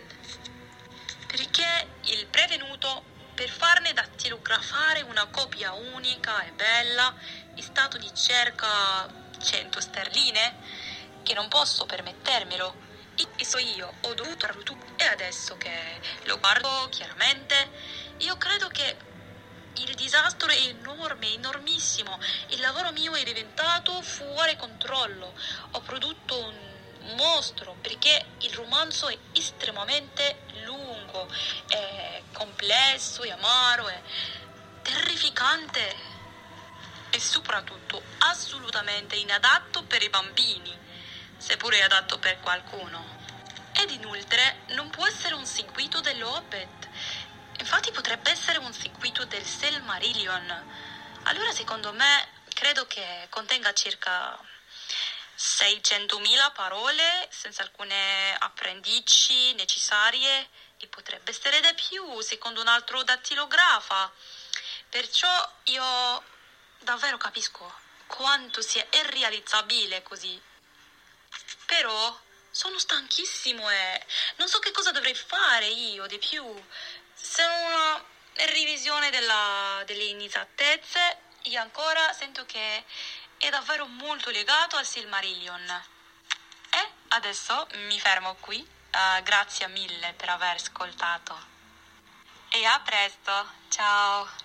Perché il prevenuto, per farne dattilografare una copia unica e bella, è stato di circa 100 sterline, che non posso permettermelo. E so io, ho dovuto farlo tutto, e adesso che lo guardo chiaramente, io credo che il disastro è enorme, enormissimo. Il lavoro mio è diventato fuori controllo. Ho prodotto un mostro, perché il romanzo è estremamente lungo. troppo complesso e amaro e terrificante e soprattutto assolutamente inadatto per i bambini, seppure adatto per qualcuno. Ed inoltre non può essere un seguito dello Hobbit. Infatti potrebbe essere un seguito del Silmarillion. Allora secondo me credo che contenga circa 600.000 parole senza alcune appendici necessarie e potrebbe essere di più secondo un altro dattilografa. Perciò io davvero capisco quanto sia irrealizzabile così. Però sono stanchissimo e non so che cosa dovrei fare io di più. Se una revisione delle inesattezze, io ancora sento che è davvero molto legato al Silmarillion. E adesso mi fermo qui. Grazie mille per aver ascoltato. E a presto. Ciao.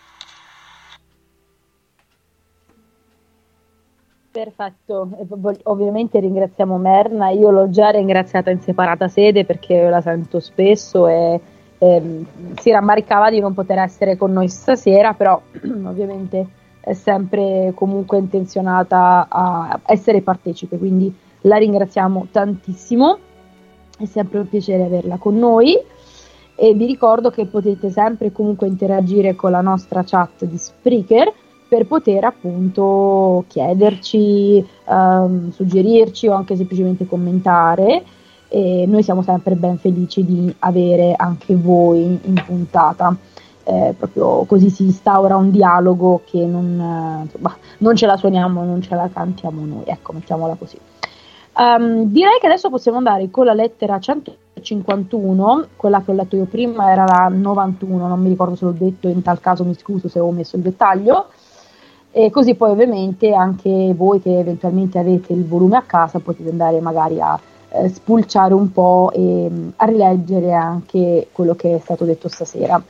Perfetto, ovviamente ringraziamo Merna, io l'ho già ringraziata in separata sede perché la sento spesso e si rammaricava di non poter essere con noi stasera, però ovviamente è sempre comunque intenzionata a essere partecipe, quindi la ringraziamo tantissimo, è sempre un piacere averla con noi e vi ricordo che potete sempre comunque interagire con la nostra chat di Spreaker per poter appunto chiederci, suggerirci o anche semplicemente commentare, e noi siamo sempre ben felici di avere anche voi in puntata, proprio così si instaura un dialogo che non ce la suoniamo, non ce la cantiamo noi, ecco, mettiamola così. Direi che adesso possiamo andare con la lettera 151, quella che ho letto io prima era la 91, non mi ricordo se l'ho detto, in tal caso mi scuso se ho messo il dettaglio. E così poi ovviamente anche voi che eventualmente avete il volume a casa potete andare magari a spulciare un po' e a rileggere anche quello che è stato detto stasera.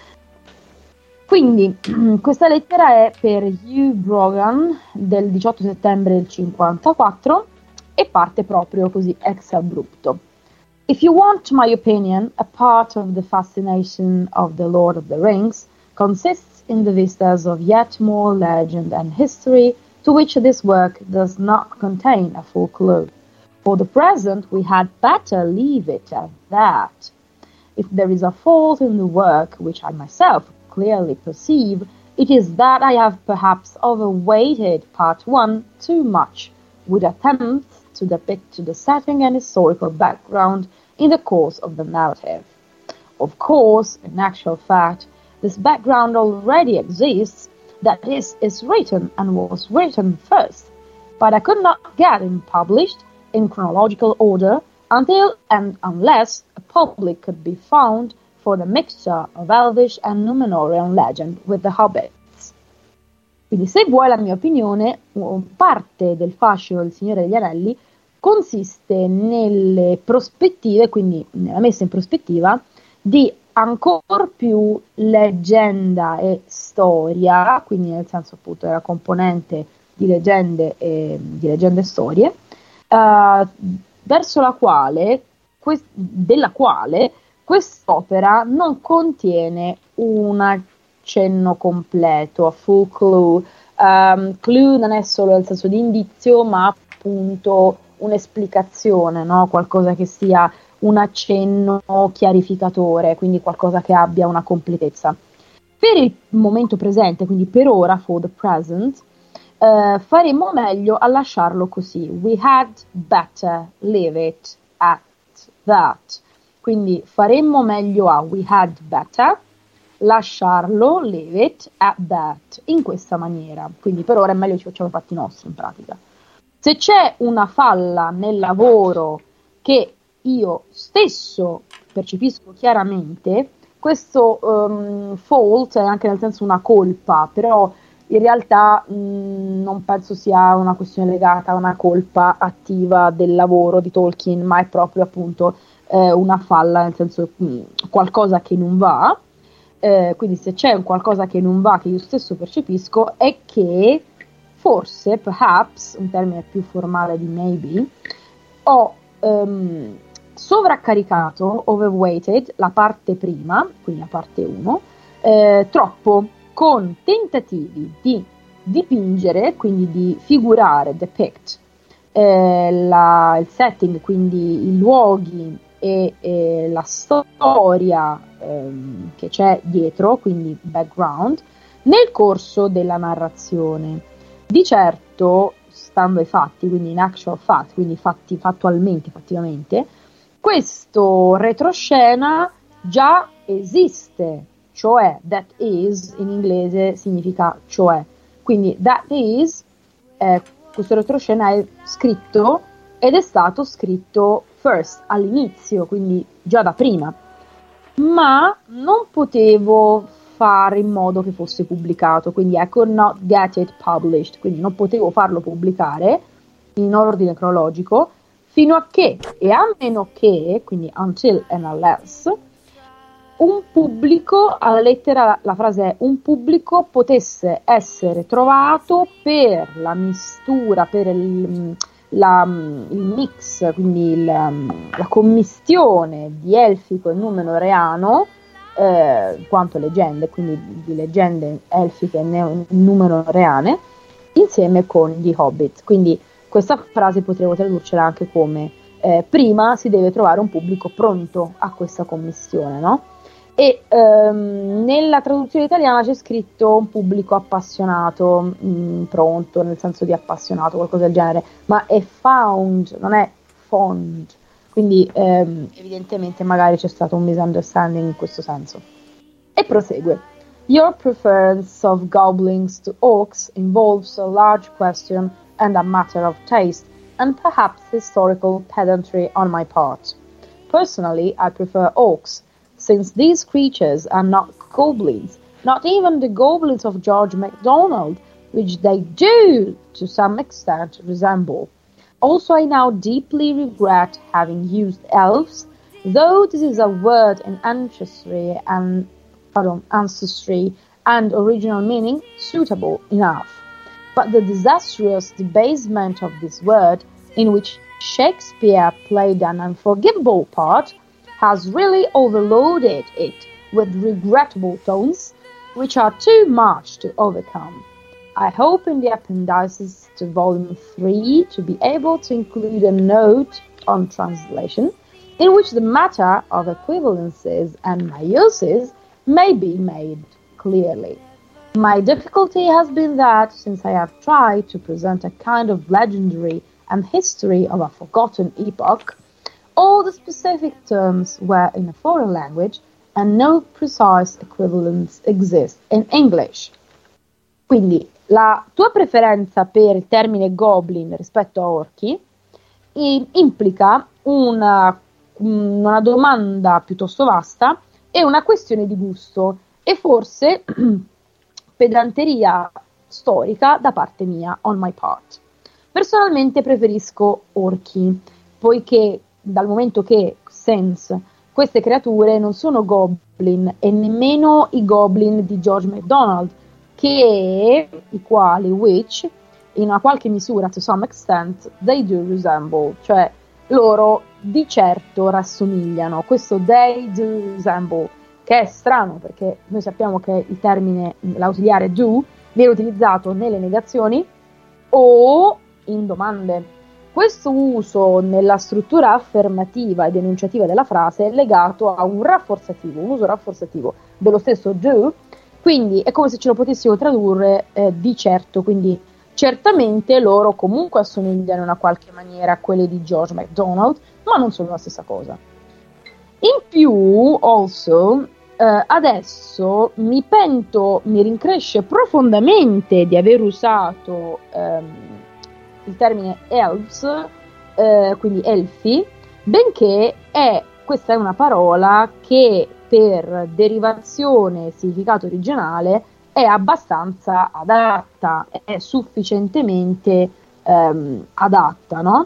Quindi questa lettera è per Hugh Brogan del 18 settembre del 54 e parte proprio così ex abrupto. If you want my opinion, a part of the fascination of the Lord of the Rings consists in the vistas of yet more legend and history to which this work does not contain a full clue. For the present, we had better leave it at that. If there is a fault in the work, which I myself clearly perceive, it is that I have perhaps overweighted part 1 too much, with attempts to depict the setting and historical background in the course of the narrative. Of course, in actual fact, this background already exists, that is written and was written first, but I could not get it published in chronological order until and unless a public could be found for the mixture of Elvish and Númenórean legend with the Hobbits. Quindi, se vuoi la mia opinione, parte del fascino del Signore degli Anelli consiste nelle prospettive, quindi nella messa in prospettiva, di ancor più leggenda e storia, quindi nel senso appunto della componente di leggende e storie, verso la quale della quale quest'opera non contiene un accenno completo, a full clue. Clue non è solo nel senso di indizio, ma appunto un'esplicazione, no? Qualcosa che sia un accenno chiarificatore, quindi qualcosa che abbia una completezza. Per il momento presente, quindi per ora, for the present, faremo meglio a lasciarlo così. We had better leave it at that. Quindi faremmo meglio a we had better lasciarlo, leave it at that, in questa maniera. Quindi per ora è meglio ci facciamo i fatti nostri in pratica. Se c'è una falla nel lavoro che io stesso percepisco chiaramente, questo fault è anche nel senso una colpa, però in realtà non penso sia una questione legata a una colpa attiva del lavoro di Tolkien, ma è proprio appunto una falla, nel senso qualcosa che non va. Quindi se c'è un qualcosa che non va, che io stesso percepisco, è che forse, perhaps, un termine più formale di maybe, ho sovraccaricato, overweighted, la parte prima, quindi la parte 1, troppo, con tentativi di dipingere, quindi di figurare, depict, il setting, quindi i luoghi e la storia che c'è dietro, quindi background, nel corso della narrazione. Di certo, stando ai fatti, quindi in actual fact, quindi fatti fattualmente, effettivamente, questo retroscena già esiste, cioè that is in inglese significa cioè, quindi that is, questo retroscena è scritto ed è stato scritto first, all'inizio, quindi già da prima, ma non potevo fare in modo che fosse pubblicato, quindi I could not get it published, quindi non potevo farlo pubblicare in ordine cronologico fino a che, e a meno che, quindi until and unless, un pubblico, alla lettera la frase è un pubblico potesse essere trovato per la mistura, per il mix, quindi la commistione di elfico e numenoreano, quanto leggende, quindi di leggende elfiche e numenoreane, insieme con gli Hobbit. Quindi questa frase potremmo tradurcela anche come prima si deve trovare un pubblico pronto a questa commistione, no? E nella traduzione italiana c'è scritto un pubblico appassionato, pronto, nel senso di appassionato, qualcosa del genere, ma è found, non è fond, quindi evidentemente magari c'è stato un misunderstanding in questo senso. E prosegue. Your preference of goblins to orcs involves a large question and a matter of taste, and perhaps historical pedantry on my part. Personally, I prefer orcs, since these creatures are not goblins, not even the goblins of George MacDonald, which they do, to some extent, resemble. Also, I now deeply regret having used elves, though this is a word in ancestry and original meaning suitable enough. But the disastrous debasement of this word, in which Shakespeare played an unforgivable part, has really overloaded it with regrettable tones, which are too much to overcome. I hope in the appendices to Volume 3 to be able to include a note on translation, in which the matter of equivalences and meioses may be made clearly. My difficulty has been that, since I have tried to present a kind of legendary and history of a forgotten epoch, all the specific terms were in a foreign language and no precise equivalence exists in English. Quindi la tua preferenza per il termine goblin rispetto a orchi implica una domanda piuttosto vasta e una questione di gusto e forse pedanteria storica da parte mia, on my part. Personalmente preferisco orchi, poiché dal momento che queste creature non sono goblin e nemmeno i goblin di George MacDonald, i quali, which, in una qualche misura, to some extent, they do resemble, cioè loro di certo rassomigliano. Questo they do resemble, che è strano perché noi sappiamo che il termine, l'ausiliare do, viene utilizzato nelle negazioni o in domande. Questo uso nella struttura affermativa ed enunciativa della frase è legato a un uso rafforzativo dello stesso do, quindi è come se ce lo potessimo tradurre di certo, quindi certamente loro comunque assomigliano in una qualche maniera a quelli di George MacDonald, ma non sono la stessa cosa. In più, also, adesso mi rincresce profondamente di aver usato il termine elves, quindi elfi, benché questa è una parola che per derivazione e significato originale è abbastanza adatta, è sufficientemente adatta, no?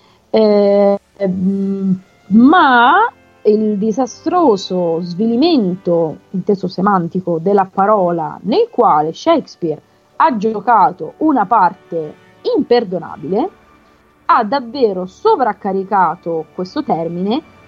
Ma il disastroso svilimento, inteso semantico, della parola nel quale Shakespeare ha giocato una parte imperdonabile ha davvero sovraccaricato questo termine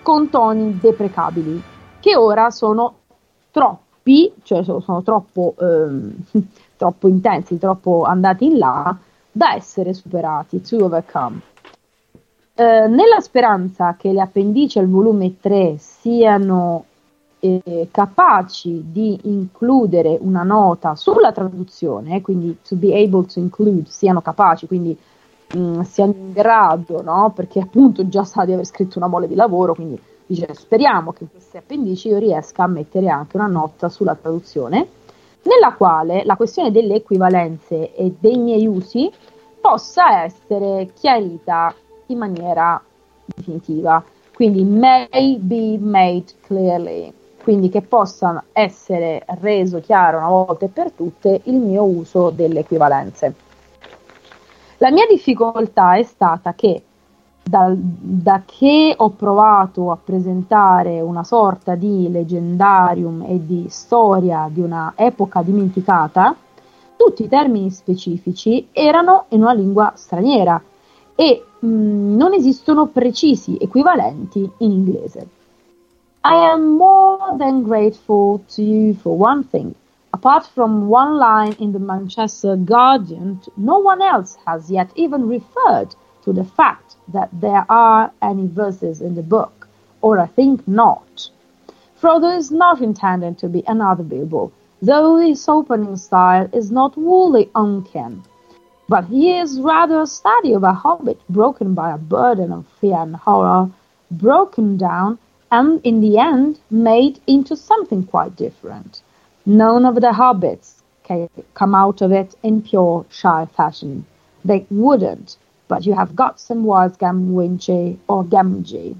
con toni deprecabili, che ora sono troppi, cioè sono troppo intensi, troppo andati in là, da essere superati, to overcome. Nella speranza che le appendici al volume 3 siano capaci di includere una nota sulla traduzione, quindi to be able to include, siano capaci, quindi siano in grado, no? Perché appunto già sa di aver scritto una mole di lavoro, quindi dice speriamo che in queste appendici io riesca a mettere anche una nota sulla traduzione, nella quale la questione delle equivalenze e dei miei usi possa essere chiarita in maniera definitiva, quindi may be made clearly, quindi che possa essere reso chiaro una volta e per tutte il mio uso delle equivalenze. La mia difficoltà è stata che da che ho provato a presentare una sorta di leggendarium e di storia di una epoca dimenticata, tutti i termini specifici erano in una lingua straniera e non esistono precisi equivalenti in inglese. I am more than grateful to you for one thing. Apart from one line in the Manchester Guardian, no one else has yet even referred to the fact that there are any verses in the book, or I think not. Frodo is not intended to be another Bilbo, though his opening style is not wholly uncanny. But he is rather a study of a hobbit broken by a burden of fear and horror, broken down and in the end made into something quite different. None of the hobbits can come out of it in pure Shire fashion. They wouldn't, but you have got some words Gamwinche or Gamgee.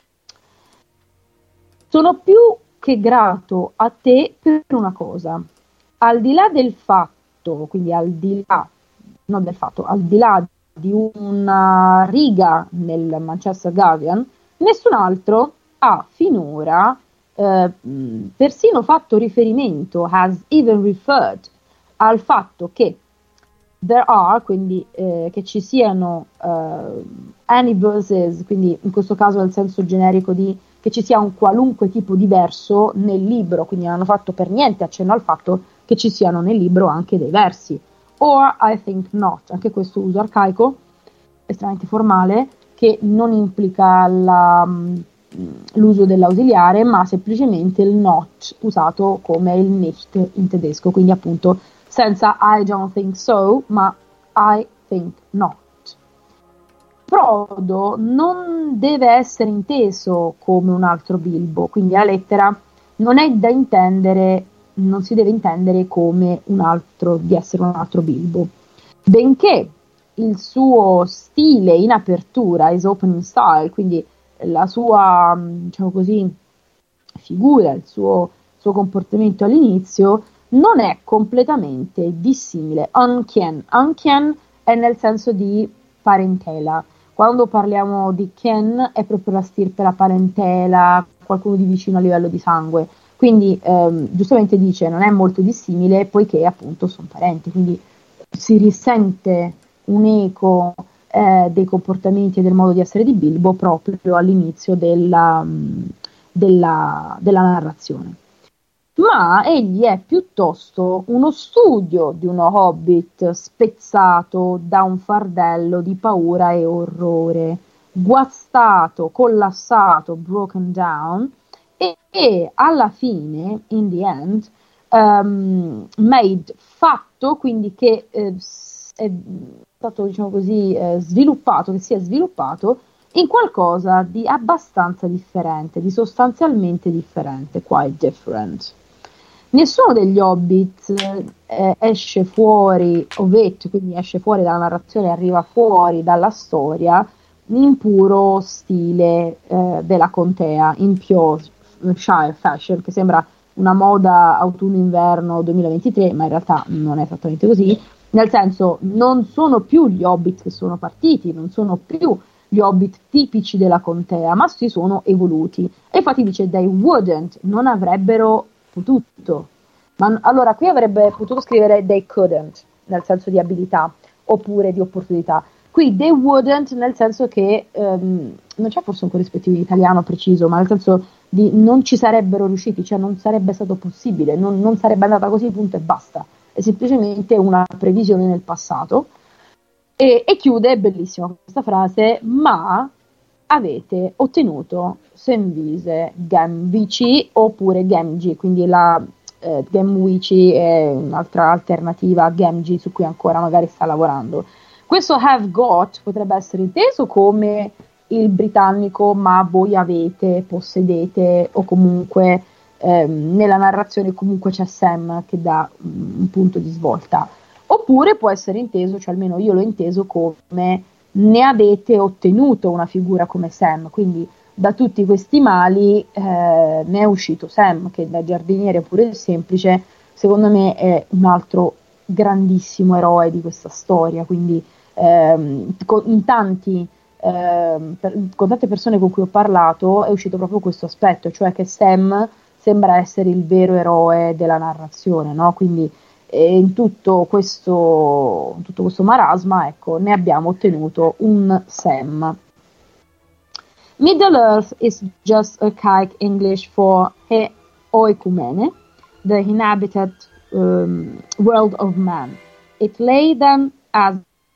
Sono più che grato a te per una cosa. Al di là del fatto, quindi al di là di una riga nel Manchester Guardian, nessun altro ha finora persino fatto riferimento, has even referred, al fatto che there are, quindi che ci siano any verses, quindi in questo caso nel senso generico di che ci sia un qualunque tipo di verso nel libro, quindi non hanno fatto per niente accenno al fatto che ci siano nel libro anche dei versi. Or I think not, anche questo uso arcaico, estremamente formale, che non implica l'uso dell'ausiliare, ma semplicemente il not usato come il nicht in tedesco, quindi appunto senza I don't think so, ma I think not. Frodo non deve essere inteso come un altro Bilbo, quindi la lettera non è da intendere, non si deve intendere come un altro, di essere un altro Bilbo, benché il suo stile in apertura, his opening style, quindi la sua, diciamo così, figura, il suo comportamento all'inizio non è completamente dissimile. Uncan è nel senso di parentela. Quando parliamo di kin è proprio la stirpe, la parentela, qualcuno di vicino a livello di sangue. Quindi giustamente dice non è molto dissimile poiché appunto sono parenti, quindi si risente un eco dei comportamenti e del modo di essere di Bilbo proprio all'inizio della narrazione. Ma egli è piuttosto uno studio di uno hobbit spezzato da un fardello di paura e orrore, guastato, collassato, broken down, e alla fine, in the end, made, fatto, quindi che è stato, diciamo così, sviluppato, che si è sviluppato in qualcosa di abbastanza differente, di sostanzialmente differente, quite different. Nessuno degli hobbit esce fuori, quindi esce fuori dalla narrazione, arriva fuori dalla storia in puro stile della contea, in pure Shire fashion, che sembra una moda autunno-inverno 2023, ma in realtà non è esattamente così, nel senso non sono più gli hobbit che sono partiti, non sono più gli hobbit tipici della contea, ma si sono evoluti. E infatti dice they wouldn't, non avrebbero potuto. Ma allora qui avrebbe potuto scrivere they couldn't, nel senso di abilità oppure di opportunità. Qui they wouldn't, nel senso che non c'è forse un corrispettivo in italiano preciso, ma nel senso di non ci sarebbero riusciti, cioè non sarebbe stato possibile, non sarebbe andata così, punto e basta. È semplicemente una previsione nel passato. E chiude, bellissima questa frase, ma avete ottenuto Semvise Gemvici oppure Gemgi, quindi la Gemwici è un'altra alternativa a Gemgi su cui ancora magari sta lavorando. Questo have got potrebbe essere inteso come il britannico ma voi avete, possedete, o comunque nella narrazione comunque c'è Sam che dà un punto di svolta, oppure può essere inteso, cioè almeno io l'ho inteso come ne avete ottenuto una figura come Sam, quindi da tutti questi mali ne è uscito Sam, che da giardiniere pure semplice secondo me è un altro grandissimo eroe di questa storia, quindi con tante persone con cui ho parlato è uscito proprio questo aspetto, cioè che Sam sembra essere il vero eroe della narrazione, no? Quindi in tutto questo marasma, ecco, ne abbiamo ottenuto un Sam. Middle Earth is just archaic English for oikumene, the inhabited world of man. It lay them as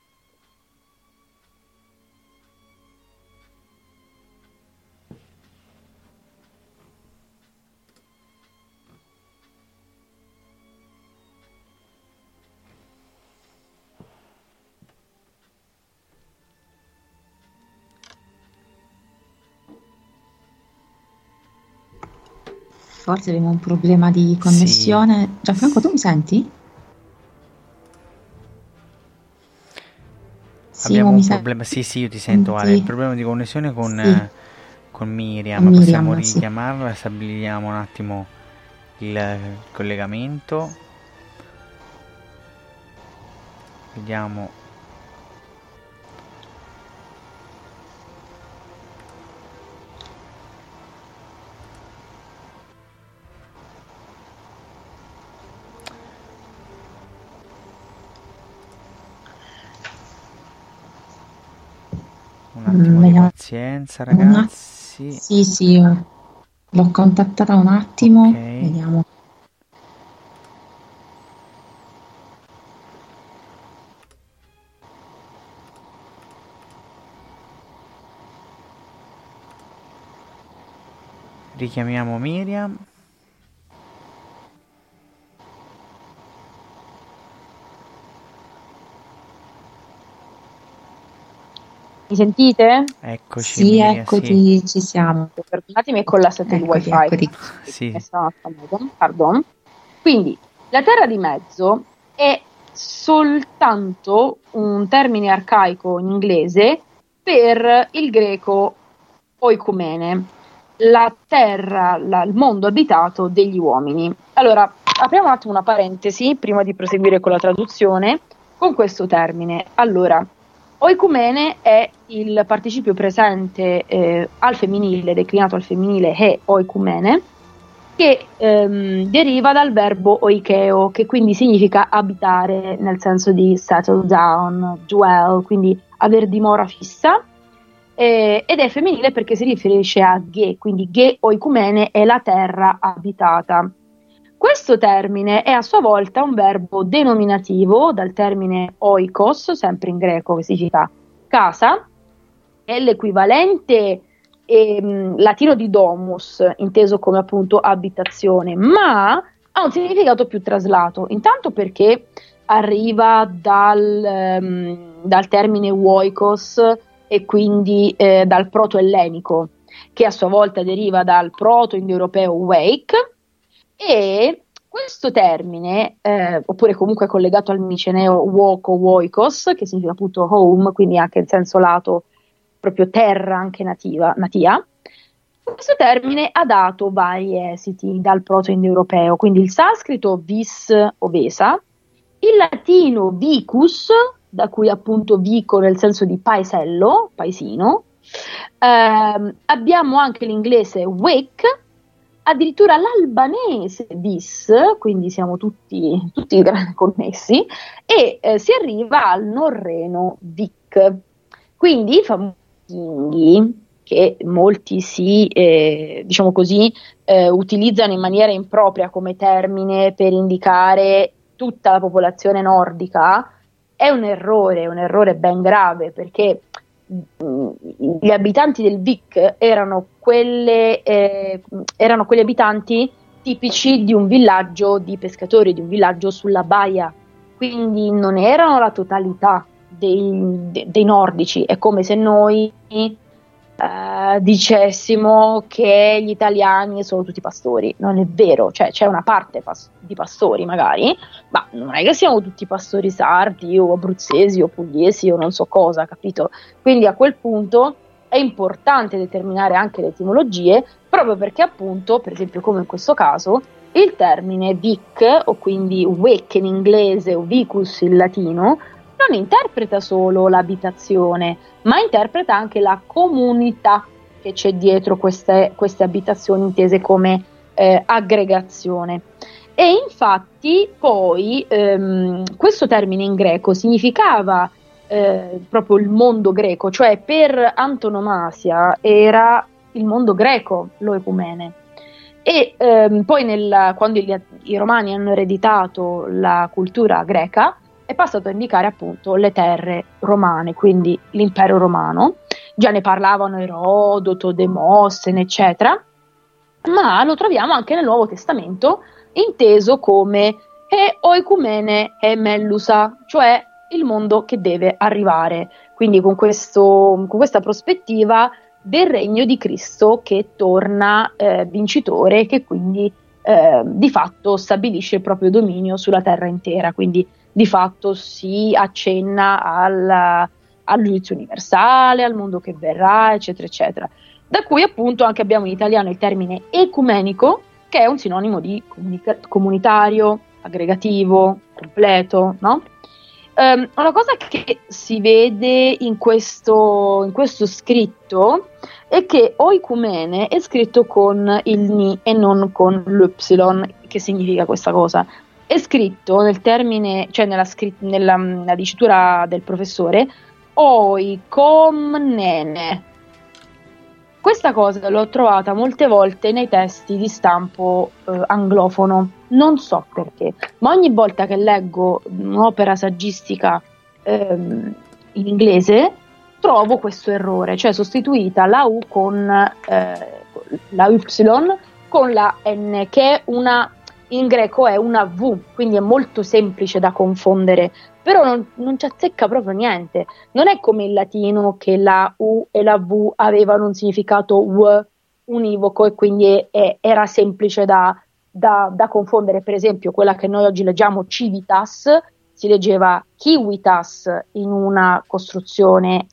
Forse abbiamo un problema di connessione. Sì. Gianfranco, tu mi senti? Abbiamo un problema. Sì, io ti sento, Ale. Il problema di connessione con Miriam. Possiamo richiamarla, stabiliamo un attimo il collegamento. Vediamo. Un attimo di pazienza, ragazzi. Sì, l'ho contattata un attimo. Okay. Vediamo. Richiamiamo Miriam. Mi sentite? Eccoci. Sì, eccoti, sì. Ci siamo. Per un attimo è collassato il wifi. Sì. Pardon. Quindi, la terra di mezzo è soltanto un termine arcaico in inglese per il greco oikumene, la terra, il mondo abitato degli uomini. Allora, apriamo un attimo una parentesi prima di proseguire con la traduzione con questo termine. Allora, oikumene è il participio presente al femminile, declinato al femminile he oikumene, che deriva dal verbo oikeo, che quindi significa abitare nel senso di settle down, dwell, quindi aver dimora fissa, ed è femminile perché si riferisce a Ge, quindi Ge oikumene è la terra abitata. Questo termine è a sua volta un verbo denominativo dal termine oikos, sempre in greco, che significa casa, è l'equivalente latino di domus, inteso come appunto abitazione, ma ha un significato più traslato, intanto perché arriva dal termine oikos e quindi dal proto-ellenico, che a sua volta deriva dal proto-indoeuropeo wake. E questo termine, oppure comunque collegato al miceneo woko woikos, che significa appunto home, quindi anche in senso lato proprio terra anche natia, questo termine ha dato vari esiti dal proto-indoeuropeo, quindi il sanscrito vis o vesa, il latino vicus, da cui appunto vico nel senso di paesello, paesino, abbiamo anche l'inglese wake, addirittura l'albanese bis, quindi siamo tutti connessi, e si arriva al norreno vic. Quindi i famosi vichinghi, che molti diciamo così, utilizzano in maniera impropria come termine per indicare tutta la popolazione nordica, è un errore ben grave, perché gli abitanti del Vic erano quegli abitanti tipici di un villaggio di pescatori, di un villaggio sulla baia, quindi non erano la totalità dei nordici. È come se noi dicessimo che gli italiani sono tutti pastori. Non è vero, cioè c'è una parte di pastori magari, ma non è che siamo tutti pastori sardi o abruzzesi o pugliesi o non so cosa, capito? Quindi a quel punto è importante determinare anche le etimologie, proprio perché appunto, per esempio come in questo caso, il termine vic, o quindi vec in inglese o vicus in latino, non interpreta solo l'abitazione, ma interpreta anche la comunità che c'è dietro queste abitazioni, intese come aggregazione. E infatti poi questo termine in greco significava proprio il mondo greco, cioè per antonomasia era il mondo greco, l'oecumene. E poi quando i romani hanno ereditato la cultura greca, è passato a indicare appunto le terre romane, quindi l'impero romano. Già ne parlavano Erodoto, Demostene, eccetera, ma lo troviamo anche nel Nuovo Testamento, inteso come oecumene e mellusa, cioè il mondo che deve arrivare, quindi con questa prospettiva del regno di Cristo che torna vincitore, che quindi di fatto stabilisce il proprio dominio sulla terra intera, quindi di fatto si accenna al giudizio universale, al mondo che verrà, eccetera, eccetera. Da cui appunto anche abbiamo in italiano il termine ecumenico, che è un sinonimo di comunitario, aggregativo, completo, no? Una cosa che si vede in questo scritto è che oecumene è scritto con il ni e non con l'y. Che significa questa cosa? È scritto nel termine, cioè nella dicitura del professore, oicomnene. Questa cosa l'ho trovata molte volte nei testi di stampo anglofono, non so perché, ma ogni volta che leggo un'opera saggistica in inglese trovo questo errore, cioè sostituita la U con la Y con la N, che è in greco è una V, quindi è molto semplice da confondere, però non ci azzecca proprio niente. Non è come in latino che la U e la V avevano un significato univoco e quindi era semplice da confondere. Per esempio quella che noi oggi leggiamo civitas si leggeva civitas in una costruzione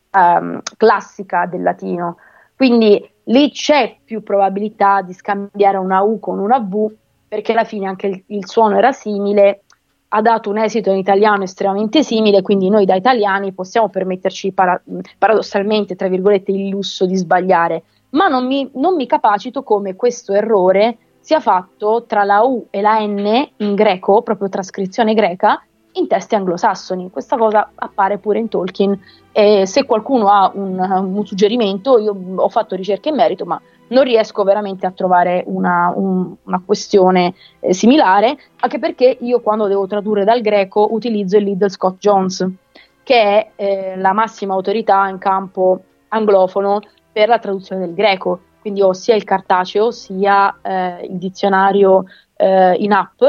classica del latino, quindi lì c'è più probabilità di scambiare una U con una V, perché alla fine anche il suono era simile, ha dato un esito in italiano estremamente simile, quindi noi da italiani possiamo permetterci paradossalmente, tra virgolette, il lusso di sbagliare, ma non mi capacito come questo errore sia fatto tra la U e la N in greco, proprio trascrizione greca, in testi anglosassoni. Questa cosa appare pure in Tolkien, e se qualcuno ha un suggerimento, io ho fatto ricerche in merito, ma non riesco veramente a trovare una questione similare, anche perché io quando devo tradurre dal greco utilizzo il Liddell Scott Jones, che è la massima autorità in campo anglofono per la traduzione del greco, quindi ho sia il cartaceo sia il dizionario in app,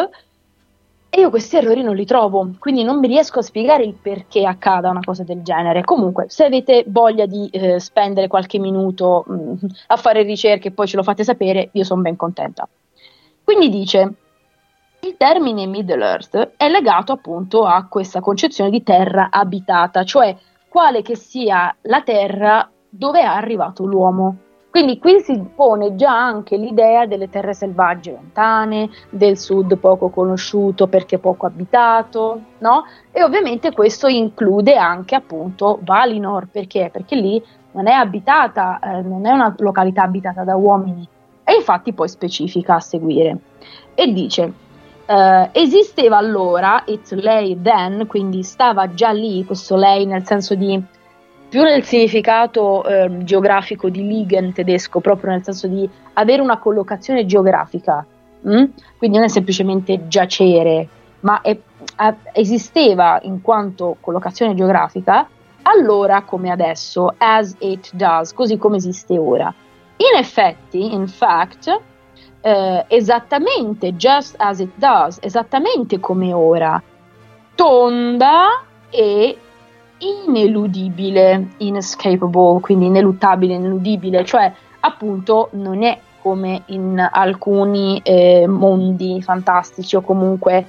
e io questi errori non li trovo, quindi non mi riesco a spiegare il perché accada una cosa del genere. Comunque, se avete voglia di spendere qualche minuto a fare ricerche e poi ce lo fate sapere, io sono ben contenta. Quindi dice, il termine Middle Earth è legato appunto a questa concezione di terra abitata, cioè quale che sia la terra dove è arrivato l'uomo. Quindi qui si pone già anche l'idea delle terre selvagge lontane, del sud poco conosciuto perché poco abitato, no? E ovviamente questo include anche appunto Valinor, perché lì non è abitata, non è una località abitata da uomini, è E infatti poi specifica a seguire e dice esisteva allora, it lay then, quindi stava già lì, questo lay nel senso di, più nel significato geografico di liegen tedesco, proprio nel senso di avere una collocazione geografica, quindi non è semplicemente giacere, ma esisteva in quanto collocazione geografica, allora come adesso, as it does, così come esiste ora. In effetti, in fact, esattamente, just as it does, esattamente come ora, tonda e ineludibile, inescapable, quindi ineluttabile, ineludibile, cioè appunto non è come in alcuni mondi fantastici o comunque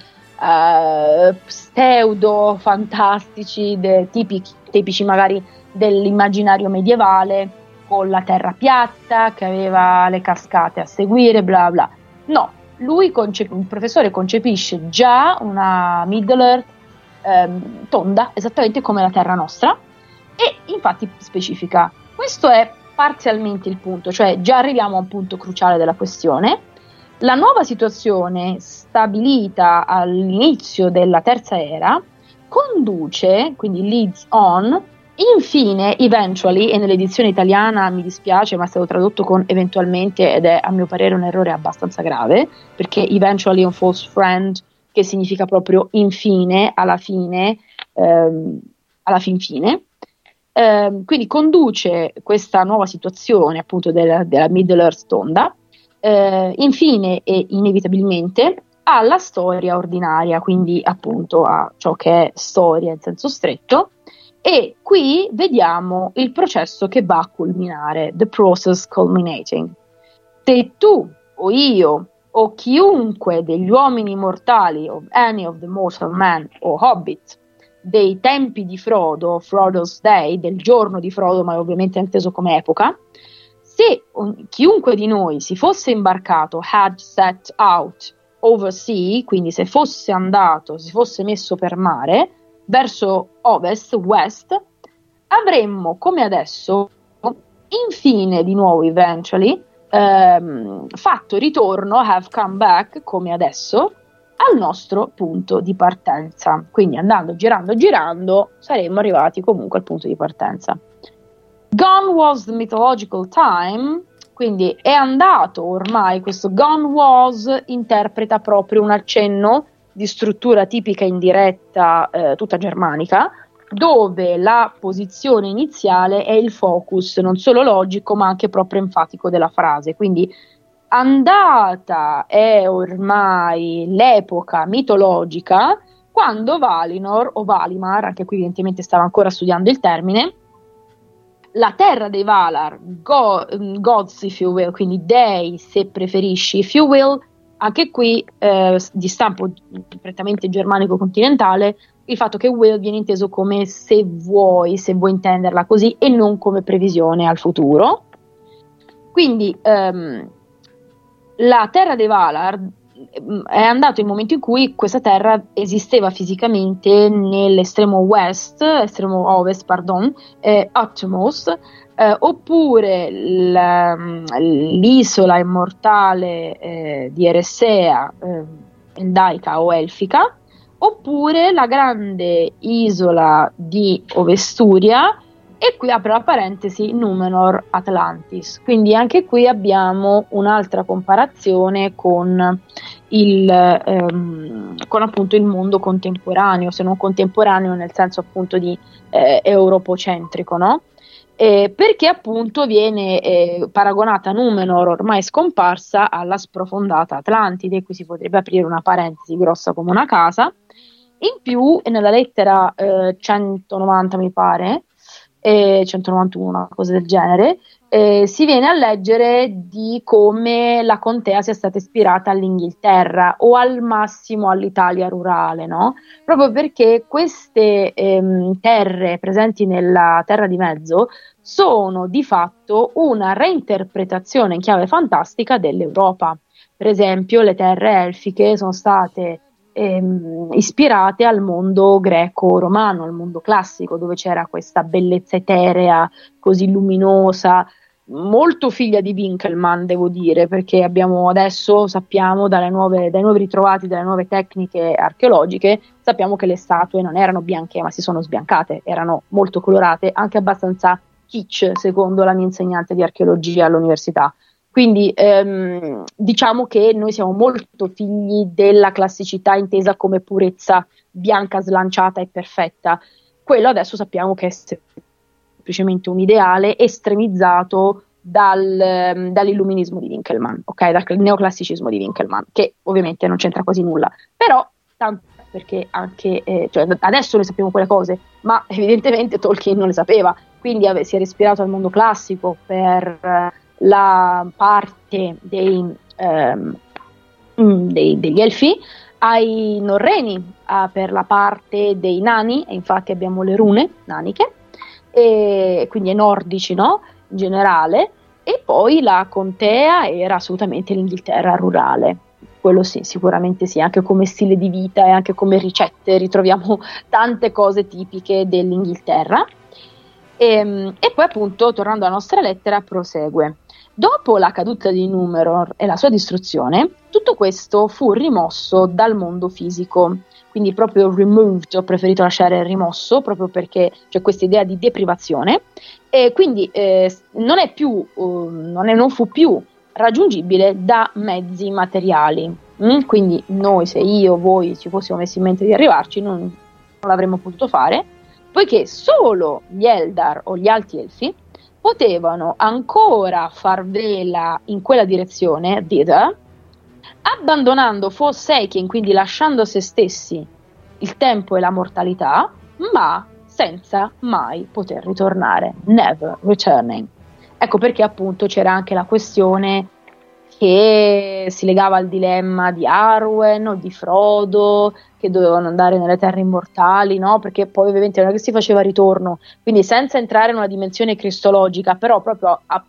pseudo fantastici, tipici magari dell'immaginario medievale, con la terra piatta che aveva le cascate a seguire, bla bla. No, lui il professore concepisce già una Middle Earth tonda, esattamente come la terra nostra, e infatti specifica. Questo è parzialmente il punto, cioè già arriviamo a un punto cruciale della questione. La nuova situazione stabilita all'inizio della terza era conduce, quindi leads on, infine, eventually, e nell'edizione italiana mi dispiace ma è stato tradotto con eventualmente, ed è a mio parere un errore abbastanza grave, perché eventually è un false friend che significa proprio infine, alla fine, alla fin fine. Quindi conduce questa nuova situazione appunto della Middle Earth tonda, infine e inevitabilmente alla storia ordinaria, quindi appunto a ciò che è storia in senso stretto. E qui vediamo il processo che va a culminare, the process culminating. Se tu o io o chiunque degli uomini mortali, of any of the mortal men o hobbit, dei tempi di Frodo, Frodo's Day, del giorno di Frodo, ma ovviamente inteso come epoca, se chiunque di noi si fosse imbarcato, had set out over sea, quindi se fosse andato, si fosse messo per mare, verso ovest, west, avremmo come adesso, infine di nuovo eventually, fatto ritorno, have come back, come adesso, al nostro punto di partenza. Quindi andando, girando, saremmo arrivati comunque al punto di partenza. Gone was the mythological time, quindi è andato ormai, questo gone was interpreta proprio un accenno di struttura tipica indiretta tutta germanica, dove la posizione iniziale è il focus non solo logico ma anche proprio enfatico della frase. Quindi andata è ormai l'epoca mitologica quando Valinor o Valimar, anche qui evidentemente stava ancora studiando il termine, la terra dei Valar, gods if you will, quindi dei se preferisci, if you will, anche qui di stampo prettamente germanico continentale, il fatto che will viene inteso come se vuoi intenderla così e non come previsione al futuro. Quindi la terra dei Valar è andato il momento in cui questa terra esisteva fisicamente nell'estremo ovest, uttermost, oppure l'isola immortale di Eressëa, eldaica o elfica, oppure la grande isola di Ovesturia, e qui apre la parentesi Numenor Atlantis. Quindi anche qui abbiamo un'altra comparazione con appunto il mondo contemporaneo, se non contemporaneo nel senso appunto di europocentrico, no? Perché appunto viene paragonata Numenor, ormai scomparsa, alla sprofondata Atlantide. Qui si potrebbe aprire una parentesi grossa come una casa. In più, nella lettera 190 mi pare, 191, una cosa del genere, si viene a leggere di come la contea sia stata ispirata all'Inghilterra o al massimo all'Italia rurale, no? Proprio perché queste terre presenti nella Terra di Mezzo sono di fatto una reinterpretazione in chiave fantastica dell'Europa. Per esempio, le terre elfiche sono state ispirate al mondo greco-romano, al mondo classico, dove c'era questa bellezza eterea così luminosa, molto figlia di Winkelmann, devo dire, perché sappiamo dai nuovi ritrovati, dalle nuove tecniche archeologiche, sappiamo che le statue non erano bianche ma si sono sbiancate, erano molto colorate, anche abbastanza kitsch secondo la mia insegnante di archeologia all'università. Quindi diciamo che noi siamo molto figli della classicità intesa come purezza bianca, slanciata e perfetta. Quello adesso sappiamo che è semplicemente un ideale estremizzato dall'illuminismo di Winkelmann, ok? Dal neoclassicismo di Winkelmann, che ovviamente non c'entra quasi nulla, però tanto perché anche cioè adesso noi sappiamo quelle cose, ma evidentemente Tolkien non le sapeva, quindi si è ispirato al mondo classico per la parte degli elfi, ai norreni per la parte dei nani, e infatti abbiamo le rune naniche, e quindi ai nordici, no? In generale, e poi la contea era assolutamente l'Inghilterra rurale. Quello sì, sicuramente sì, anche come stile di vita e anche come ricette ritroviamo tante cose tipiche dell'Inghilterra. E poi appunto, tornando alla nostra lettera, prosegue. Dopo la caduta di Numenor e la sua distruzione, tutto questo fu rimosso dal mondo fisico, quindi proprio removed, ho preferito lasciare rimosso proprio perché c'è questa idea di deprivazione, e quindi non fu più raggiungibile da mezzi materiali. Quindi noi, se io, voi ci fossimo messi in mente di arrivarci, non l'avremmo potuto fare, poiché solo gli Eldar o gli alti elfi potevano ancora far vela in quella direzione, abbandonando Forsaken, quindi lasciando se stessi il tempo e la mortalità, ma senza mai poter ritornare, never returning. Ecco perché appunto c'era anche la questione che si legava al dilemma di Arwen o di Frodo, che dovevano andare nelle terre immortali, no? Perché poi ovviamente non è che si faceva ritorno, quindi senza entrare in una dimensione cristologica, però proprio a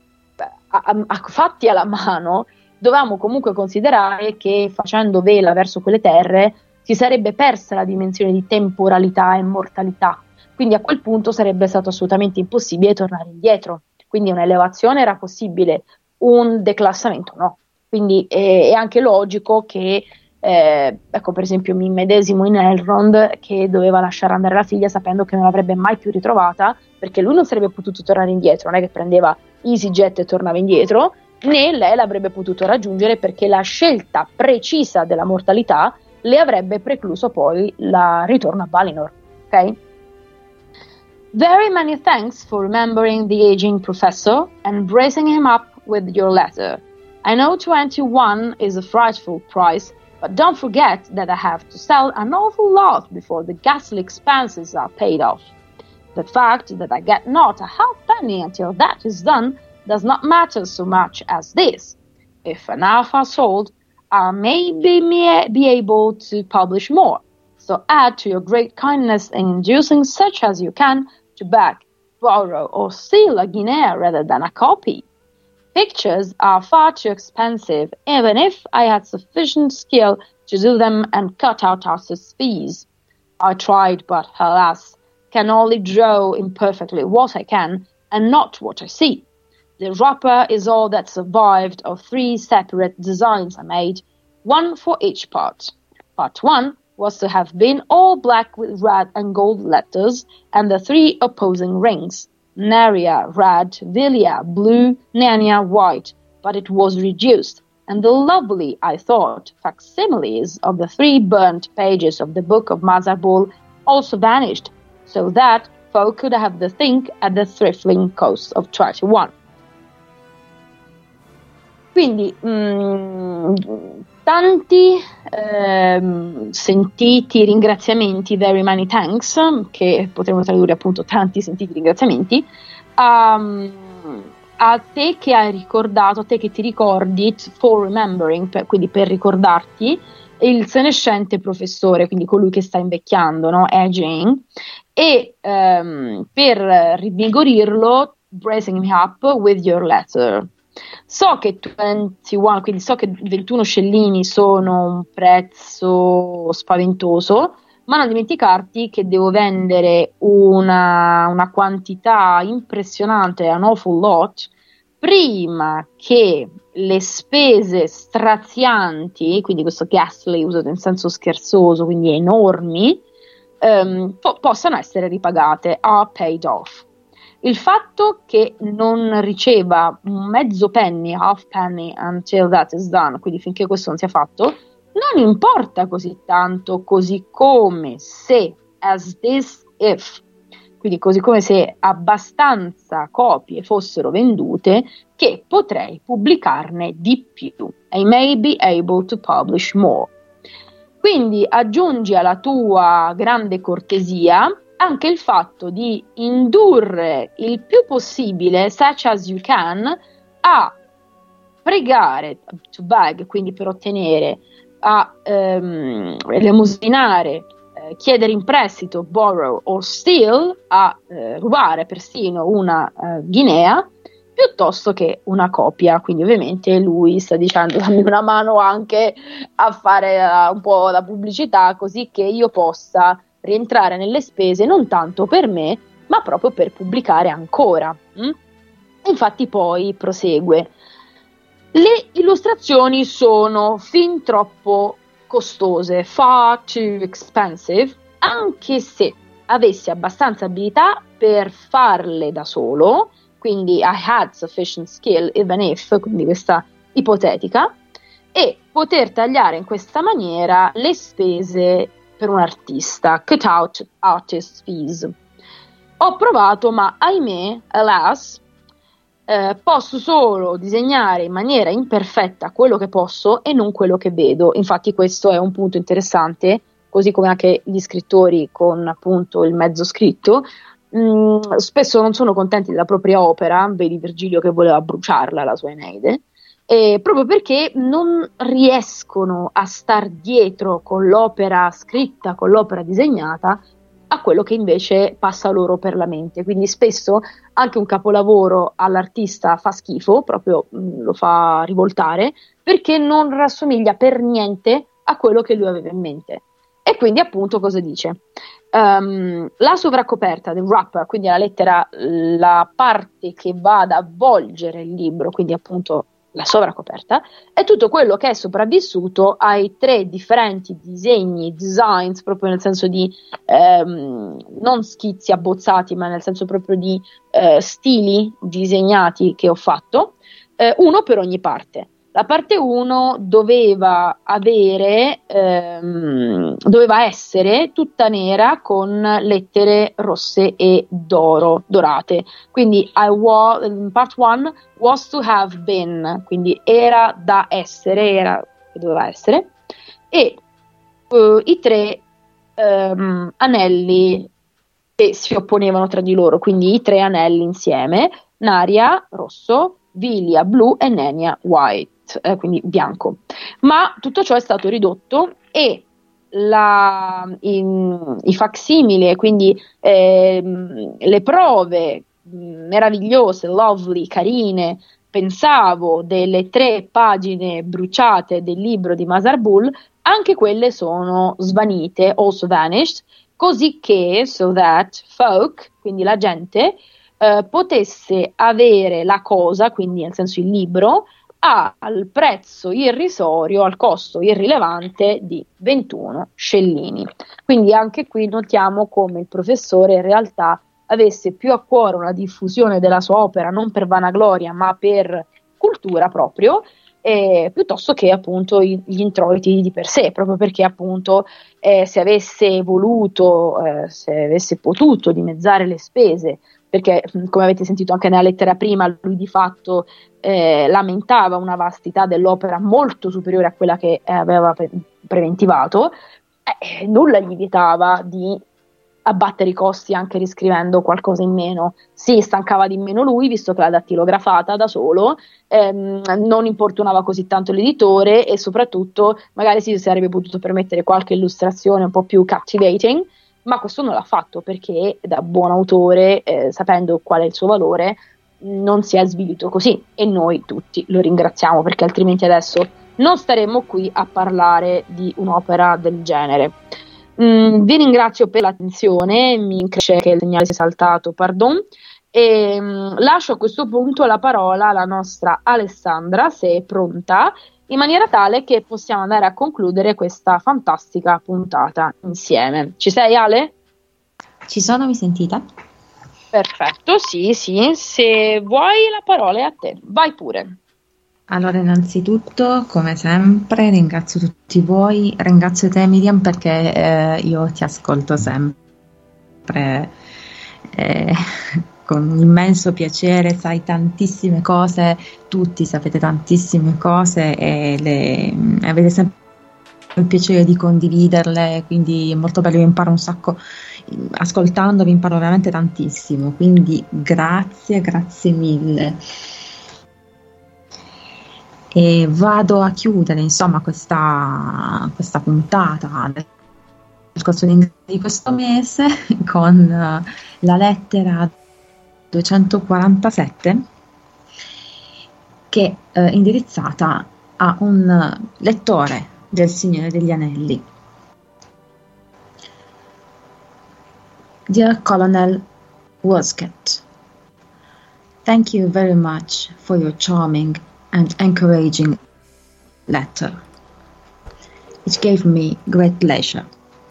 fatti alla mano, dovevamo comunque considerare che facendo vela verso quelle terre si sarebbe persa la dimensione di temporalità e mortalità, quindi a quel punto sarebbe stato assolutamente impossibile tornare indietro, quindi un'elevazione era possibile, un declassamento no, quindi è anche logico che ecco, per esempio mi immedesimo in Elrond, che doveva lasciare andare la figlia sapendo che non l'avrebbe mai più ritrovata, perché lui non sarebbe potuto tornare indietro, non è che prendeva EasyJet e tornava indietro, né lei l'avrebbe potuto raggiungere, perché la scelta precisa della mortalità le avrebbe precluso poi il ritorno a Valinor. Ok? Very many thanks for remembering the aging professor and bracing him up with your letter. I know 21 is a frightful price, but don't forget that I have to sell an awful lot before the ghastly expenses are paid off. The fact that I get not a halfpenny until that is done does not matter so much as this. If enough are sold, I may be able to publish more. So add to your great kindness in inducing such as you can to beg, borrow, or steal a guinea rather than a copy. Pictures are far too expensive, even if I had sufficient skill to do them and cut out artists' fees. I tried, but alas, can only draw imperfectly what I can, and not what I see. The wrapper is all that survived of 3 separate designs I made, one for each part. Part 1 was to have been all black with red and gold letters, and the 3 opposing rings. Naria red, Vilia blue, Narnia white, but it was reduced, and the lovely, I thought, facsimiles of the 3 burnt pages of the Book of Mazarbul also vanished, so that folk could have the thing at the thriftling cost of 21. Quindi tanti sentiti ringraziamenti, very many thanks, che potremmo tradurre appunto tanti sentiti ringraziamenti a te che hai ricordato, a te che ti ricordi, for remembering, quindi per ricordarti il senescente professore, quindi colui che sta invecchiando, no? Aging, e per rivigorirlo, bracing him up with your letter. So che 21, quindi so che 21 scellini sono un prezzo spaventoso, ma non dimenticarti che devo vendere una quantità impressionante, an awful lot, prima che le spese strazianti, quindi questo ghastly usato in senso scherzoso, quindi enormi, possano essere ripagate, are paid off. Il fatto che non riceva un mezzo penny, half penny until that is done, quindi finché questo non sia fatto, non importa così tanto, così come se, as this if, quindi così come se abbastanza copie fossero vendute che potrei pubblicarne di più. I may be able to publish more. Quindi aggiungi alla tua grande cortesia anche il fatto di indurre il più possibile, such as you can, a pregare, to beg, quindi per ottenere, a elemosinare, chiedere in prestito, borrow or steal, a rubare persino una guinea, piuttosto che una copia. Quindi ovviamente lui sta dicendo: dammi una mano anche a fare un po' la pubblicità, così che io possa rientrare nelle spese non tanto per me, ma proprio per pubblicare ancora. Infatti poi prosegue: le illustrazioni sono fin troppo costose, far too expensive, anche se avessi abbastanza abilità per farle da solo, quindi I had sufficient skill even if, quindi questa ipotetica, e poter tagliare in questa maniera le spese per un artista, cut out artist fees. Ho provato, ma ahimè, alas, posso solo disegnare in maniera imperfetta quello che posso e non quello che vedo. Infatti questo è un punto interessante, così come anche gli scrittori con appunto il mezzo scritto spesso non sono contenti della propria opera, vedi Virgilio che voleva bruciarla la sua Eneide, proprio perché non riescono a star dietro con l'opera scritta, con l'opera disegnata, a quello che invece passa loro per la mente. Quindi spesso anche un capolavoro all'artista fa schifo, proprio lo fa rivoltare, perché non rassomiglia per niente a quello che lui aveva in mente. E quindi appunto cosa dice? La sovraccoperta del wrapper, quindi la lettera, la parte che va ad avvolgere il libro, quindi appunto la sovraccoperta, è tutto quello che è sopravvissuto ai 3 differenti designs, proprio nel senso di non schizzi abbozzati, ma nel senso proprio di stili disegnati che ho fatto, uno per ogni parte. La parte 1 doveva essere tutta nera con lettere rosse e dorate. Quindi part 1 was to have been, quindi era da essere, era che doveva essere, e i 3 anelli che si opponevano tra di loro, quindi i 3 anelli insieme: Naria rosso, Vilia blu e Nenia white, quindi bianco. Ma tutto ciò è stato ridotto e i facsimili, quindi le prove meravigliose, lovely, carine, pensavo, delle 3 pagine bruciate del libro di Masarbull, anche quelle sono svanite, also vanished, così che so that folk, quindi la gente, potesse avere la cosa, quindi nel senso il libro, al prezzo irrisorio, al costo irrilevante di 21 scellini. Quindi anche qui notiamo come il professore in realtà avesse più a cuore una diffusione della sua opera non per vanagloria ma per cultura proprio, piuttosto che appunto gli introiti di per sé, proprio perché appunto se avesse voluto, se avesse potuto dimezzare le spese, perché come avete sentito anche nella lettera prima, lui di fatto lamentava una vastità dell'opera molto superiore a quella che aveva preventivato, nulla gli vietava di abbattere i costi anche riscrivendo qualcosa in meno. Si stancava di meno lui, visto che l'ha dattilografata da solo, non importunava così tanto l'editore e soprattutto magari si sarebbe potuto permettere qualche illustrazione un po' più captivating, ma questo non l'ha fatto perché da buon autore, sapendo qual è il suo valore, non si è svilito così, e noi tutti lo ringraziamo, perché altrimenti adesso non staremmo qui a parlare di un'opera del genere. Vi ringrazio per l'attenzione, mi cresce che il segnale sia saltato, pardon, E lascio a questo punto la parola alla nostra Alessandra, se è pronta, in maniera tale che possiamo andare a concludere questa fantastica puntata insieme. Ci sei, Ale? Ci sono, mi sentite? Perfetto, sì, se vuoi la parola è a te, vai pure. Allora, innanzitutto, come sempre, ringrazio tutti voi, ringrazio te Miriam perché io ti ascolto sempre con un immenso piacere, sai tantissime cose, tutti sapete tantissime cose e avete sempre il piacere di condividerle, quindi è molto bello, io imparo un sacco, ascoltandovi imparo veramente tantissimo, quindi grazie mille. E vado a chiudere insomma questa puntata nel corso di questo mese con la lettera 247 che è indirizzata a un lettore del Signore degli Anelli. Dear Colonel Worsket, thank you very much for your charming and encouraging letter. It gave me great pleasure.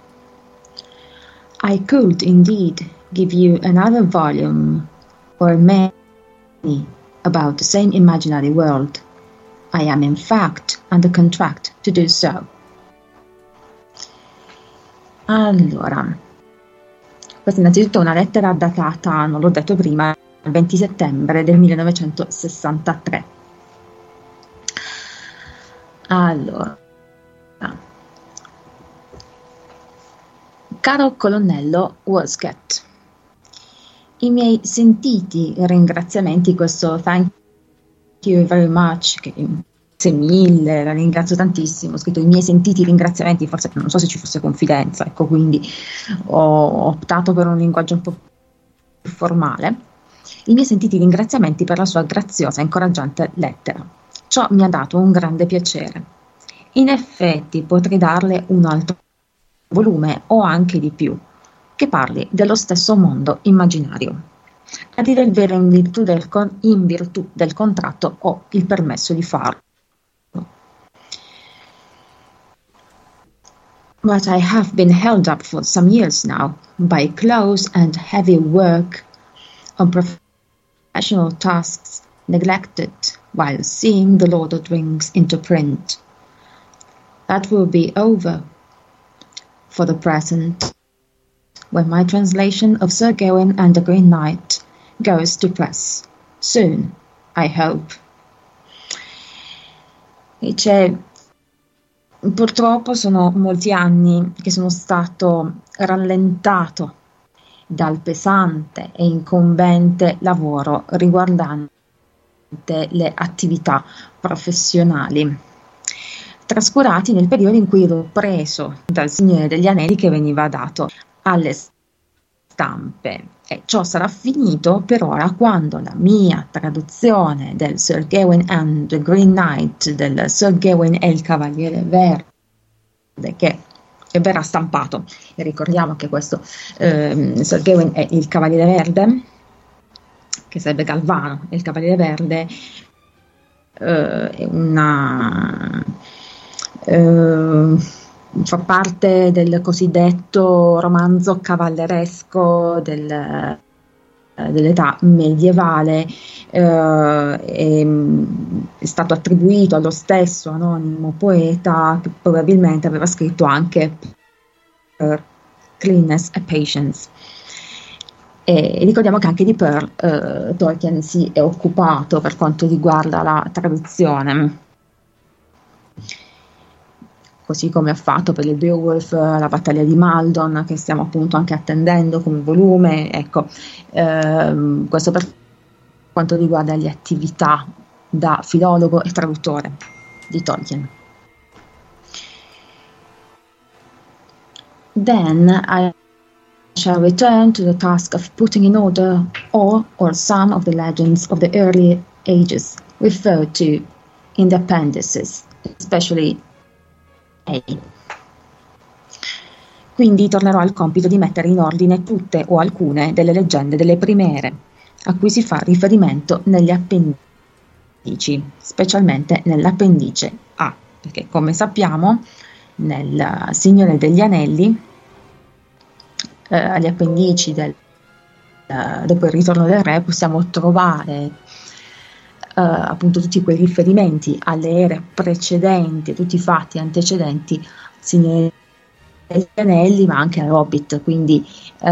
I could indeed give you another volume or many about the same imaginary world. I am in fact under contract to do so. Allora, questa è innanzitutto una lettera datata, non l'ho detto prima, il 20 settembre del 1963. Allora, caro colonnello Worsket, i miei sentiti ringraziamenti, questo thank you very much, che grazie mille, la ringrazio tantissimo, ho scritto i miei sentiti ringraziamenti, forse non so se ci fosse confidenza, ecco, quindi ho optato per un linguaggio un po' più formale. I miei sentiti ringraziamenti per la sua graziosa e incoraggiante lettera. Ciò mi ha dato un grande piacere. In effetti potrei darle un altro volume o anche di più, che parli dello stesso mondo immaginario. A dire il vero, in virtù del contratto ho il permesso di farlo. But I have been held up for some years now by close and heavy work on professional tasks neglected while seeing The Lord of the Rings into print. That will be over for the present when my translation of Sir Gawain and the Green Knight goes to press. Soon, I hope. Purtroppo sono molti anni che sono stato rallentato dal pesante e incombente lavoro riguardante le attività professionali, trascurati nel periodo in cui ero preso dal Signore degli Anelli che veniva dato alle stampe. E ciò sarà finito per ora quando la mia traduzione del Sir Gawain and the Green Knight, del Sir Gawain e il Cavaliere Verde, che verrà stampato. E ricordiamo che questo Sir Gawain è il Cavaliere Verde, che sarebbe Galvano, e il Cavaliere Verde è fa parte del cosiddetto romanzo cavalleresco dell'età medievale, è stato attribuito allo stesso anonimo poeta che probabilmente aveva scritto anche per Cleanness and Patience. E ricordiamo che anche di Pearl Tolkien si è occupato per quanto riguarda la traduzione, così come ha fatto per il Beowulf la battaglia di Maldon, che stiamo appunto anche attendendo come volume. Ecco, questo per quanto riguarda le attività da filologo e traduttore di Tolkien. Then I shall return to the task of putting in order all or some of the legends of the early ages referred to in the appendices, especially A. Quindi tornerò al compito di mettere in ordine tutte o alcune delle leggende delle prime ere, a cui si fa riferimento negli appendici, specialmente nell'appendice A, perché come sappiamo nel Signore degli Anelli agli appendici dopo il ritorno del re possiamo trovare appunto tutti quei riferimenti alle ere precedenti, tutti i fatti antecedenti Signore degli Anelli, ma anche al Hobbit, quindi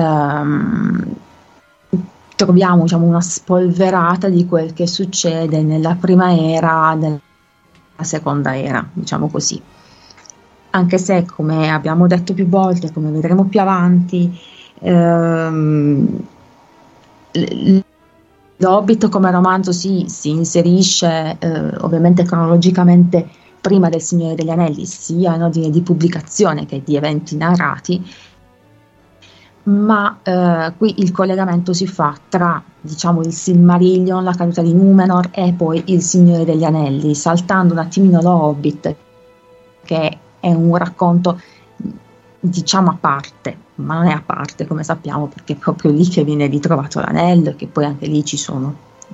troviamo, diciamo, una spolverata di quel che succede nella prima era, nella seconda era, diciamo così. Anche se, come abbiamo detto più volte, come vedremo più avanti, l'Hobbit come romanzo si inserisce ovviamente cronologicamente prima del Signore degli Anelli, sia in ordine di pubblicazione che di eventi narrati, ma qui il collegamento si fa tra, diciamo, il Silmarillion, la caduta di Numenor, e poi il Signore degli Anelli, saltando un attimino lo Hobbit, che è un racconto, diciamo, a parte, ma non è a parte, come sappiamo, perché è proprio lì che viene ritrovato l'anello, e che poi anche lì ci sono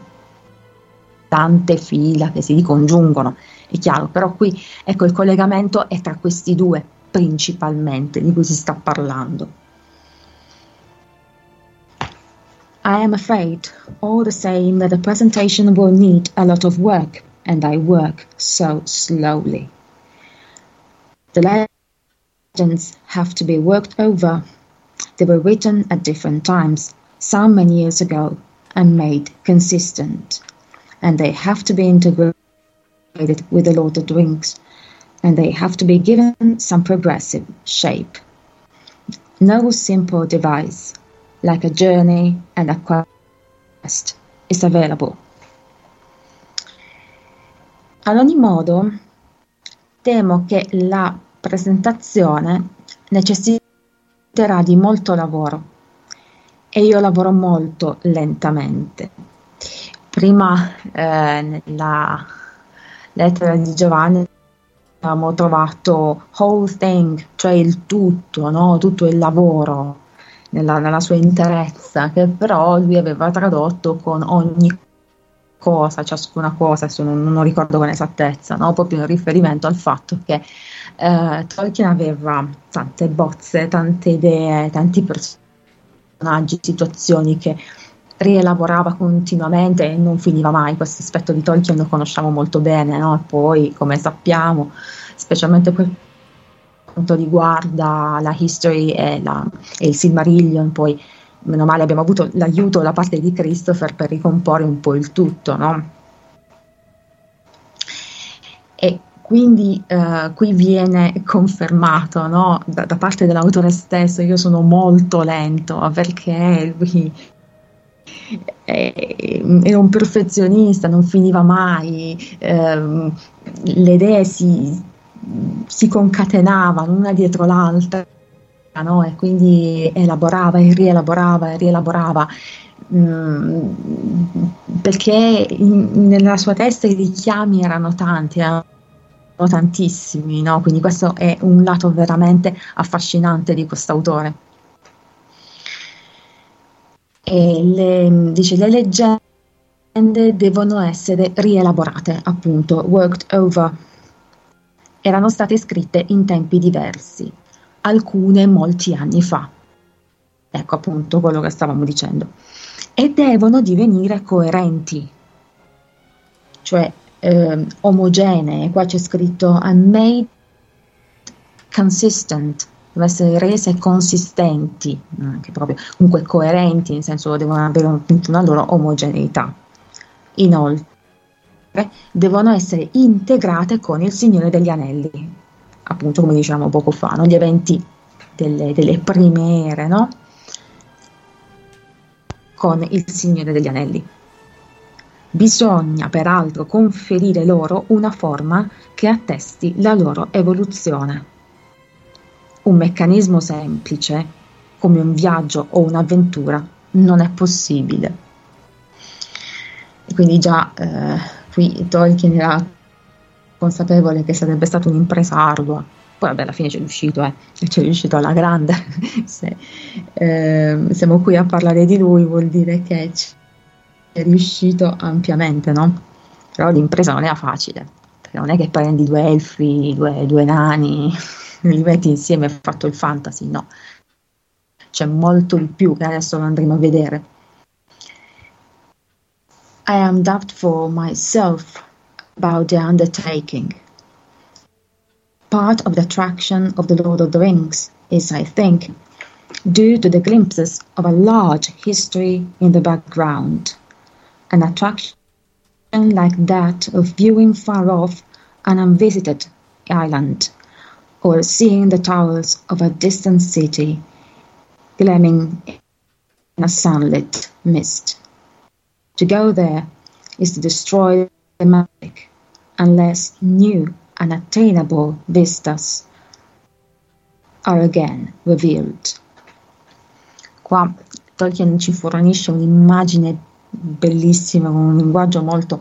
tante fila che si ricongiungono, è chiaro, però qui, ecco, il collegamento è tra questi due principalmente di cui si sta parlando. I am afraid, all the same, that the presentation will need a lot of work, and I work so slowly. The legends have to be worked over. They were written at different times, some many years ago, and made consistent. And they have to be integrated with the Lord of the Rings, and they have to be given some progressive shape. No simple device, like a journey and a quest, is available. Ad ogni modo, temo che la presentazione necessiterà di molto lavoro, e io lavoro molto lentamente. Prima nella lettera di Giovanni abbiamo trovato whole thing, cioè il tutto, no? Tutto il lavoro nella sua interezza, che però lui aveva tradotto con ogni cosa, ciascuna cosa, non ricordo con esattezza, no? Proprio in riferimento al fatto che Tolkien aveva tante bozze, tante idee, tanti personaggi, situazioni che rielaborava continuamente e non finiva mai. Questo aspetto di Tolkien lo conosciamo molto bene, no? E poi, come sappiamo, specialmente per quanto riguarda la History e il Silmarillion, poi meno male abbiamo avuto l'aiuto da parte di Christopher per ricomporre un po' il tutto, no? E quindi qui viene confermato, no? Da parte dell'autore stesso: io sono molto lento, perché lui era un perfezionista, non finiva mai, le idee si concatenavano una dietro l'altra, no? E quindi elaborava e rielaborava, perché nella sua testa i richiami erano tanti, erano tantissimi, no? Quindi questo è un lato veramente affascinante di quest'autore. E le leggende devono essere rielaborate, appunto, worked over. Erano state scritte in tempi diversi, alcune molti anni fa. Ecco appunto quello che stavamo dicendo. E devono divenire coerenti, cioè omogenee. Qua c'è scritto and made consistent, devono essere rese consistenti, anche proprio, comunque coerenti, nel senso devono avere una loro omogeneità. Inoltre devono essere integrate con il Signore degli Anelli, appunto, come dicevamo poco fa, no? Gli eventi delle prime ere, no? Con il Signore degli Anelli. Bisogna peraltro conferire loro una forma che attesti la loro evoluzione. Un meccanismo semplice, come un viaggio o un'avventura, non è possibile. E quindi già qui Tolkien era consapevole che sarebbe stata un'impresa ardua. Poi vabbè, alla fine c'è riuscito alla grande. Se siamo qui a parlare di lui, vuol dire che riuscito ampiamente, no? Però l'impresa non era facile, perché non è che prendi due elfi, due nani, li metti insieme e hai fatto il fantasy, no. C'è molto di più che adesso lo andremo a vedere. I am doubtful myself about the undertaking. Part of the attraction of the Lord of the Rings is, I think, due to the glimpses of a large history in the background. An attraction like that of viewing far off an unvisited island, or seeing the towers of a distant city gleaming in a sunlit mist. To go there is to destroy the magic, unless new and attainable vistas are again revealed. Qua Tolkien ci fornisce un'immagine bellissima, con un linguaggio molto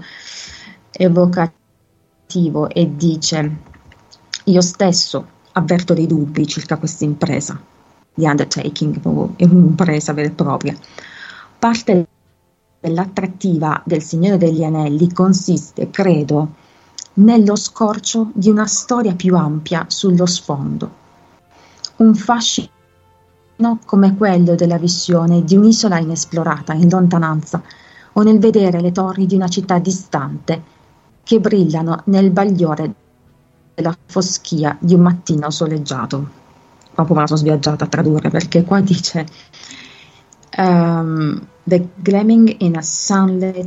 evocativo, e dice: io stesso avverto dei dubbi circa questa impresa di undertaking, è un'impresa vera e propria. Parte dell'attrattiva del Signore degli Anelli consiste, credo, nello scorcio di una storia più ampia sullo sfondo, un fascino come quello della visione di un'isola inesplorata in lontananza, o nel vedere le torri di una città distante che brillano nel bagliore della foschia di un mattino soleggiato. Proprio me la sono sviaggiata a tradurre, perché qua dice the gleaming in a sunlit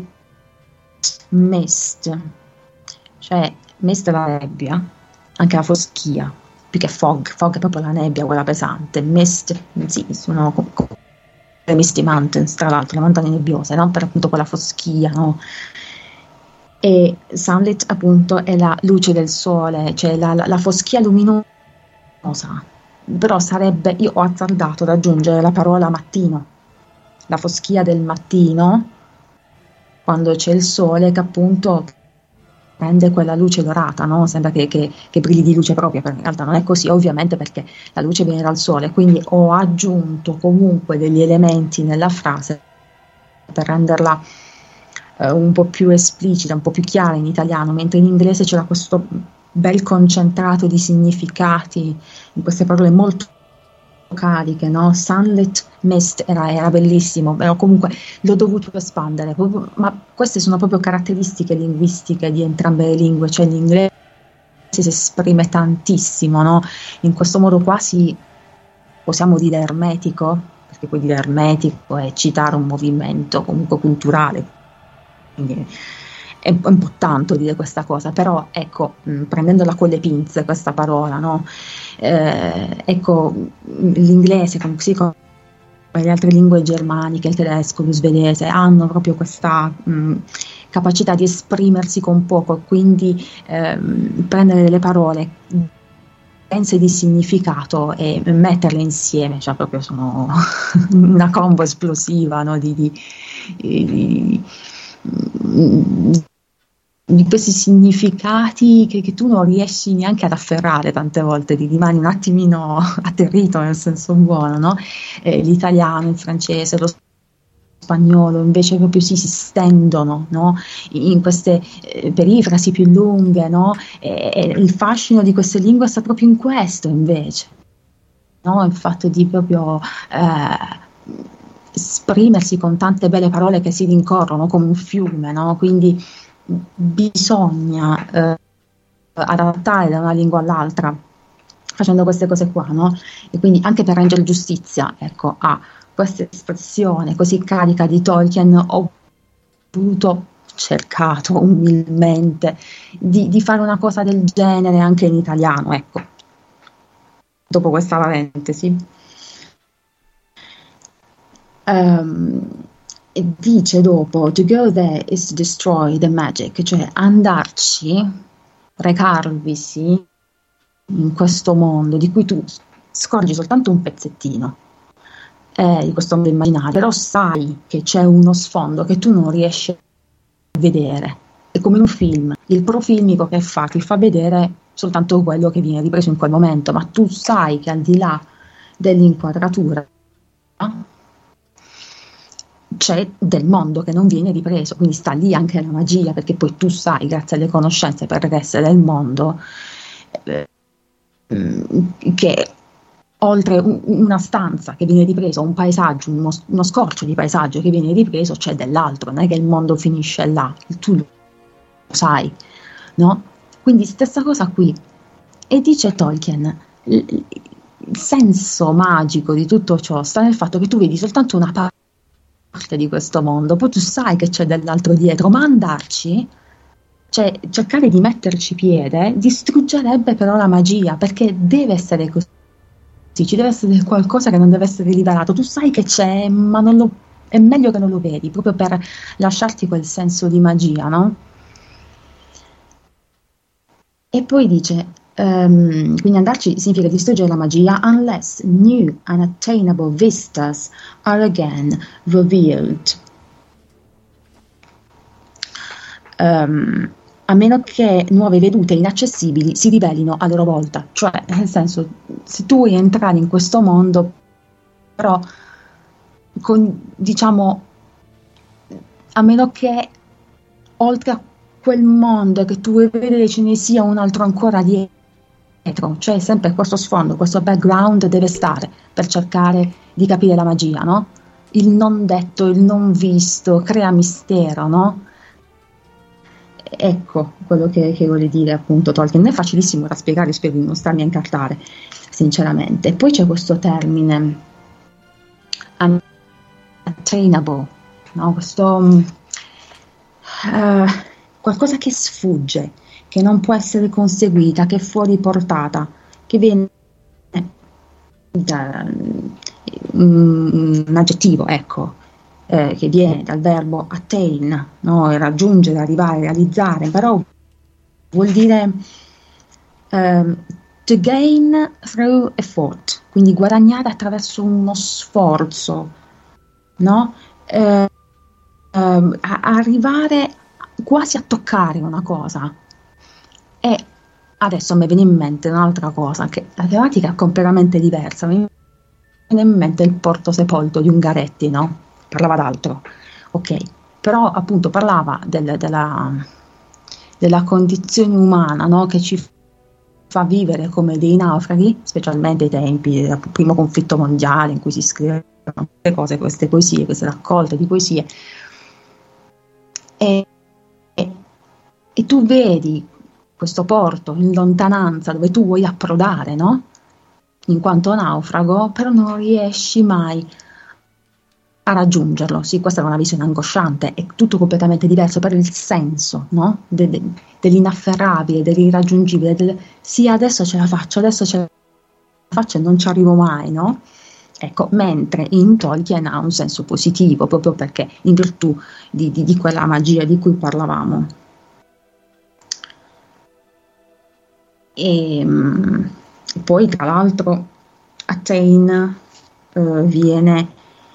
mist, cioè mist è la nebbia, anche la foschia, più che fog è proprio la nebbia, quella pesante. Mist, sì, sono le Misty Mountains, tra l'altro, le montagne nebbiose, no? Per appunto quella foschia, no? E sunlit appunto è la luce del sole, cioè la foschia luminosa. Però sarebbe, io ho azzardato ad aggiungere la parola mattino, la foschia del mattino, quando c'è il sole che appunto prende quella luce dorata, no? Sembra che brilli di luce propria, però in realtà non è così, ovviamente, perché la luce viene dal sole. Quindi ho aggiunto comunque degli elementi nella frase per renderla un po' più esplicita, un po' più chiara in italiano, mentre in inglese c'era questo bel concentrato di significati in queste parole molto cariche, no? Sunlit mist era bellissimo, però comunque l'ho dovuto espandere, ma queste sono proprio caratteristiche linguistiche di entrambe le lingue, cioè l'inglese si esprime tantissimo, no? In questo modo quasi possiamo dire ermetico, perché poi dire ermetico è citare un movimento comunque culturale, quindi è un po' tanto dire questa cosa, però ecco, prendendola con le pinze questa parola, no? Ecco, l'inglese, così come le altre lingue germaniche, il tedesco, lo svedese, hanno proprio questa capacità di esprimersi con poco, quindi prendere delle parole dense di significato e metterle insieme, cioè proprio sono una combo esplosiva, no? Di questi significati che tu non riesci neanche ad afferrare tante volte, ti rimani un attimino atterrito nel senso buono, no? L'italiano, il francese, lo spagnolo invece proprio si stendono, no? In queste perifrasi più lunghe, no? E il fascino di queste lingue sta proprio in questo, invece, no? Il fatto di proprio esprimersi con tante belle parole che si rincorrono come un fiume, no? Quindi bisogna adattare da una lingua all'altra facendo queste cose qua, no? E quindi anche per rendere giustizia, ecco, a questa espressione così carica di Tolkien ho cercato umilmente di fare una cosa del genere anche in italiano, ecco, dopo questa parentesi. E dice dopo, to go there is to destroy the magic, cioè andarci, recarvisi in questo mondo di cui tu scorgi soltanto un pezzettino di questo mondo immaginario, però sai che c'è uno sfondo che tu non riesci a vedere. È come un film, il profilmico che fa ti fa vedere soltanto quello che viene ripreso in quel momento, ma tu sai che al di là dell'inquadratura c'è del mondo che non viene ripreso, quindi sta lì anche la magia, perché poi tu sai, grazie alle conoscenze pregresse del mondo, che oltre una stanza che viene ripresa, un paesaggio, uno scorcio di paesaggio che viene ripreso, c'è dell'altro, non è che il mondo finisce là, tu lo sai, no? Quindi stessa cosa qui. E dice Tolkien, il senso magico di tutto ciò sta nel fatto che tu vedi soltanto una parte di questo mondo, poi tu sai che c'è dell'altro dietro, ma andarci, cioè cercare di metterci piede, distruggerebbe però la magia, perché deve essere così, ci deve essere qualcosa che non deve essere rivelato, tu sai che c'è, ma è meglio che non lo vedi, proprio per lasciarti quel senso di magia, no? E poi dice, quindi andarci significa distruggere la magia, unless new unattainable vistas are again revealed. A meno che nuove vedute inaccessibili si rivelino a loro volta, cioè nel senso, se tu vuoi entrare in questo mondo, però diciamo, a meno che oltre a quel mondo che tu vuoi vedere ce ne sia un altro ancora dietro, cioè sempre questo sfondo, questo background deve stare per cercare di capire la magia, no? Il non detto, il non visto crea mistero, no? Ecco quello che vuole dire appunto Tolkien. Non è facilissimo da spiegare, spero di non starmi a incartare sinceramente. Poi c'è questo termine unattainable, no? Questo qualcosa che sfugge, che non può essere conseguita, che è fuori portata, che viene da un aggettivo, ecco, che viene dal verbo attain, no? Raggiungere, arrivare, realizzare, però vuol dire to gain through effort, quindi guadagnare attraverso uno sforzo, no? Arrivare quasi a toccare una cosa. E adesso mi viene in mente un'altra cosa, che la tematica è completamente diversa. Mi viene in mente il Porto Sepolto di Ungaretti, no? Parlava d'altro, ok, però appunto parlava della condizione umana, no? Che ci fa vivere come dei naufraghi, specialmente ai tempi del primo conflitto mondiale, in cui si scrivevano queste cose, queste poesie, queste raccolte di poesie, e tu vedi questo porto in lontananza dove tu vuoi approdare, no? In quanto naufrago, però non riesci mai a raggiungerlo. Sì, questa è una visione angosciante, è tutto completamente diverso, per il senso, no? Dell'inafferrabile, dell'irraggiungibile, sì, adesso ce la faccio e non ci arrivo mai, no? Ecco, mentre in Tolkien ha un senso positivo, proprio perché in virtù di quella magia di cui parlavamo. E poi tra l'altro attain viene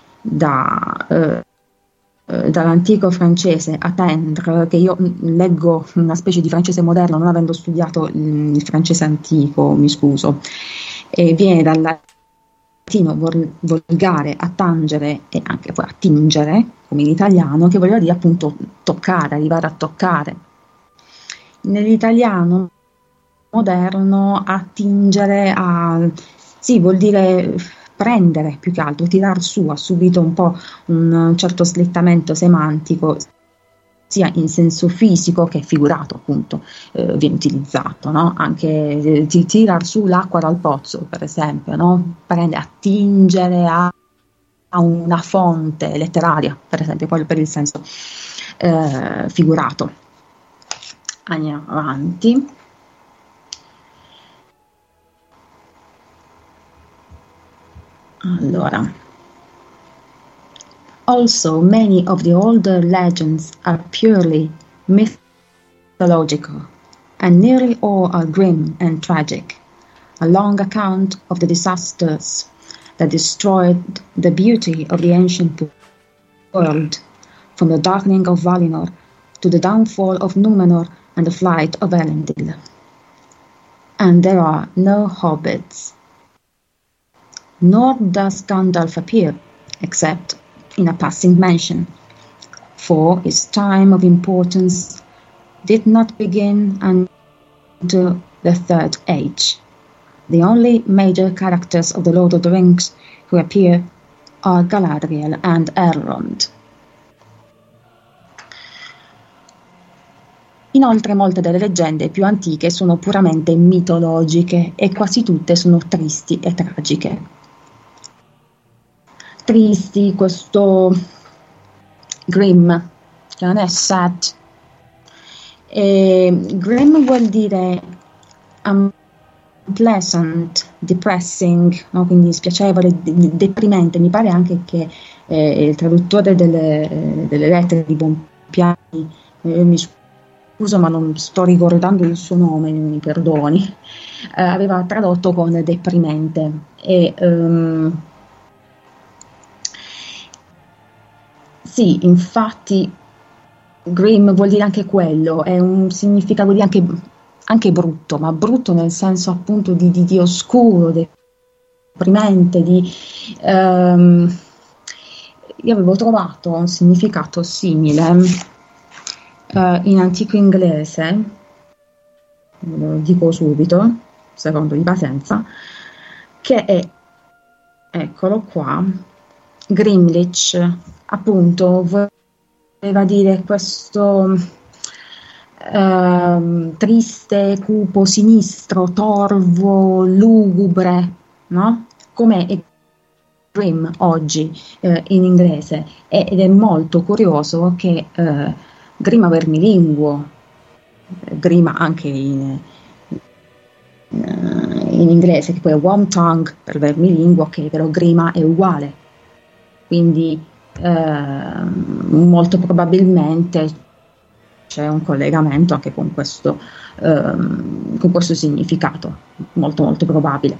dall'antico francese attendre, che io leggo una specie di francese moderno non avendo studiato il francese antico, mi scuso, e viene dal latino volgare, attangere e anche poi attingere, come in italiano, che voleva dire appunto toccare, arrivare a toccare. Nell'italiano moderno attingere sì, vuol dire prendere più che altro, tirar su, ha subito un po' un certo slittamento semantico, sia in senso fisico che figurato, appunto, viene utilizzato, no? Anche tirar su l'acqua dal pozzo, per esempio, no? Attingere a una fonte letteraria, per esempio, quello per il senso figurato. Andiamo avanti. Allora, also many of the older legends are purely mythological, and nearly all are grim and tragic. A long account of the disasters that destroyed the beauty of the ancient world, from the darkening of Valinor to the downfall of Númenor and the flight of Elendil. And there are no hobbits. Nor does Gandalf appear, except in a passing mention, for its time of importance did not begin until the Third Age. The only major characters of the Lord of the Rings who appear are Galadriel and Elrond. Inoltre molte delle leggende più antiche sono puramente mitologiche e quasi tutte sono tristi e tragiche. Tristi, questo grim, che non è sad. Grim vuol dire unpleasant, depressing, no? Quindi spiacevole, deprimente. Mi pare anche che il traduttore delle lettere di Bompiani, mi scuso ma non sto ricordando il suo nome, mi perdoni, aveva tradotto con deprimente. Sì, infatti grim vuol dire anche quello, è un significato di anche brutto, ma brutto nel senso appunto di oscuro, deprimente, io avevo trovato un significato simile in antico inglese, lo dico subito, secondo di pazienza, che è, eccolo qua, Grimlich, appunto, voleva dire questo triste, cupo, sinistro, torvo, lugubre, no? Come è grim oggi in inglese, ed è molto curioso che grima vermilinguo, grima anche in inglese, che poi è warm tongue per vermilinguo, che però grima è uguale, quindi molto probabilmente c'è un collegamento anche con questo significato, molto molto probabile.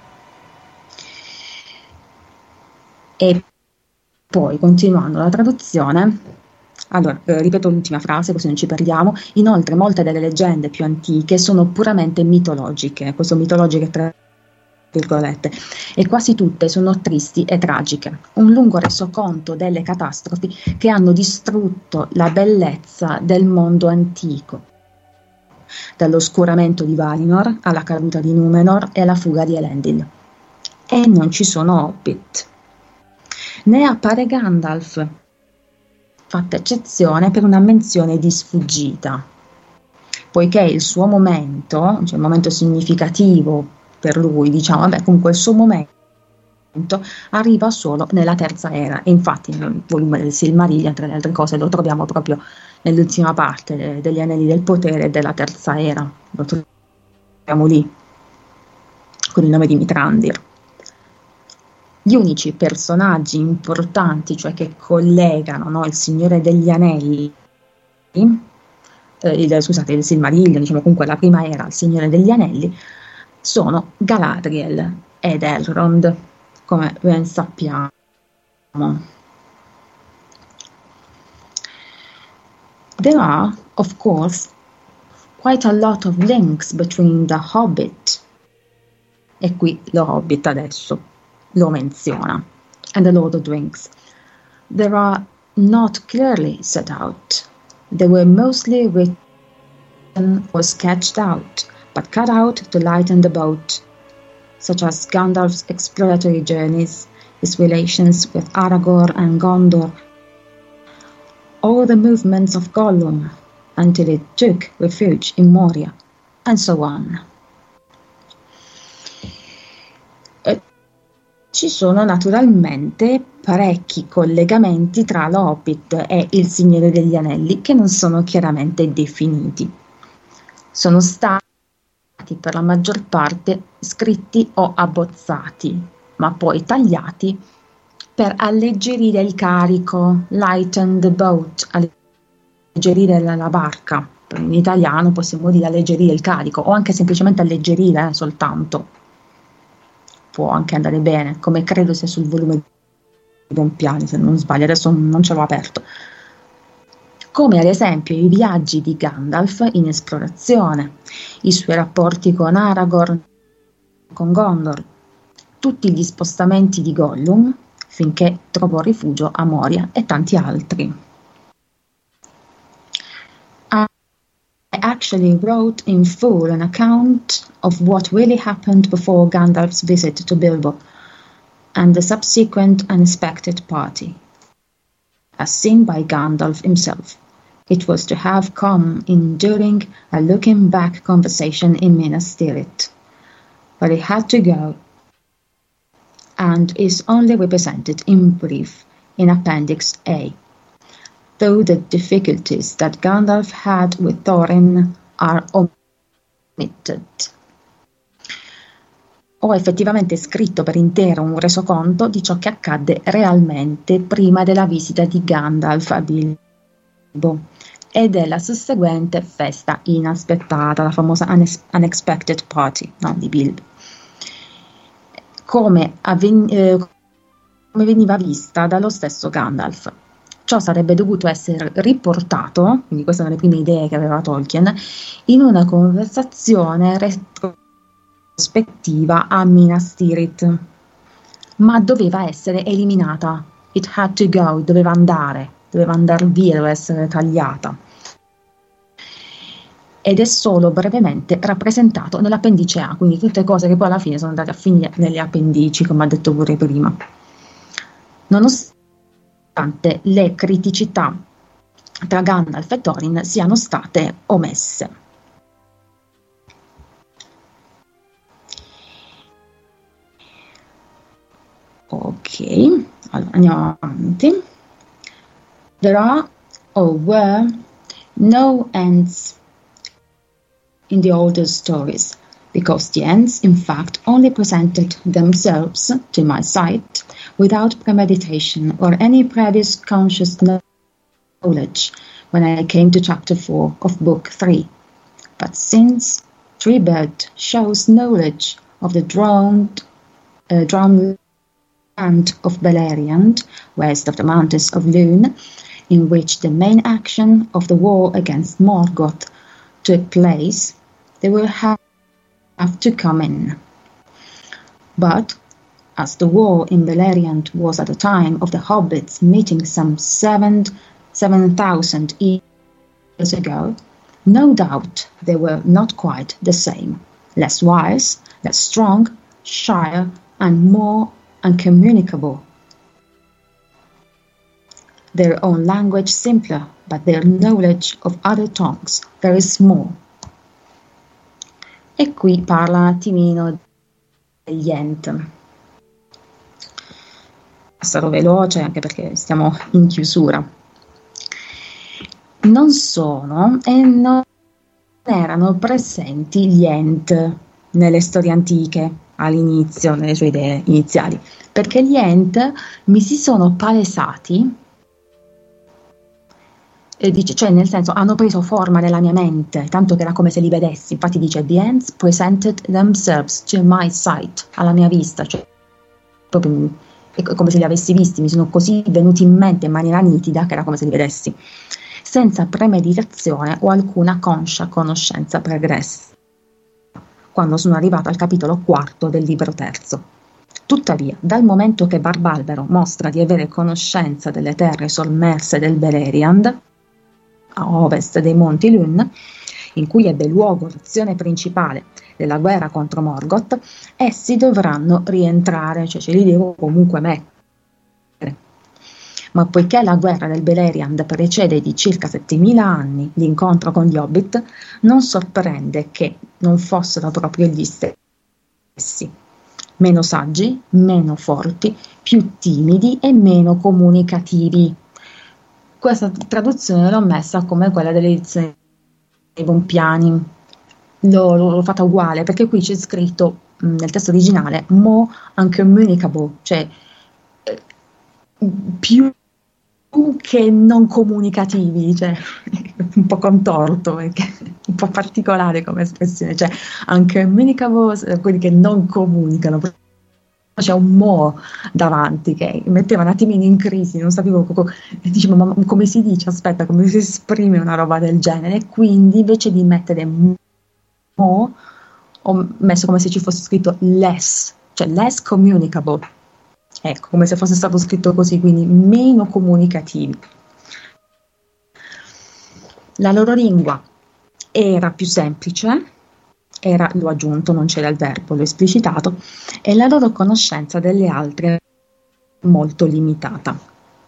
E poi, continuando la traduzione, allora ripeto l'ultima frase così non ci perdiamo. Inoltre molte delle leggende più antiche sono puramente mitologiche, questo mitologiche tra virgolette, e quasi tutte sono tristi e tragiche, un lungo resoconto delle catastrofi che hanno distrutto la bellezza del mondo antico, dall'oscuramento di Valinor alla caduta di Numenor e alla fuga di Elendil. E non ci sono hobbit. Ne appare Gandalf, fatta eccezione per una menzione di sfuggita, poiché il suo momento, cioè il momento significativo per lui, diciamo, vabbè, comunque il suo momento arriva solo nella terza era, e infatti nel volume del Silmarillion, tra le altre cose, lo troviamo proprio nell'ultima parte degli Anelli del Potere della terza era, lo troviamo lì con il nome di Mithrandir. Gli unici personaggi importanti, cioè che collegano, no, il Signore degli Anelli, il Silmarillion, diciamo comunque la prima era, il Signore degli Anelli, sono Galadriel ed Elrond, come ben sappiamo. There are, of course, quite a lot of links between the Hobbit, e qui lo Hobbit adesso lo menziona, and the Lord of the Rings. There are not clearly set out. They were mostly written or sketched out, but cut out to lighten the boat, such as Gandalf's exploratory journeys, his relations with Aragorn and Gondor, or the movements of Gollum until it took refuge in Moria, and so on. Ci sono naturalmente parecchi collegamenti tra l'Hobbit e il Signore degli Anelli che non sono chiaramente definiti. Sono stati per la maggior parte scritti o abbozzati, ma poi tagliati per alleggerire il carico, lighten the boat, alleggerire la barca. In italiano possiamo dire alleggerire il carico, o anche semplicemente alleggerire soltanto. Può anche andare bene, come credo sia sul volume di Bompiani, se non sbaglio, adesso non ce l'ho aperto. Come ad esempio i viaggi di Gandalf in esplorazione, i suoi rapporti con Aragorn, con Gondor, tutti gli spostamenti di Gollum finché trovò rifugio a Moria e tanti altri. I actually wrote in full an account of what really happened before Gandalf's visit to Bilbo and the subsequent unexpected party, as seen by Gandalf himself. It was to have come in during a looking back conversation in Minas Tirith, but he had to go, and is only represented in brief in Appendix A, though the difficulties that Gandalf had with Thorin are omitted. Ho effettivamente scritto per intero un resoconto di ciò che accadde realmente prima della visita di Gandalf a Bilbo e della susseguente festa inaspettata, la famosa Unexpected Party, no, di Bilbo. Come veniva vista dallo stesso Gandalf. Ciò sarebbe dovuto essere riportato, quindi queste sono le prime idee che aveva Tolkien, in una conversazione retrospettiva a Minas Tirith, ma doveva essere eliminata. It had to go, doveva andare via, doveva essere tagliata. Ed è solo brevemente rappresentato nell'appendice A, quindi tutte cose che poi alla fine sono andate a finire nelle appendici, come ha detto pure prima. Nonostante le criticità tra Gandalf e Thorin siano state omesse. Ok, allora andiamo avanti. There are or were no ends in the older stories, because the ends, in fact, only presented themselves to my sight without premeditation or any previous conscious knowledge when I came to chapter 4 of book 3. But since Treebird shows knowledge of the drowned land of Beleriand, west of the mountains of Lune, in which the main action of the war against Morgoth took place, they will have to come in. But as the war in Beleriand was at the time of the hobbits meeting some 7,000 years ago, no doubt they were not quite the same, less wise, less strong, shyer, and more uncommunicable. Their own language simpler, but their knowledge of other tongues very small. E qui parla un attimino degli Ent. Sarò veloce anche perché stiamo in chiusura. Non sono e non erano presenti gli Ent nelle storie antiche all'inizio, nelle sue idee iniziali, perché gli Ent mi si sono palesati, dice, cioè nel senso hanno preso forma nella mia mente, tanto che era come se li vedessi. Infatti dice the Ents presented themselves to my sight, alla mia vista, cioè proprio è come se li avessi visti, mi sono così venuti in mente in maniera nitida che era come se li vedessi, senza premeditazione o alcuna conscia conoscenza pregressa, quando sono arrivato al capitolo 4 del libro 3. Tuttavia, dal momento che Barbalbero mostra di avere conoscenza delle terre sommerse del Beleriand, a ovest dei monti Lune, in cui ebbe luogo l'azione principale della guerra contro Morgoth, essi dovranno rientrare, cioè ce li devo comunque mettere. Ma poiché la guerra del Beleriand precede di circa 7.000 anni l'incontro con gli Hobbit, non sorprende che non fossero proprio gli stessi, meno saggi, meno forti, più timidi e meno comunicativi. Questa traduzione l'ho messa come quella delle edizioni dei Bompiani, l'ho fatta uguale perché qui c'è scritto nel testo originale more uncommunicable, cioè più che non comunicativi, cioè un po' contorto, perché un po' particolare come espressione, cioè uncommunicable, quelli che non comunicano. C'è un mo davanti che mi metteva un attimino in crisi, non sapevo dicevo, ma come si dice, aspetta, come si esprime una roba del genere, e quindi invece di mettere mo ho messo come se ci fosse scritto less, cioè less communicable, Ecco, come se fosse stato scritto così, quindi meno comunicativi. La loro lingua era più semplice, l'ho aggiunto, non c'era il verbo, l'ho esplicitato, e la loro conoscenza delle altre molto limitata.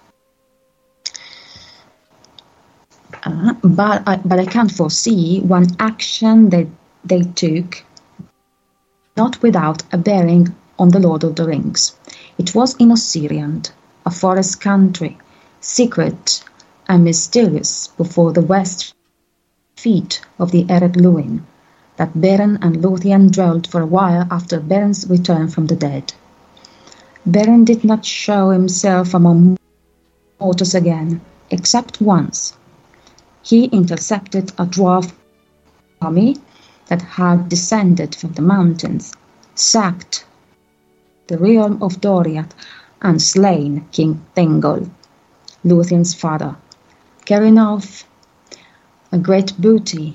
But I can't foresee one action that they took not without a bearing on the Lord of the Rings. It was in Ossiriand, a forest country, secret and mysterious before the west feet of the Ered Luin, that Beren and Luthien dwelt for a while after Beren's return from the dead. Beren did not show himself among mortals again, except once. He intercepted a dwarf army that had descended from the mountains, sacked the realm of Doriath, and slain King Thingol, Luthien's father, carrying off a great booty,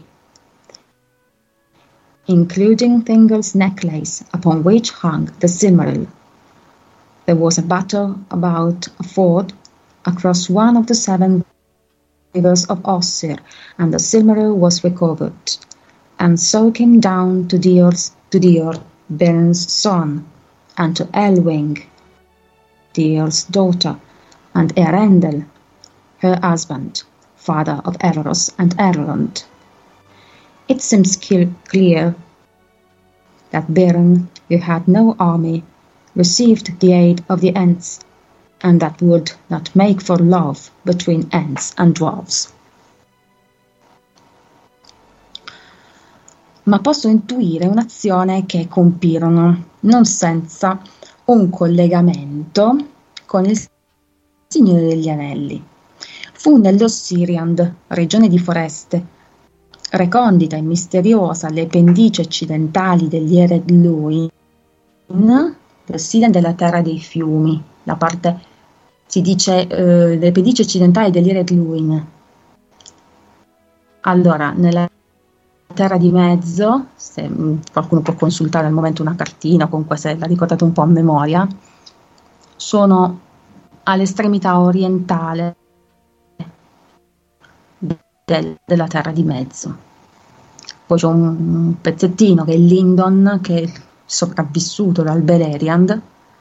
including Thingol's necklace, upon which hung the Silmaril. There was a battle about a ford across one of the 7 rivers of Ossir, and the Silmaril was recovered, and so came down to Dior, Beren's son, and to Elwing, Dior's daughter, and Eärendil, her husband, father of Eros and Elrond. It seems clear that Beren, who had no army, received the aid of the Ents, and that would not make for love between Ents and Dwarves. Ma posso intuire un'azione che compirono, non senza un collegamento con il Signore degli Anelli. Fu nell'Ossiriand, regione di foreste, recondita e misteriosa alle pendici occidentali degli Ered Luin, l'Ossiriand della terra dei fiumi, la parte, si dice, le pendici occidentali degli Ered Luin. Allora, nella terra di mezzo, se qualcuno può consultare al momento una cartina, comunque se la ricordate un po' a memoria, sono all'estremità orientale della terra di mezzo. Poi c'è un pezzettino che è Lindon, che è sopravvissuto dal Beleriand,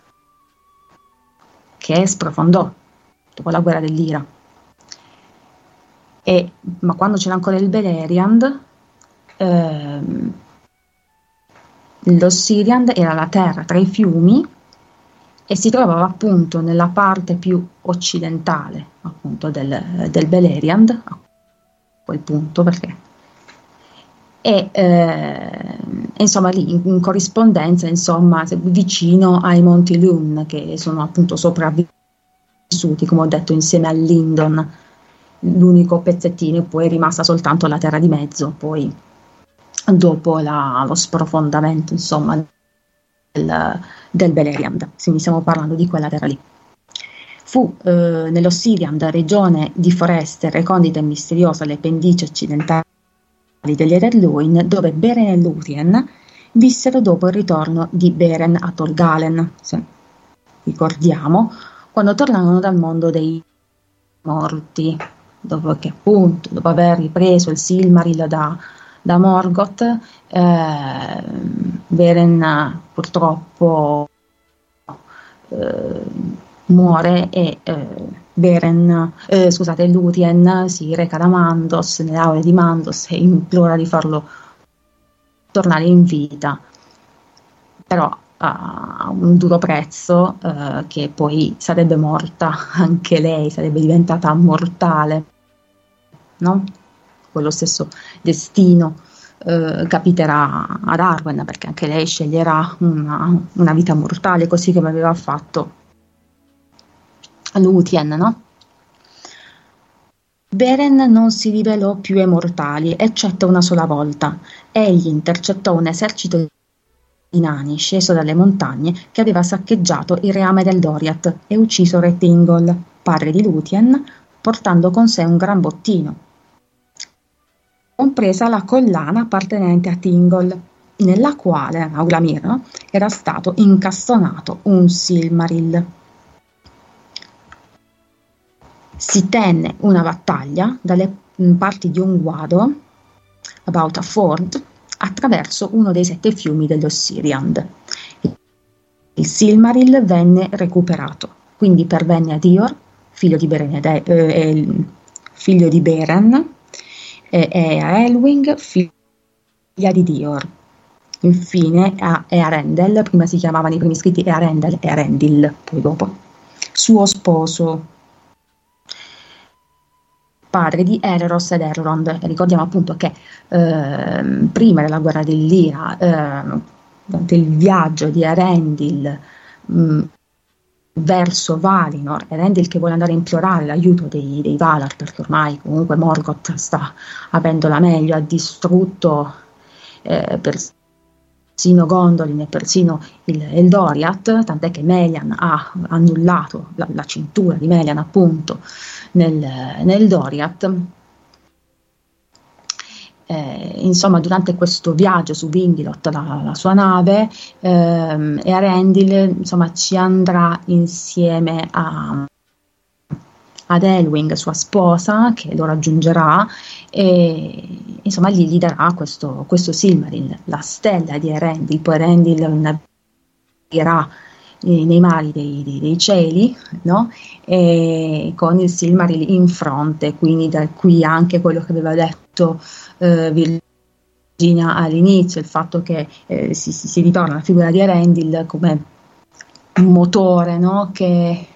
che sprofondò dopo la guerra dell'Ira. Ma quando c'era ancora il Beleriand, l'Ossiriand era la terra tra i fiumi e si trovava appunto nella parte più occidentale appunto del Beleriand, a quel punto, perché insomma lì in corrispondenza, insomma, vicino ai Monti Lun, che sono appunto sopravvissuti, come ho detto, insieme a Lindon, l'unico pezzettino, e poi è rimasta soltanto la terra di mezzo, poi dopo lo sprofondamento, insomma, del Beleriand. Quindi stiamo parlando di quella terra lì. Fu nell'Ossiriand, regione di foreste recondita e misteriosa alle pendici occidentali degli Ered Luin, dove Beren e Luthien vissero dopo il ritorno di Beren a Tol Galen, se ricordiamo, quando tornarono dal mondo dei morti, dopo aver ripreso il Silmaril da Morgoth. Beren purtroppo muore e Luthien si reca da Mandos, nelle aule di Mandos, e implora di farlo tornare in vita, però a un duro prezzo, che poi sarebbe morta anche lei, sarebbe diventata mortale, no? Quello stesso destino capiterà ad Arwen, perché anche lei sceglierà una vita mortale, così come aveva fatto Luthien, no? Beren non si rivelò più ai mortali, eccetto una sola volta. Egli intercettò un esercito di nani sceso dalle montagne che aveva saccheggiato il reame del Doriath e ucciso Re Thingol, padre di Luthien, portando con sé un gran bottino, compresa la collana appartenente a Thingol, nella quale, Auglamir, era stato incastonato un Silmaril. si tenne una battaglia dalle parti di un guado, about a ford, attraverso uno dei 7 fiumi degli Ossiriand. Il Silmaril venne recuperato, quindi pervenne a Dior, figlio di Beren, e a Elwing, figlia di Dior. Infine a Earendel, prima si chiamavano i primi scritti Earendel e Earendil, poi dopo, suo sposo, padre di Eleros ed Elrond. E ricordiamo appunto che prima della guerra dell'Ira, durante il viaggio di Earendil verso Valinor, Earendil che vuole andare a implorare l'aiuto dei Valar, perché ormai Morgoth sta avendo la meglio, ha distrutto persino Gondolin e persino il Doriath, tant'è che Melian ha annullato la cintura di Melian appunto nel Doriath. Insomma, durante questo viaggio su Vingilot, la sua nave, Earendil ci andrà insieme ad Elwing, sua sposa, che lo raggiungerà e insomma gli darà questo Silmaril, la stella di Earendil. Poi Earendil navigherà nei mari dei cieli, no? E con il Silmaril in fronte, quindi da qui anche quello che aveva detto Virginia all'inizio, il fatto che si ritorna alla figura di Earendil come un motore, no? Che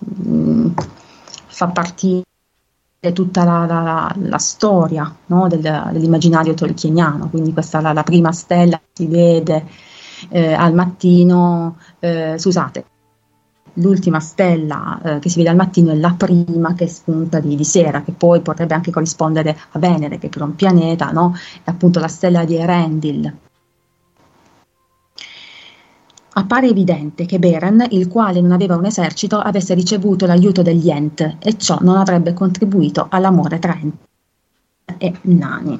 fa partire tutta la storia, no? dell'immaginario tolkieniano. Quindi questa la prima stella si vede al mattino, scusate, l'ultima stella che si vede al mattino è la prima che spunta di sera, che poi potrebbe anche corrispondere a Venere, che è però un pianeta, no? È appunto la stella di Earendil. Appare evidente che Beren, il quale non aveva un esercito, avesse ricevuto l'aiuto degli Ent, e ciò non avrebbe contribuito all'amore tra Ent e Nani.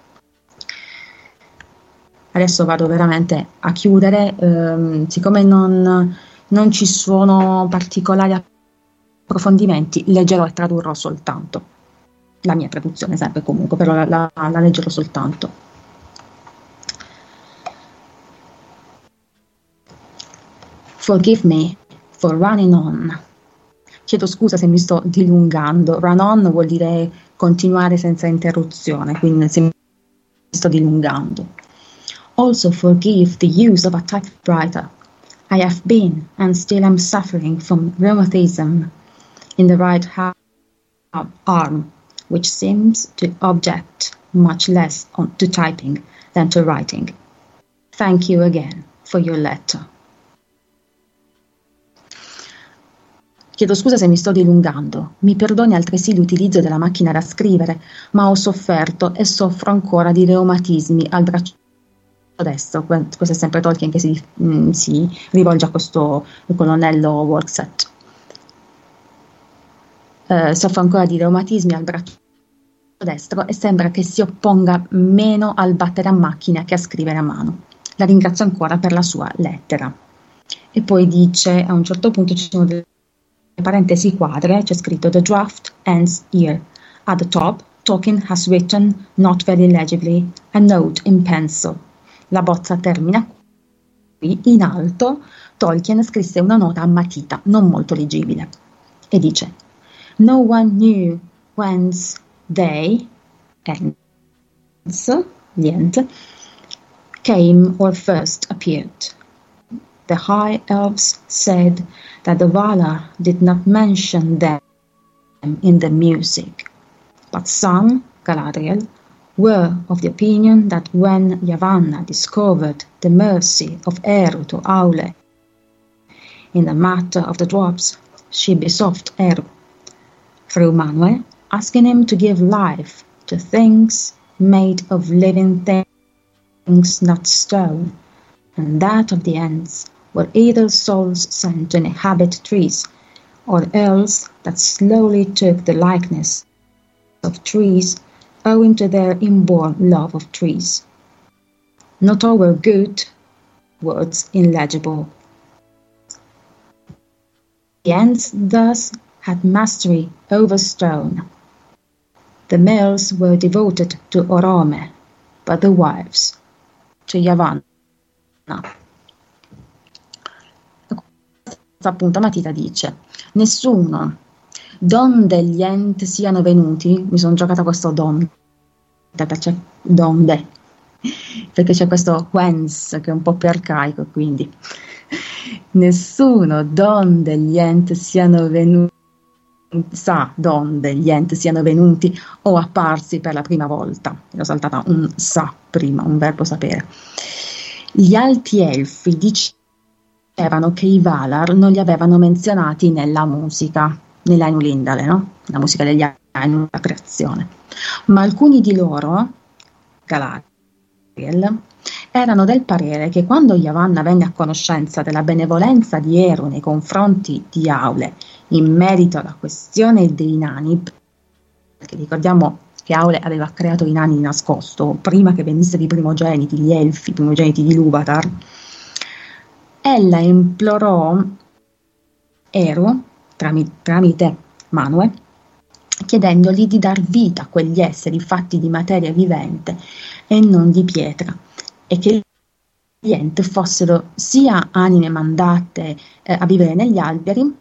Adesso vado veramente a chiudere, siccome non ci sono particolari approfondimenti, leggerò e tradurrò soltanto. La mia traduzione sempre comunque, però la leggerò soltanto. Forgive me for running on. Chiedo scusa se mi sto dilungando. Run on vuol dire continuare senza interruzione, quindi se mi sto dilungando. Also forgive the use of a typewriter. I have been and still am suffering from rheumatism in the right arm, which seems to object much less to typing than to writing. Thank you again for your letter. Chiedo scusa se mi sto dilungando. Mi perdoni altresì l'utilizzo della macchina da scrivere, ma ho sofferto e soffro ancora di reumatismi al braccio destro. Questo è sempre Tolkien che si rivolge a questo colonnello Worksett. Soffro ancora di reumatismi al braccio destro e sembra che si opponga meno al battere a macchina che a scrivere a mano. La ringrazio ancora per la sua lettera. E poi dice, a un certo punto ci sono delle parentesi quadre, c'è scritto The draft ends here. At the top, Tolkien has written, not very legibly, a note in pencil. La bozza termina qui. In alto, Tolkien scrisse una nota a matita, non molto leggibile, e dice No one knew whence they, gli Ent, came or first appeared. The High Elves said that the Valar did not mention them in the music, but some, Galadriel, were of the opinion that when Yavanna discovered the mercy of Eru to Aule in the matter of the dwarfs, she besought Eru through Manwë, asking him to give life to things made of living things, not stone, and that of the Ents were either souls sent to inhabit trees, or elves that slowly took the likeness of trees owing to their inborn love of trees. Not all were good, words illegible. The Ents thus had mastery over stone. The males were devoted to Orome, but the wives to Yavanna. Appunto Matita dice: nessuno, donde gli ent siano venuti, mi sono giocata questo donde, perché c'è questo whence che è un po' più arcaico, quindi nessuno donde gli ent siano venuti sa donde gli ent siano venuti o apparsi per la prima volta. L'ho saltata un sa prima, un verbo sapere. Gli alti elfi dicevano che i Valar non li avevano menzionati nella musica, nell'Ainulindale, no? La musica degli Ainur, la creazione. Ma alcuni di loro, Galadriel, erano del parere che quando Yavanna venne a conoscenza della benevolenza di Eru nei confronti di Aule in merito alla questione dei nani, perché ricordiamo che Aule aveva creato i nani di nascosto prima che venissero i primogeniti, gli elfi, i primogeniti di Ilúvatar, ella implorò Eru tramite Manwë, chiedendogli di dar vita a quegli esseri fatti di materia vivente e non di pietra, e che gli Ent fossero sia anime mandate a vivere negli alberi,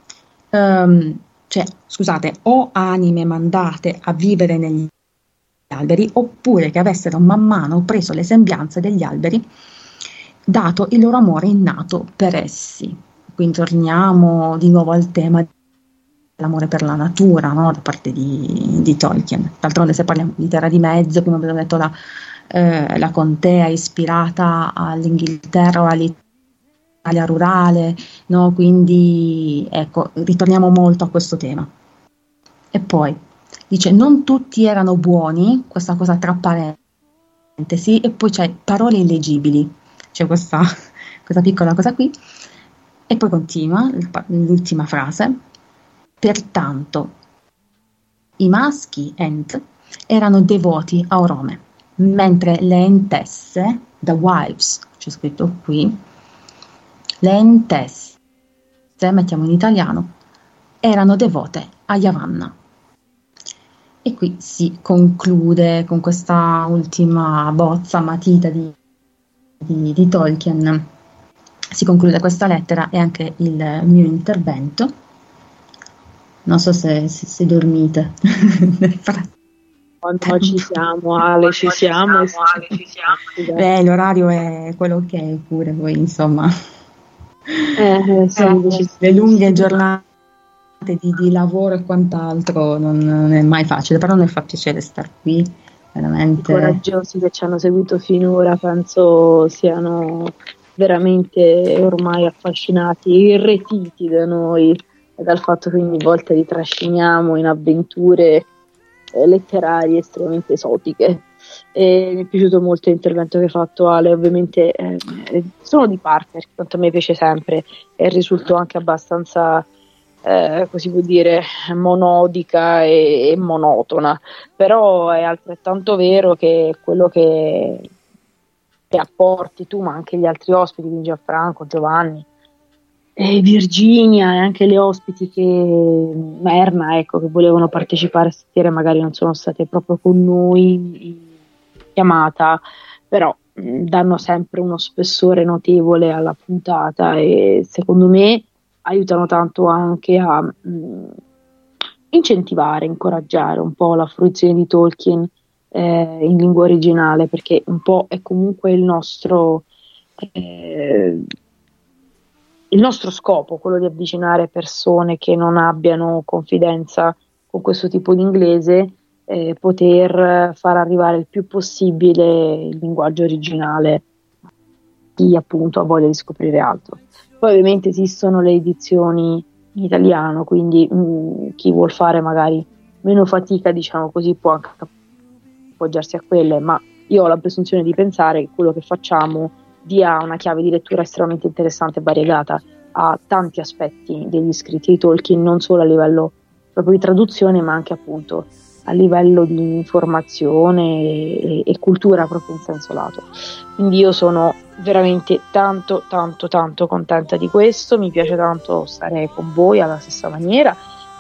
o anime mandate a vivere negli alberi, oppure che avessero man mano preso le sembianze degli alberi, dato il loro amore innato per essi. Quindi torniamo di nuovo al tema dell'amore per la natura, no? Da parte di Tolkien. D'altronde, se parliamo di Terra di Mezzo, come abbiamo detto, la contea ispirata all'Inghilterra o all'Italia rurale, no? Quindi ecco, ritorniamo molto a questo tema. E poi dice: non tutti erano buoni, questa cosa tra parentesi, e poi c'è parole illegibili, c'è questa piccola cosa qui, e poi continua l'ultima frase: pertanto i maschi Ent erano devoti a Orome, mentre le entesse, the wives, c'è scritto qui, le entesse, mettiamo in italiano, erano devote a Yavanna. E qui si conclude con questa ultima bozza matita di Tolkien, si conclude questa lettera e anche il mio intervento. Non so se dormite nel frattempo. No, ci siamo, Ale, ci siamo. L'orario è quello che è, pure voi, insomma. Sì. Le lunghe giornate di lavoro e quant'altro non è mai facile, però mi fa piacere star qui, veramente. I coraggiosi che ci hanno seguito finora penso siano veramente ormai affascinati, irretiti da noi e dal fatto che ogni volta li trasciniamo in avventure letterarie estremamente esotiche. E mi è piaciuto molto l'intervento che ha fatto Ale. Ovviamente sono di parte, perché tanto a me piace sempre e risulto anche abbastanza così può dire monodica e monotona, però è altrettanto vero che quello che apporti tu, ma anche gli altri ospiti, quindi Gianfranco, Giovanni e Virginia, e anche le ospiti che Merna, ecco, che volevano partecipare stasera, magari non sono state proprio con noi in chiamata, però danno sempre uno spessore notevole alla puntata e secondo me aiutano tanto anche a incentivare, incoraggiare un po' la fruizione di Tolkien in lingua originale, perché un po' è comunque il nostro scopo, quello di avvicinare persone che non abbiano confidenza con questo tipo di inglese, poter far arrivare il più possibile il linguaggio originale a chi appunto ha voglia di scoprire altro. Poi ovviamente esistono le edizioni in italiano, quindi chi vuol fare magari meno fatica, diciamo così, può anche appoggiarsi a quelle, ma io ho la presunzione di pensare che quello che facciamo dia una chiave di lettura estremamente interessante e variegata a tanti aspetti degli scritti di Tolkien, non solo a livello proprio di traduzione, ma anche appunto a livello di informazione e cultura proprio in senso lato. Quindi io sono veramente tanto contenta di questo, mi piace tanto stare con voi alla stessa maniera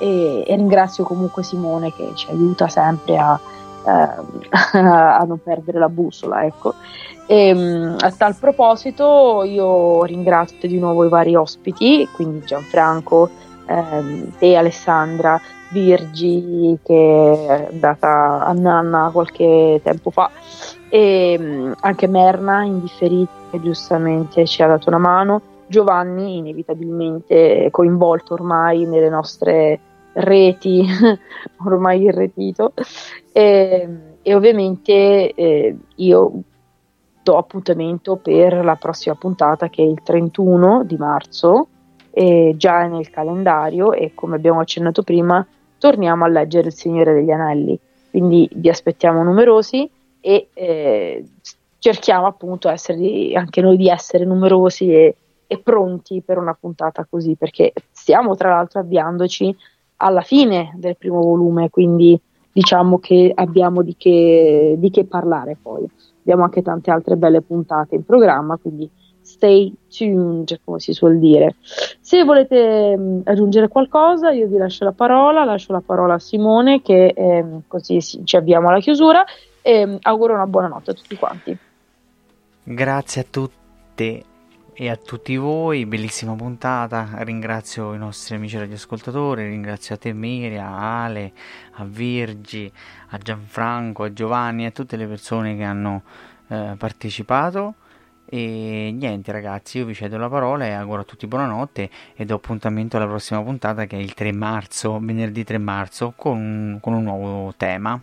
e ringrazio comunque Simone che ci aiuta sempre a non perdere la bussola, ecco. A tal proposito io ringrazio di nuovo i vari ospiti, quindi Gianfranco, te Alessandra, Virgi che è andata a Nanna qualche tempo fa, e anche Merna indifferita che giustamente ci ha dato una mano, Giovanni inevitabilmente coinvolto ormai nelle nostre reti ormai irretito, e ovviamente io do appuntamento per la prossima puntata che è il 31 di marzo, già nel calendario, e come abbiamo accennato prima torniamo a leggere Il Signore degli Anelli, quindi vi aspettiamo numerosi e cerchiamo appunto anche noi di essere numerosi e pronti per una puntata così, perché stiamo tra l'altro avviandoci alla fine del primo volume, quindi diciamo che abbiamo di che parlare. Poi abbiamo anche tante altre belle puntate in programma, quindi stay tuned, come si suol dire. Se volete aggiungere qualcosa io vi lascio la parola a Simone, che così ci avviamo alla chiusura, e auguro una buona notte a tutti quanti. Grazie a tutte e a tutti voi, bellissima puntata. Ringrazio i nostri amici radioascoltatori, ringrazio a te Miria, a Ale, a Virgi, a Gianfranco, a Giovanni, a tutte le persone che hanno partecipato. E niente ragazzi, io vi cedo la parola e auguro a tutti buonanotte e do appuntamento alla prossima puntata, che è il 3 marzo, venerdì 3 marzo, con un nuovo tema.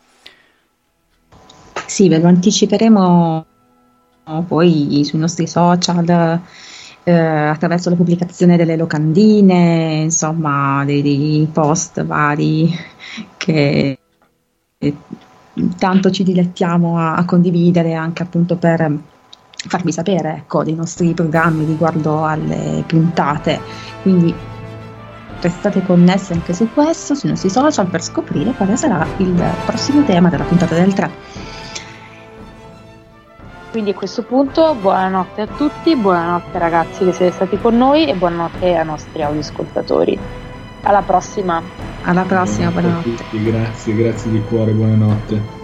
Sì, ve lo anticiperemo poi sui nostri social, attraverso la pubblicazione delle locandine, insomma dei post vari che tanto ci dilettiamo a condividere, anche appunto per farvi sapere, ecco, dei nostri programmi riguardo alle puntate. Quindi restate connessi anche su questo, sui nostri social, per scoprire quale sarà il prossimo tema della puntata del 3. Quindi a questo punto buonanotte a tutti, buonanotte ragazzi che siete stati con noi e buonanotte ai nostri audioascoltatori. Alla prossima. Alla prossima, buonanotte. Grazie di cuore, buonanotte.